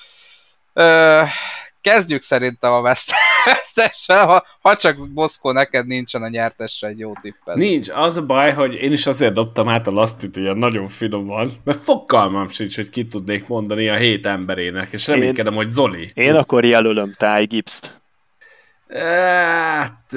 Ö, kezdjük szerintem a vesztessel, ha, ha csak Boszkó, neked nincsen a nyertesre egy jó tipped.
Nincs, az a baj, hogy én is azért dobtam át a lasztit ilyen nagyon finoman, mert fogalmam sincs, hogy ki tudnék mondani a hét emberének, és reménykedem, hogy Zoli.
Én tud. Akkor jelölöm Ty Gibbs-t.
Hát...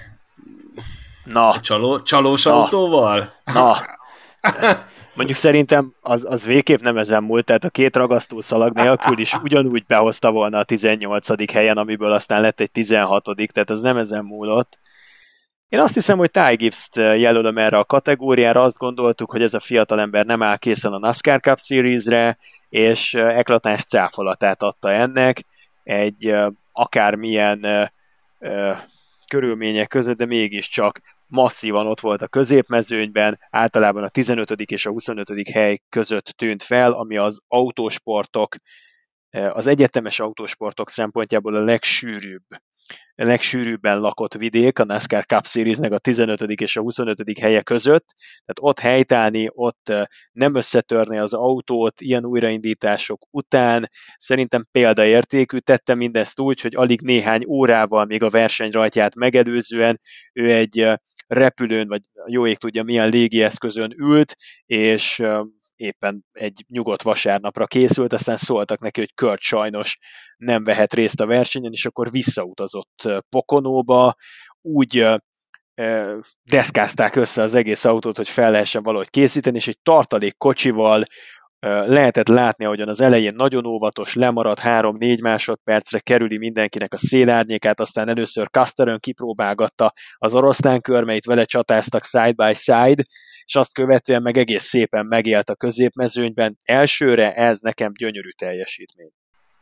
Na.
Csaló, csalós
Na.
autóval?
Na. Mondjuk szerintem az, az végképp nem ezen múlt, tehát a két ragasztószalag nélkül is ugyanúgy behozta volna a tizennyolcadik helyen, amiből aztán lett egy tizenhatodik, tehát az nem ezen múlott. Én azt hiszem, hogy Ty Gibbs-t jelölöm erre a kategóriára, azt gondoltuk, hogy ez a fiatalember nem áll készen a NASCAR Cup Series-re, és eklatáns cáfolatát adta ennek, egy akármilyen uh, körülmények között, de mégiscsak masszívan ott volt a középmezőnyben, általában a tizenötödik és a huszonötödik hely között tűnt fel, ami az autósportok, az egyetemes autósportok szempontjából a legsűrűbb, a legsűrűbben lakott vidék, a NASCAR Cup Series-nek a tizenötödik és a huszonötödik helye között, tehát ott helytállni, ott nem összetörni az autót ilyen újraindítások után, szerintem példaértékű, tette mindezt úgy, hogy alig néhány órával még a verseny rajtját megelőzően ő egy repülőn, vagy jó ég tudja milyen légieszközön ült, és éppen egy nyugodt vasárnapra készült, aztán szóltak neki, hogy Kurt sajnos nem vehet részt a versenyen, és akkor visszautazott Pokonóba, úgy deszkázták össze az egész autót, hogy fel lehessen valahogy készíteni, és egy tartalék kocsival lehetett látni, ahogyan az elején nagyon óvatos, lemaradt három-négy másodpercre, kerüli mindenkinek a szélárnyékát, aztán először Casterön kipróbálgatta az oroszlán körmeit, vele csatáztak side by side, és azt követően meg egész szépen megélt a középmezőnyben. Elsőre ez nekem gyönyörű teljesítmény.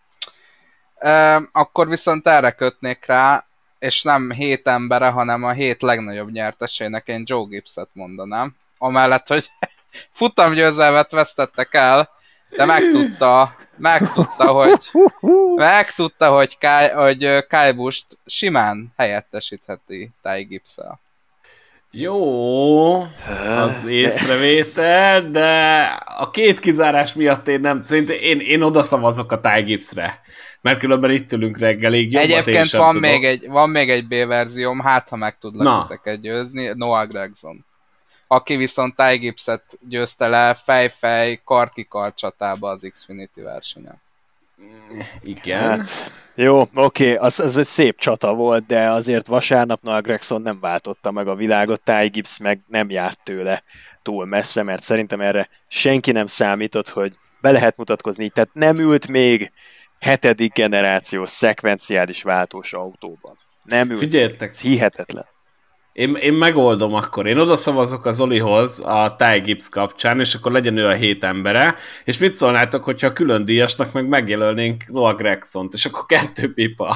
E, akkor viszont erre kötnék rá, és nem hét embere, hanem a hét legnagyobb nyertesének én Joe Gibbs-et mondanám. Amellett, hogy futamgyőzelmet vesztettek el, de megtudta, megtudta, hogy megtudta, hogy Kyle, hogy Kyle Busch-t simán helyettesítheti Ty Gibbs-el.
Jó, az észrevétel, de a két kizárás miatt én nem, szerintem én, én oda szavazok a Ty Gibbs-re, mert különben itt ülünk reggelig, jobbat
egyébként van még, egy, van még egy B-verzióm, hát ha meg tudlak titeket győzni, Noah Gragson, aki viszont Ty Gibbs-et győzte le fej-fej, kar-ki-kar csatába az Xfinity versenyen.
Igen.
Hát, jó, oké, okay, az, az egy szép csata volt, de azért vasárnap Noah Gragson nem váltotta meg a világot, Ty Gibbs meg nem járt tőle túl messze, mert szerintem erre senki nem számított, hogy be lehet mutatkozni, tehát nem ült még hetedik generációs szekvenciális váltós autóban. Nem ült.
Figyeljetek.
Ez hihetetlen.
Én, én megoldom akkor. Én oda szavazok az Olihoz a Ty Gibbs kapcsán, és akkor legyen ő a hét embere, és mit szólnátok, hogyha külön díjasnak meg megjelölnénk Noah Gregsont, és akkor kettő pipa.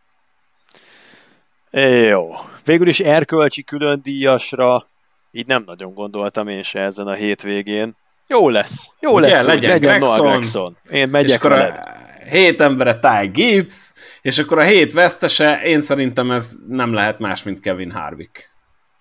Jó. Végül is erkölcsi külön díjasra így nem nagyon gondoltam én se ezen a hétvégén. Jó lesz. Jó
Ugye,
lesz,
legyen,
legyen
Gregson,
Noah Gregson. Én megyek veled.
Hét embere Ty Gibbs, és akkor a hét vesztese, én szerintem ez nem lehet más, mint Kevin Harvick.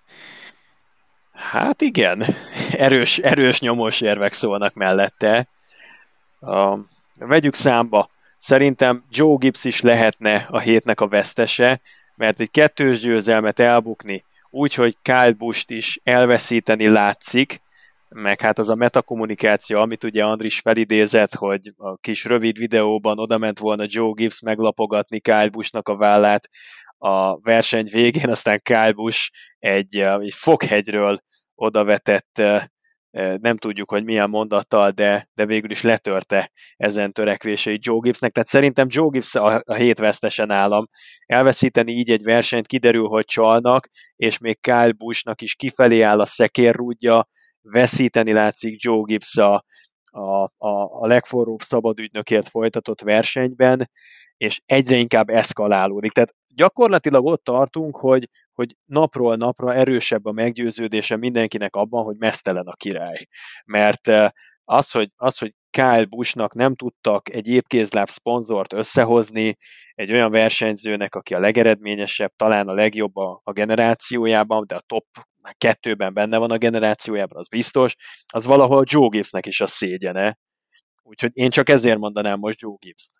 Hát igen, erős, erős nyomós érvek szólnak mellette. Uh, vegyük számba, szerintem Joe Gibbs is lehetne a hétnek a vesztese, mert egy kettős győzelmet elbukni, úgyhogy Kyle Busch-t is elveszíteni látszik, meg hát az a metakommunikáció, amit ugye Andris felidézett, hogy a kis rövid videóban odament volna Joe Gibbs meglapogatni Kyle Busch-nak a vállát a verseny végén, aztán Kyle Busch egy, egy foghegyről odavetett, nem tudjuk, hogy milyen mondattal, de, de végül is letörte ezen törekvéseit Joe Gibbsnek, tehát szerintem Joe Gibbs a, a hét vesztese nálam. Elveszíteni így egy versenyt, kiderül, hogy csalnak, és még Kyle Busch-nak is kifelé áll a szekérrúdja, veszíteni látszik Joe Gibbs a, a, a, a legforróbb szabadügynökért folytatott versenyben, és egyre inkább eszkalálódik. Tehát gyakorlatilag ott tartunk, hogy, hogy napról napra erősebb a meggyőződése mindenkinek abban, hogy meztelen a király. Mert az, hogy, az, hogy Kyle Busch-nak nem tudtak egy épkézláb szponzort összehozni, egy olyan versenyzőnek, aki a legeredményesebb, talán a legjobb a, a generációjában, de a top kettőben benne van a generációjában, az biztos, az valahol Joe Gibbsnek is a szégyene. Úgyhogy én csak ezért mondanám most Joe Gibbst.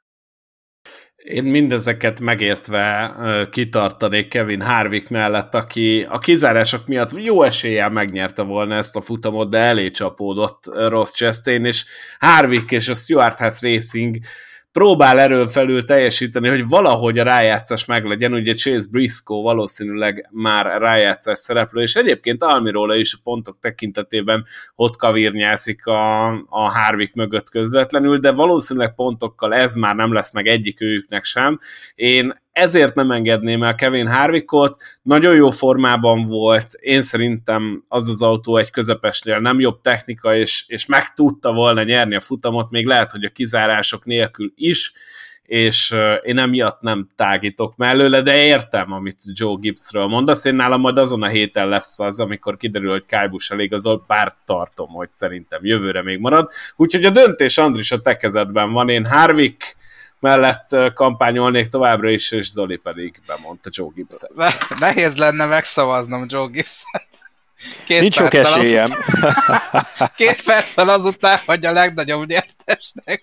Én mindezeket megértve kitartanék Kevin Harvick mellett, aki a kizárások miatt jó eséllyel megnyerte volna ezt a futamot, de elé csapódott Ross Chastain, és Harvick és a Stewart Haas Racing próbál erről felül teljesíteni, hogy valahogy a rájátszás meglegyen, ugye Chase Briscoe valószínűleg már rájátszás szereplő, és egyébként Almirola is a pontok tekintetében ott kavírnyászik a, a Harvick mögött közvetlenül, de valószínűleg pontokkal ez már nem lesz meg egyik őjüknek sem. Én ezért nem engedném el Kevin Harvickot, nagyon jó formában volt, én szerintem az az autó egy közepesnél nem jobb technika, és, és meg tudta volna nyerni a futamot, még lehet, hogy a kizárások nélkül is, és én emiatt nem tágítok mellőle, de értem, amit Joe Gibbsről mondasz, én nálam majd azon a héten lesz az, amikor kiderül, hogy Kyle Busch eligazol, bár tartom, hogy szerintem jövőre még marad, úgyhogy a döntés, Andris, a te kezedben van, én Harvick mellett kampányolnék továbbra is, és Zoli pedig bemondta Joe Gibbs-et.
Ne, nehéz lenne megszavaznom Joe Gibbs-et.
Két Nincs sok esélyem.
Azután, két perccel azután, hogy a legnagyobb nyertesnek.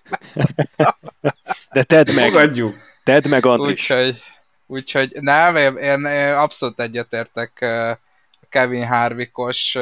De tedd meg. Fogadjuk. Tedd meg, Andris.
Úgyhogy, úgyhogy nem, én, én abszolút egyetértek Kevin Harvickos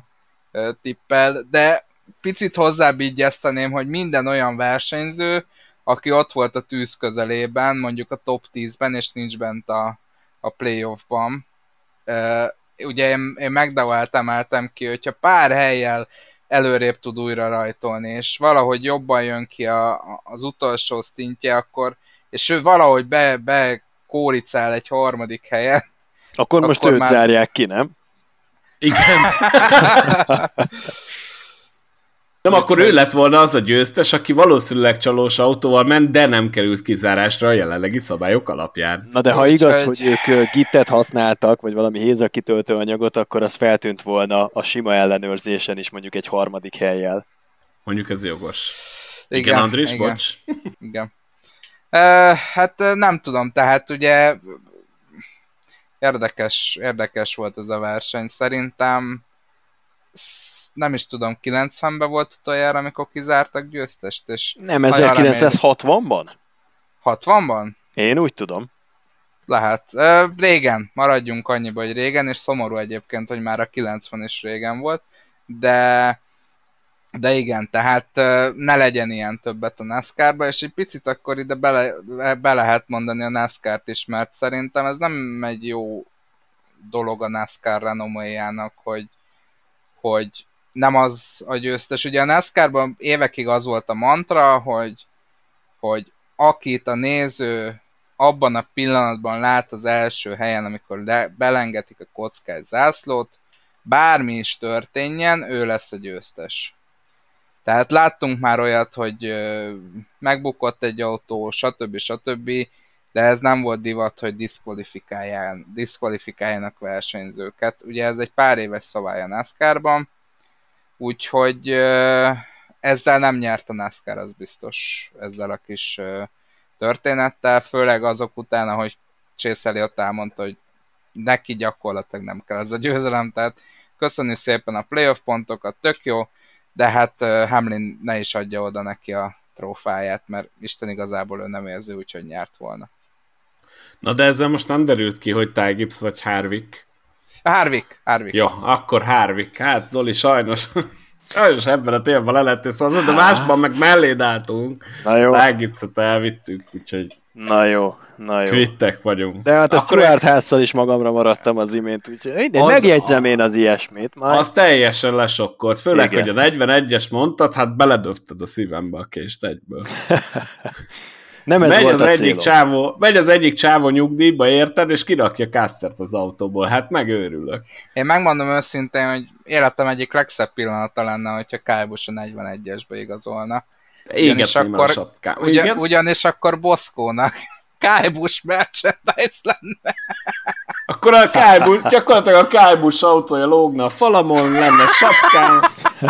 tippel, de picit hozzábígyezteném, hogy minden olyan versenyző, aki ott volt a tűz közelében, mondjuk a top tízben, és nincs bent a, a playoffban. Uh, ugye én, én McDowell-t emeltem ki, hogyha pár hellyel előrébb tud újra rajtolni, és valahogy jobban jön ki a, a, az utolsó sztintje, akkor, és ő valahogy be, be kóricál egy harmadik helyen.
Akkor, akkor most őt már... zárják ki, nem?
Igen. Nem, akkor ő lett volna az a győztes, aki valószínűleg csalós autóval ment, de nem került kizárásra a jelenlegi szabályok alapján.
Na de ha úgy igaz, hogy, hogy ők gittet használtak, vagy valami hézakitöltő anyagot, akkor az feltűnt volna a sima ellenőrzésen is mondjuk egy harmadik hellyel.
Mondjuk ez jogos.
Igen,
igen Andris,
igen.
bocs.
Igen. Uh, hát nem tudom, tehát ugye érdekes, érdekes volt ez a verseny. Szerintem nem is tudom, kilencvenben volt utoljára, amikor kizártak győztest, és
nem, ezerkilencszázhatvanban?
hatvanban?
Én úgy tudom.
Lehet. Uh, régen, maradjunk annyiba, hogy régen, és szomorú egyébként, hogy már a kilencven is régen volt, de de igen, tehát uh, ne legyen ilyen többet a NASCAR-ba, és egy picit akkor ide bele, be lehet mondani a NASCAR-t is, mert szerintem ez nem egy jó dolog a NASCAR renoméjának, hogy hogy nem az a győztes. Ugye a NASCAR-ban évekig az volt a mantra, hogy, hogy akit a néző abban a pillanatban lát az első helyen, amikor le, belengetik a kockás zászlót, bármi is történjen, ő lesz a győztes. Tehát láttunk már olyat, hogy megbukott egy autó, stb. stb., de ez nem volt divat, hogy diszkvalifikáljanak versenyzőket. Ugye ez egy pár éves szabály a NASCAR-ban, úgyhogy ezzel nem nyert a NASCAR, az biztos, ezzel a kis történettel, főleg azok után, ahogy Chase Elliott elmondta, hogy neki gyakorlatilag nem kell ez a győzelem, tehát köszönni szépen a playoff pontokat, tök jó, de hát Hamlin ne is adja oda neki a trófáját, mert Isten igazából ő nem érzi, úgyhogy nyert volna.
Na de ezzel most nem derült ki, hogy Ty Gibbs vagy Harvick.
Harvick, Harvick.
Jó, akkor Harvick. Hát Zoli, sajnos, sajnos ebben a témában le lettél szó, de másban meg melléd álltunk. Ty Gibbs-et elvittük, úgyhogy
na jó, na jó.
Kvittek vagyunk.
De hát a Stuart House-szal is magamra maradtam az imént, úgyhogy az, megjegyzem én az ilyesmit. Majd.
Az teljesen lesokkolt, főleg, igen. Hogy a negyvenegyes mondtad, hát beledöfted a szívembe a kést egyből. Nem ez megy volt az a egyik csávó, megy az egyik csávó nyugdíjba, érted, és kirakja Castert az autóból. Hát megőrülök.
Én megmondom őszintén, hogy életem egyik legszebb pillanata lenne, hogyha Kyle Busch a negyvenegyesbe igazolna. Ugyanis akkor, ugyan, ugyanis akkor Boszkónak Kyle Busch merchandise lenne.
Akkor a Kyle Busch, gyakorlatilag a Kyle Busch autója lógna a falamon, lenne sapkán.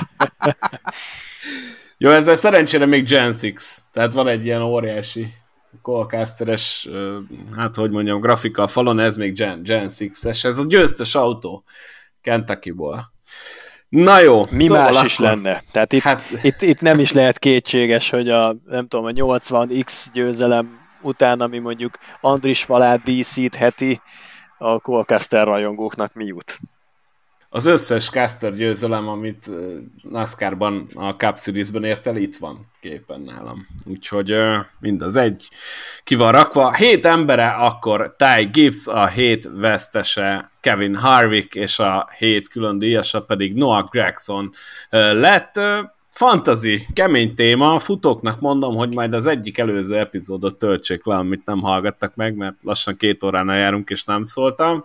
Jó, ezzel szerencsére még Gen hat, tehát van egy ilyen óriási Colecasteres, hát hogy mondjam, grafika a falon, ez még Gen, Gen hatos-es, ez a győztes autó Kentuckyból. Na jó.
Mi szóval más akkor... is lenne. Tehát itt, hát... itt, itt nem is lehet kétséges, hogy a, nem tudom, a nyolcvan x győzelem után, ami mondjuk Andris falát díszítheti, a Colecaster rajongóknak mi jut.
Az összes Caster győzelem, amit NASCAR-ban, a Cup Series-ben ért el, itt van képen nálam. Úgyhogy mindaz egy ki van rakva. Hét embere, akkor Ty Gibbs, a hét vesztese Kevin Harvick, és a hét külön díjasa pedig Noah Gragson lett. Fantasy, kemény téma, futóknak mondom, hogy majd az egyik előző epizódot töltsék le, amit nem hallgattak meg, mert lassan két óránál járunk, és nem szóltam.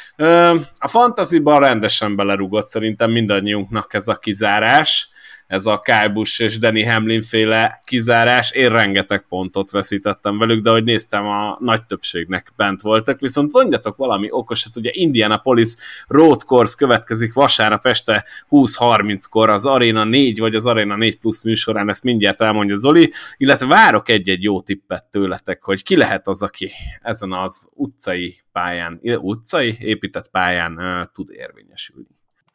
A fantasyban rendesen belerúgott szerintem mindannyiunknak ez a kizárás, ez a Kyle Busch és Denny Hamlin féle kizárás. Én rengeteg pontot veszítettem velük, de ahogy néztem, a nagy többségnek bent voltak, viszont mondjatok valami okosat, ugye Indianapolis Road Course következik vasárnap este húsz harminckor az Arena négy vagy az Arena négy plusz műsorán, ezt mindjárt elmondja Zoli, illetve várok egy-egy jó tippet tőletek, hogy ki lehet az, aki ezen az utcai pályán, utcai épített pályán uh, tud érvényesülni.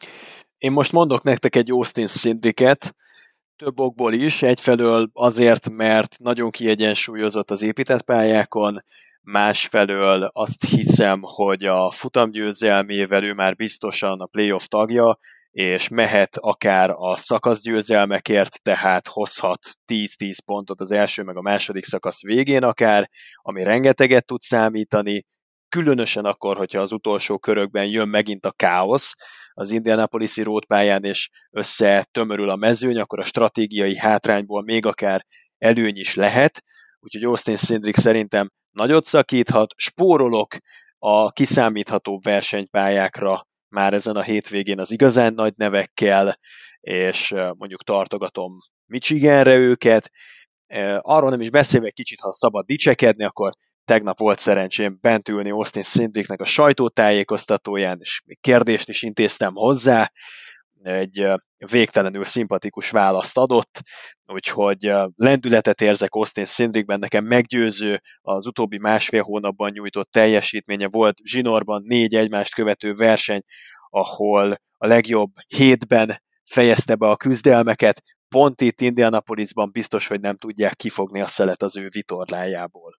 Én most mondok nektek egy Austin Cindricet, több okból is, egyfelől azért, mert nagyon kiegyensúlyozott az épített pályákon, másfelől azt hiszem, hogy a futamgyőzelmével ő már biztosan a playoff tagja, és mehet akár a szakaszgyőzelmekért, tehát hozhat tíz-tíz pontot az első meg a második szakasz végén akár, ami rengeteget tud számítani, különösen akkor, hogyha az utolsó körökben jön megint a káosz az Indianapolis-i rótpályán, és összetömörül a mezőny, akkor a stratégiai hátrányból még akár előny is lehet, úgyhogy Austin Cindric szerintem nagyot szakíthat, spórolok a kiszámítható versenypályákra már ezen a hétvégén az igazán nagy nevekkel, és mondjuk tartogatom Michiganre őket. Arról nem is beszélve egy kicsit, ha szabad dicsekedni, akkor tegnap volt szerencsém bent ülni Austin Cindricnek a sajtótájékoztatóján, és még kérdést is intéztem hozzá, egy végtelenül szimpatikus választ adott, úgyhogy lendületet érzek Austin Cindricben, nekem meggyőző az utóbbi másfél hónapban nyújtott teljesítménye volt zsinórban négy egymást követő verseny, ahol a legjobb hétben fejezte be a küzdelmeket, pont itt Indianapolisban biztos, hogy nem tudják kifogni a szelet az ő vitorlájából.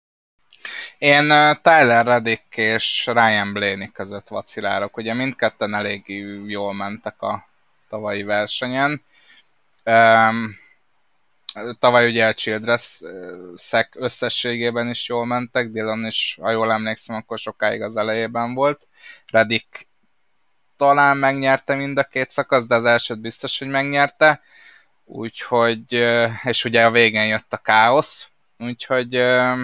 Én Tyler Reddick és Ryan Blaney között vacilálok. Ugye mindketten elég jól mentek a tavalyi versenyen. Um, tavaly ugye a Childress-ek összességében is jól mentek, Dillon is, ha jól emlékszem, akkor sokáig az elejében volt. Reddick talán megnyerte mind a két szakasz, de az elsőt biztos, hogy megnyerte. Úgyhogy, és ugye a végén jött a káosz, úgyhogy uh,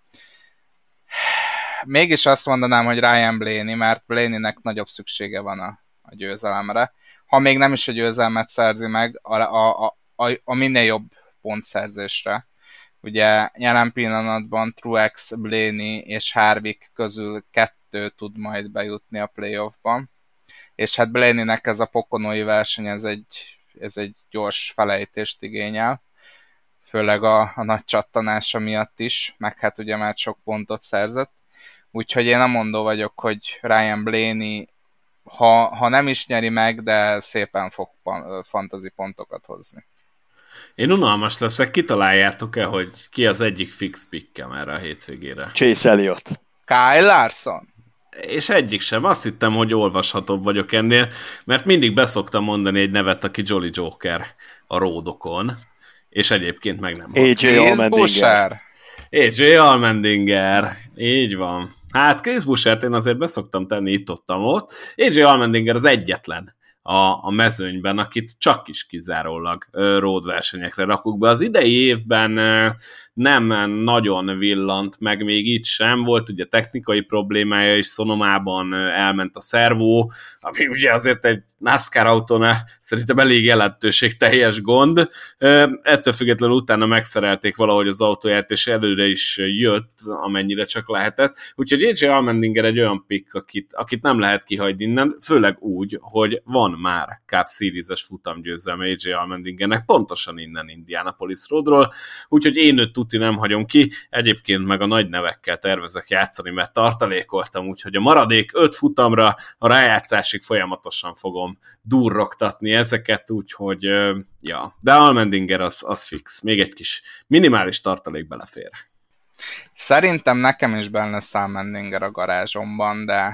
mégis azt mondanám, hogy Ryan Blaney, mert Blaneynek nagyobb szüksége van a, a győzelemre. Ha még nem is a győzelmet szerzi meg, a, a, a, a minél jobb pontszerzésre. Ugye jelen pillanatban Truex, Blaney és Harvick közül kettő tud majd bejutni a playoffban. És hát Blaneynek ez a pokonói verseny, ez egy, ez egy gyors felejtést igényel. Főleg a, a nagy csattanása miatt is, meg hát ugye már sok pontot szerzett. Úgyhogy én nem mondó vagyok, hogy Ryan Blaney, ha, ha nem is nyeri meg, de szépen fog fantasy pontokat hozni.
Én unalmas leszek, kitaláljátok-e, hogy ki az egyik fix pickem erre a hétvégére?
Chase Elliott.
Kyle Larson.
És egyik sem. Azt hittem, hogy olvashatóbb vagyok ennél, mert mindig beszoktam mondani egy nevet, aki Jolly Joker a ródokon, és egyébként meg nem
hoztam. á jé Allmendinger.
á jé Allmendinger. Így van. Hát Chris Buschert én azért beszoktam tenni itt-ottam ott. á jé Allmendinger az egyetlen a, a mezőnyben, akit csak is kizárólag road versenyekre rakunk be. Az idei évben nem nagyon villant meg még itt sem, volt ugye technikai problémája is, Sonomában elment a szervó, ami ugye azért egy NASCAR autónál szerintem elég jelentőségteljes gond. Ettől függetlenül utána megszerelték valahogy az autóját, és előre is jött, amennyire csak lehetett. Úgyhogy á jé Allmendinger egy olyan pick, akit, akit nem lehet kihagyni innen, főleg úgy, hogy van már Cup Series-es futamgyőzelme á jé Allmendingernek, pontosan innen Indianapolis Roadról, úgyhogy én őt tuti nem hagyom ki, egyébként meg a nagy nevekkel tervezek játszani, mert tartalékoltam, úgyhogy a maradék öt futamra a rájátszásig folyamatosan fogom durrogtatni ezeket, úgyhogy ja, de Allmendinger az, az fix, még egy kis minimális tartalék belefér.
Szerintem nekem is benne lesz Allmendinger a garázsomban, de,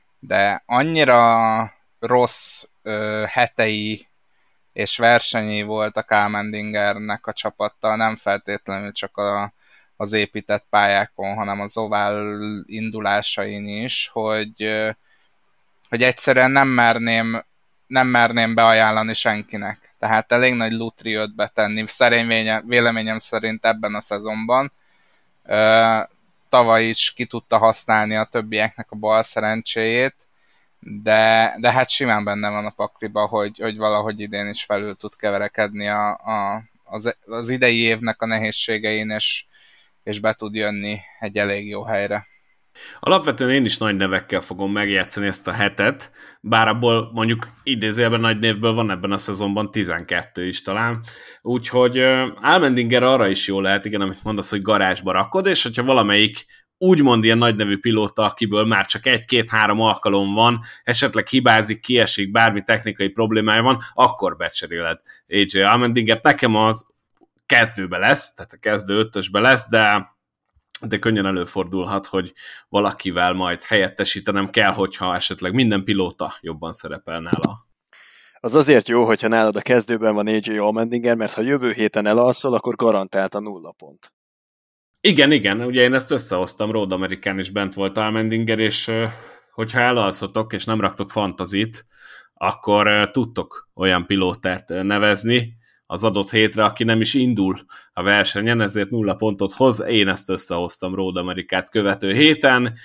de annyira rossz ö, hetei és versenyei voltak Allmendingernek a csapattal, nem feltétlenül csak a, az épített pályákon, hanem az ovál indulásain is, hogy, hogy egyszerűen nem merném, nem merném beajánlani senkinek. Tehát elég nagy lutri jött betenni, szerény véleményem szerint ebben a szezonban. Tavaly is ki tudta használni a többieknek a bal szerencséjét, de, de hát simán benne van a pakliba, hogy, hogy valahogy idén is felül tud keverekedni a, a, az, az idei évnek a nehézségein, és, és be tud jönni egy elég jó helyre.
Alapvetően én is nagy nevekkel fogom megjátszani ezt a hetet, bár abból mondjuk idézőjelben nagy névből van ebben a szezonban tizenkettő is talán, úgyhogy Allmendinger arra is jó lehet, igen, amit mondasz, hogy garázsba rakod, és hogyha valamelyik úgymond ilyen nagynevű pilóta, akiből már csak egy-két-három alkalom van, esetleg hibázik, kiesik, bármi technikai problémája van, akkor becseréled á jé Allmendingert. Nekem az kezdőbe lesz, tehát a kezdő ötösbe lesz, de de könnyen előfordulhat, hogy valakivel majd helyettesítenem kell, hogyha esetleg minden pilóta jobban szerepel nála.
Az azért jó, hogyha nálad a kezdőben van á jé Allmendinger, mert ha jövő héten elalszol, akkor garantált a nulla pont.
Igen, igen, ugye én ezt összehoztam, Road Amerikán is bent volt Allmendinger, és hogyha elalszotok, és nem raktok fantazit, akkor tudtok olyan pilótát nevezni az adott hétre, aki nem is indul a versenyen, ezért nulla pontot hoz. Én ezt összehoztam Road Amerikát követő héten,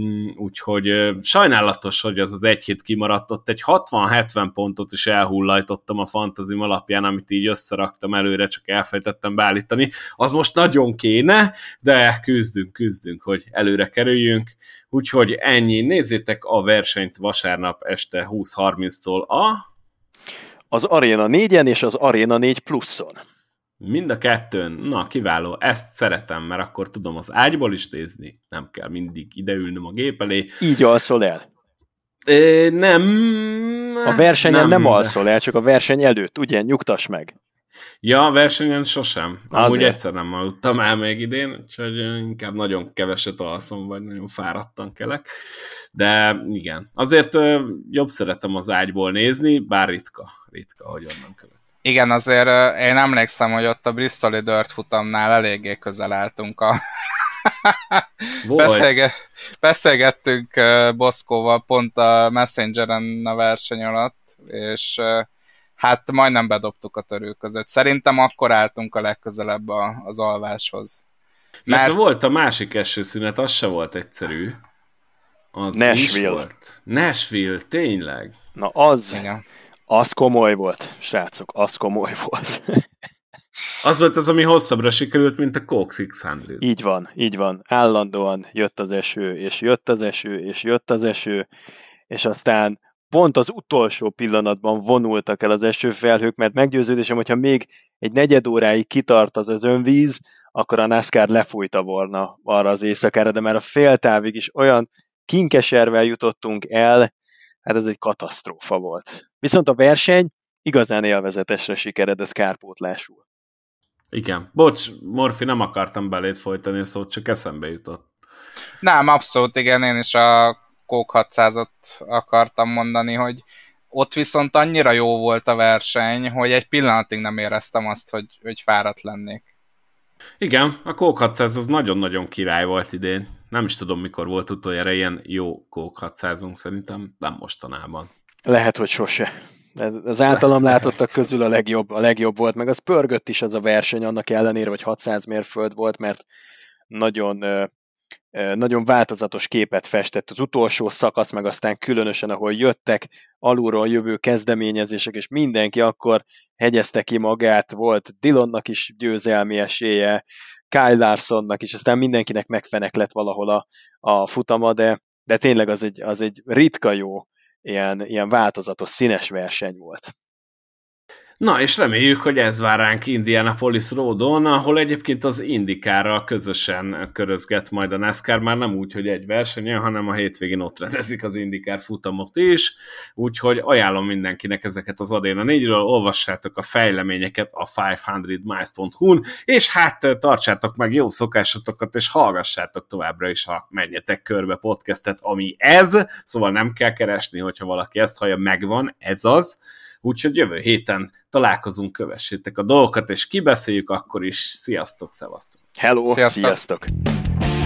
úgyhogy sajnálatos, hogy az az egy hét kimaradt, ott egy hatvan-hetven pontot is elhullajtottam a fantazim alapján, amit így összeraktam előre, csak elfejtettem beállítani. Az most nagyon kéne, de küzdünk, küzdünk, hogy előre kerüljünk. Úgyhogy ennyi, nézzétek a versenyt vasárnap este húsz harminctól a...
az Arena négyen és az Arena négy pluszon.
Mind a kettőn, na kiváló, ezt szeretem, mert akkor tudom az ágyból is nézni, nem kell mindig ideülnöm a gép elé.
Így alszol el?
É, nem.
A versenyen nem, nem alszol el, csak a verseny előtt, ugye? Nyugtass meg.
Ja, a versenyen sosem. Amúgy
Azért.
egyszer nem aludtam el még idén, úgyhogy inkább nagyon keveset alszom, vagy nagyon fáradtan kelek. De igen, azért jobb szeretem az ágyból nézni, bár ritka, ritka, hogy onnan követ.
Igen, azért én emlékszem, hogy ott a Bristoli Dirt futamnál eléggé közel álltunk a... Beszélge... Beszélgettünk Boszkóval pont a Messengeren a verseny alatt, és hát majdnem bedobtuk a törő között. Szerintem akkor álltunk a legközelebb az alváshoz.
Mert volt a másik esőszünet, az se volt egyszerű. Az
Nashville.
Volt. Nashville, tényleg.
Na az, igen. Az komoly volt, srácok, az komoly volt.
Az volt az, ami hosszabbra sikerült, mint a Coke száz.
Így van, így van. Állandóan jött az eső, és jött az eső, és jött az eső, és aztán pont az utolsó pillanatban vonultak el az esőfelhők, mert meggyőződésem, hogyha még egy negyed óráig kitart az özönvíz, akkor a NASCAR lefújta volna arra az éjszakára, de már a féltávig is olyan kinkeservel jutottunk el, hát ez egy katasztrófa volt. Viszont a verseny igazán élvezetesre sikeredett kárpótlásul.
Igen. Bocs, Morfi, nem akartam beléd folytani, szóval csak eszembe jutott.
Nem, abszolút igen, én is a Coke hatszázat akartam mondani, hogy ott viszont annyira jó volt a verseny, hogy egy pillanatig nem éreztem azt, hogy, hogy fáradt lennék.
Igen, a Coke hatszáz az nagyon-nagyon király volt idén. Nem is tudom, mikor volt utoljára ilyen jó Coke hatszázunk, szerintem nem mostanában.
Lehet, hogy sose. Az általam látottak közül a legjobb, a legjobb volt, meg az pörgött is az a verseny, annak ellenére, hogy hatszáz mérföld volt, mert nagyon, nagyon változatos képet festett az utolsó szakasz, meg aztán különösen, ahol jöttek alulról jövő kezdeményezések, és mindenki akkor hegyezte ki magát, volt Dillonnak is győzelmi esélye, Kyle Larsonnak is, aztán mindenkinek megfenek lett valahol a, a futama, de, de tényleg az egy, az egy ritka jó, Ilyen, ilyen változatos, színes verseny volt.
Na, és reméljük, hogy ez vár ránk Indianapolis Roadon, ahol egyébként az IndyCarral közösen körözget majd a NASCAR, már nem úgy, hogy egy versenyen, hanem a hétvégén ott rendezik az IndyCar futamot is, úgyhogy ajánlom mindenkinek ezeket az Arena négyről, olvassátok a fejleményeket a ötszáz miles pont hu-n, és hát tartsátok meg jó szokásotokat, és hallgassátok továbbra is a Menjetek Körbe podcastet, ami ez, szóval nem kell keresni, hogyha valaki ezt hallja, megvan, ez az. Úgyhogy jövő héten találkozunk, kövessétek a dolgokat, és kibeszéljük akkor is. Sziasztok, szevasztok!
Hello, sziasztok! sziasztok.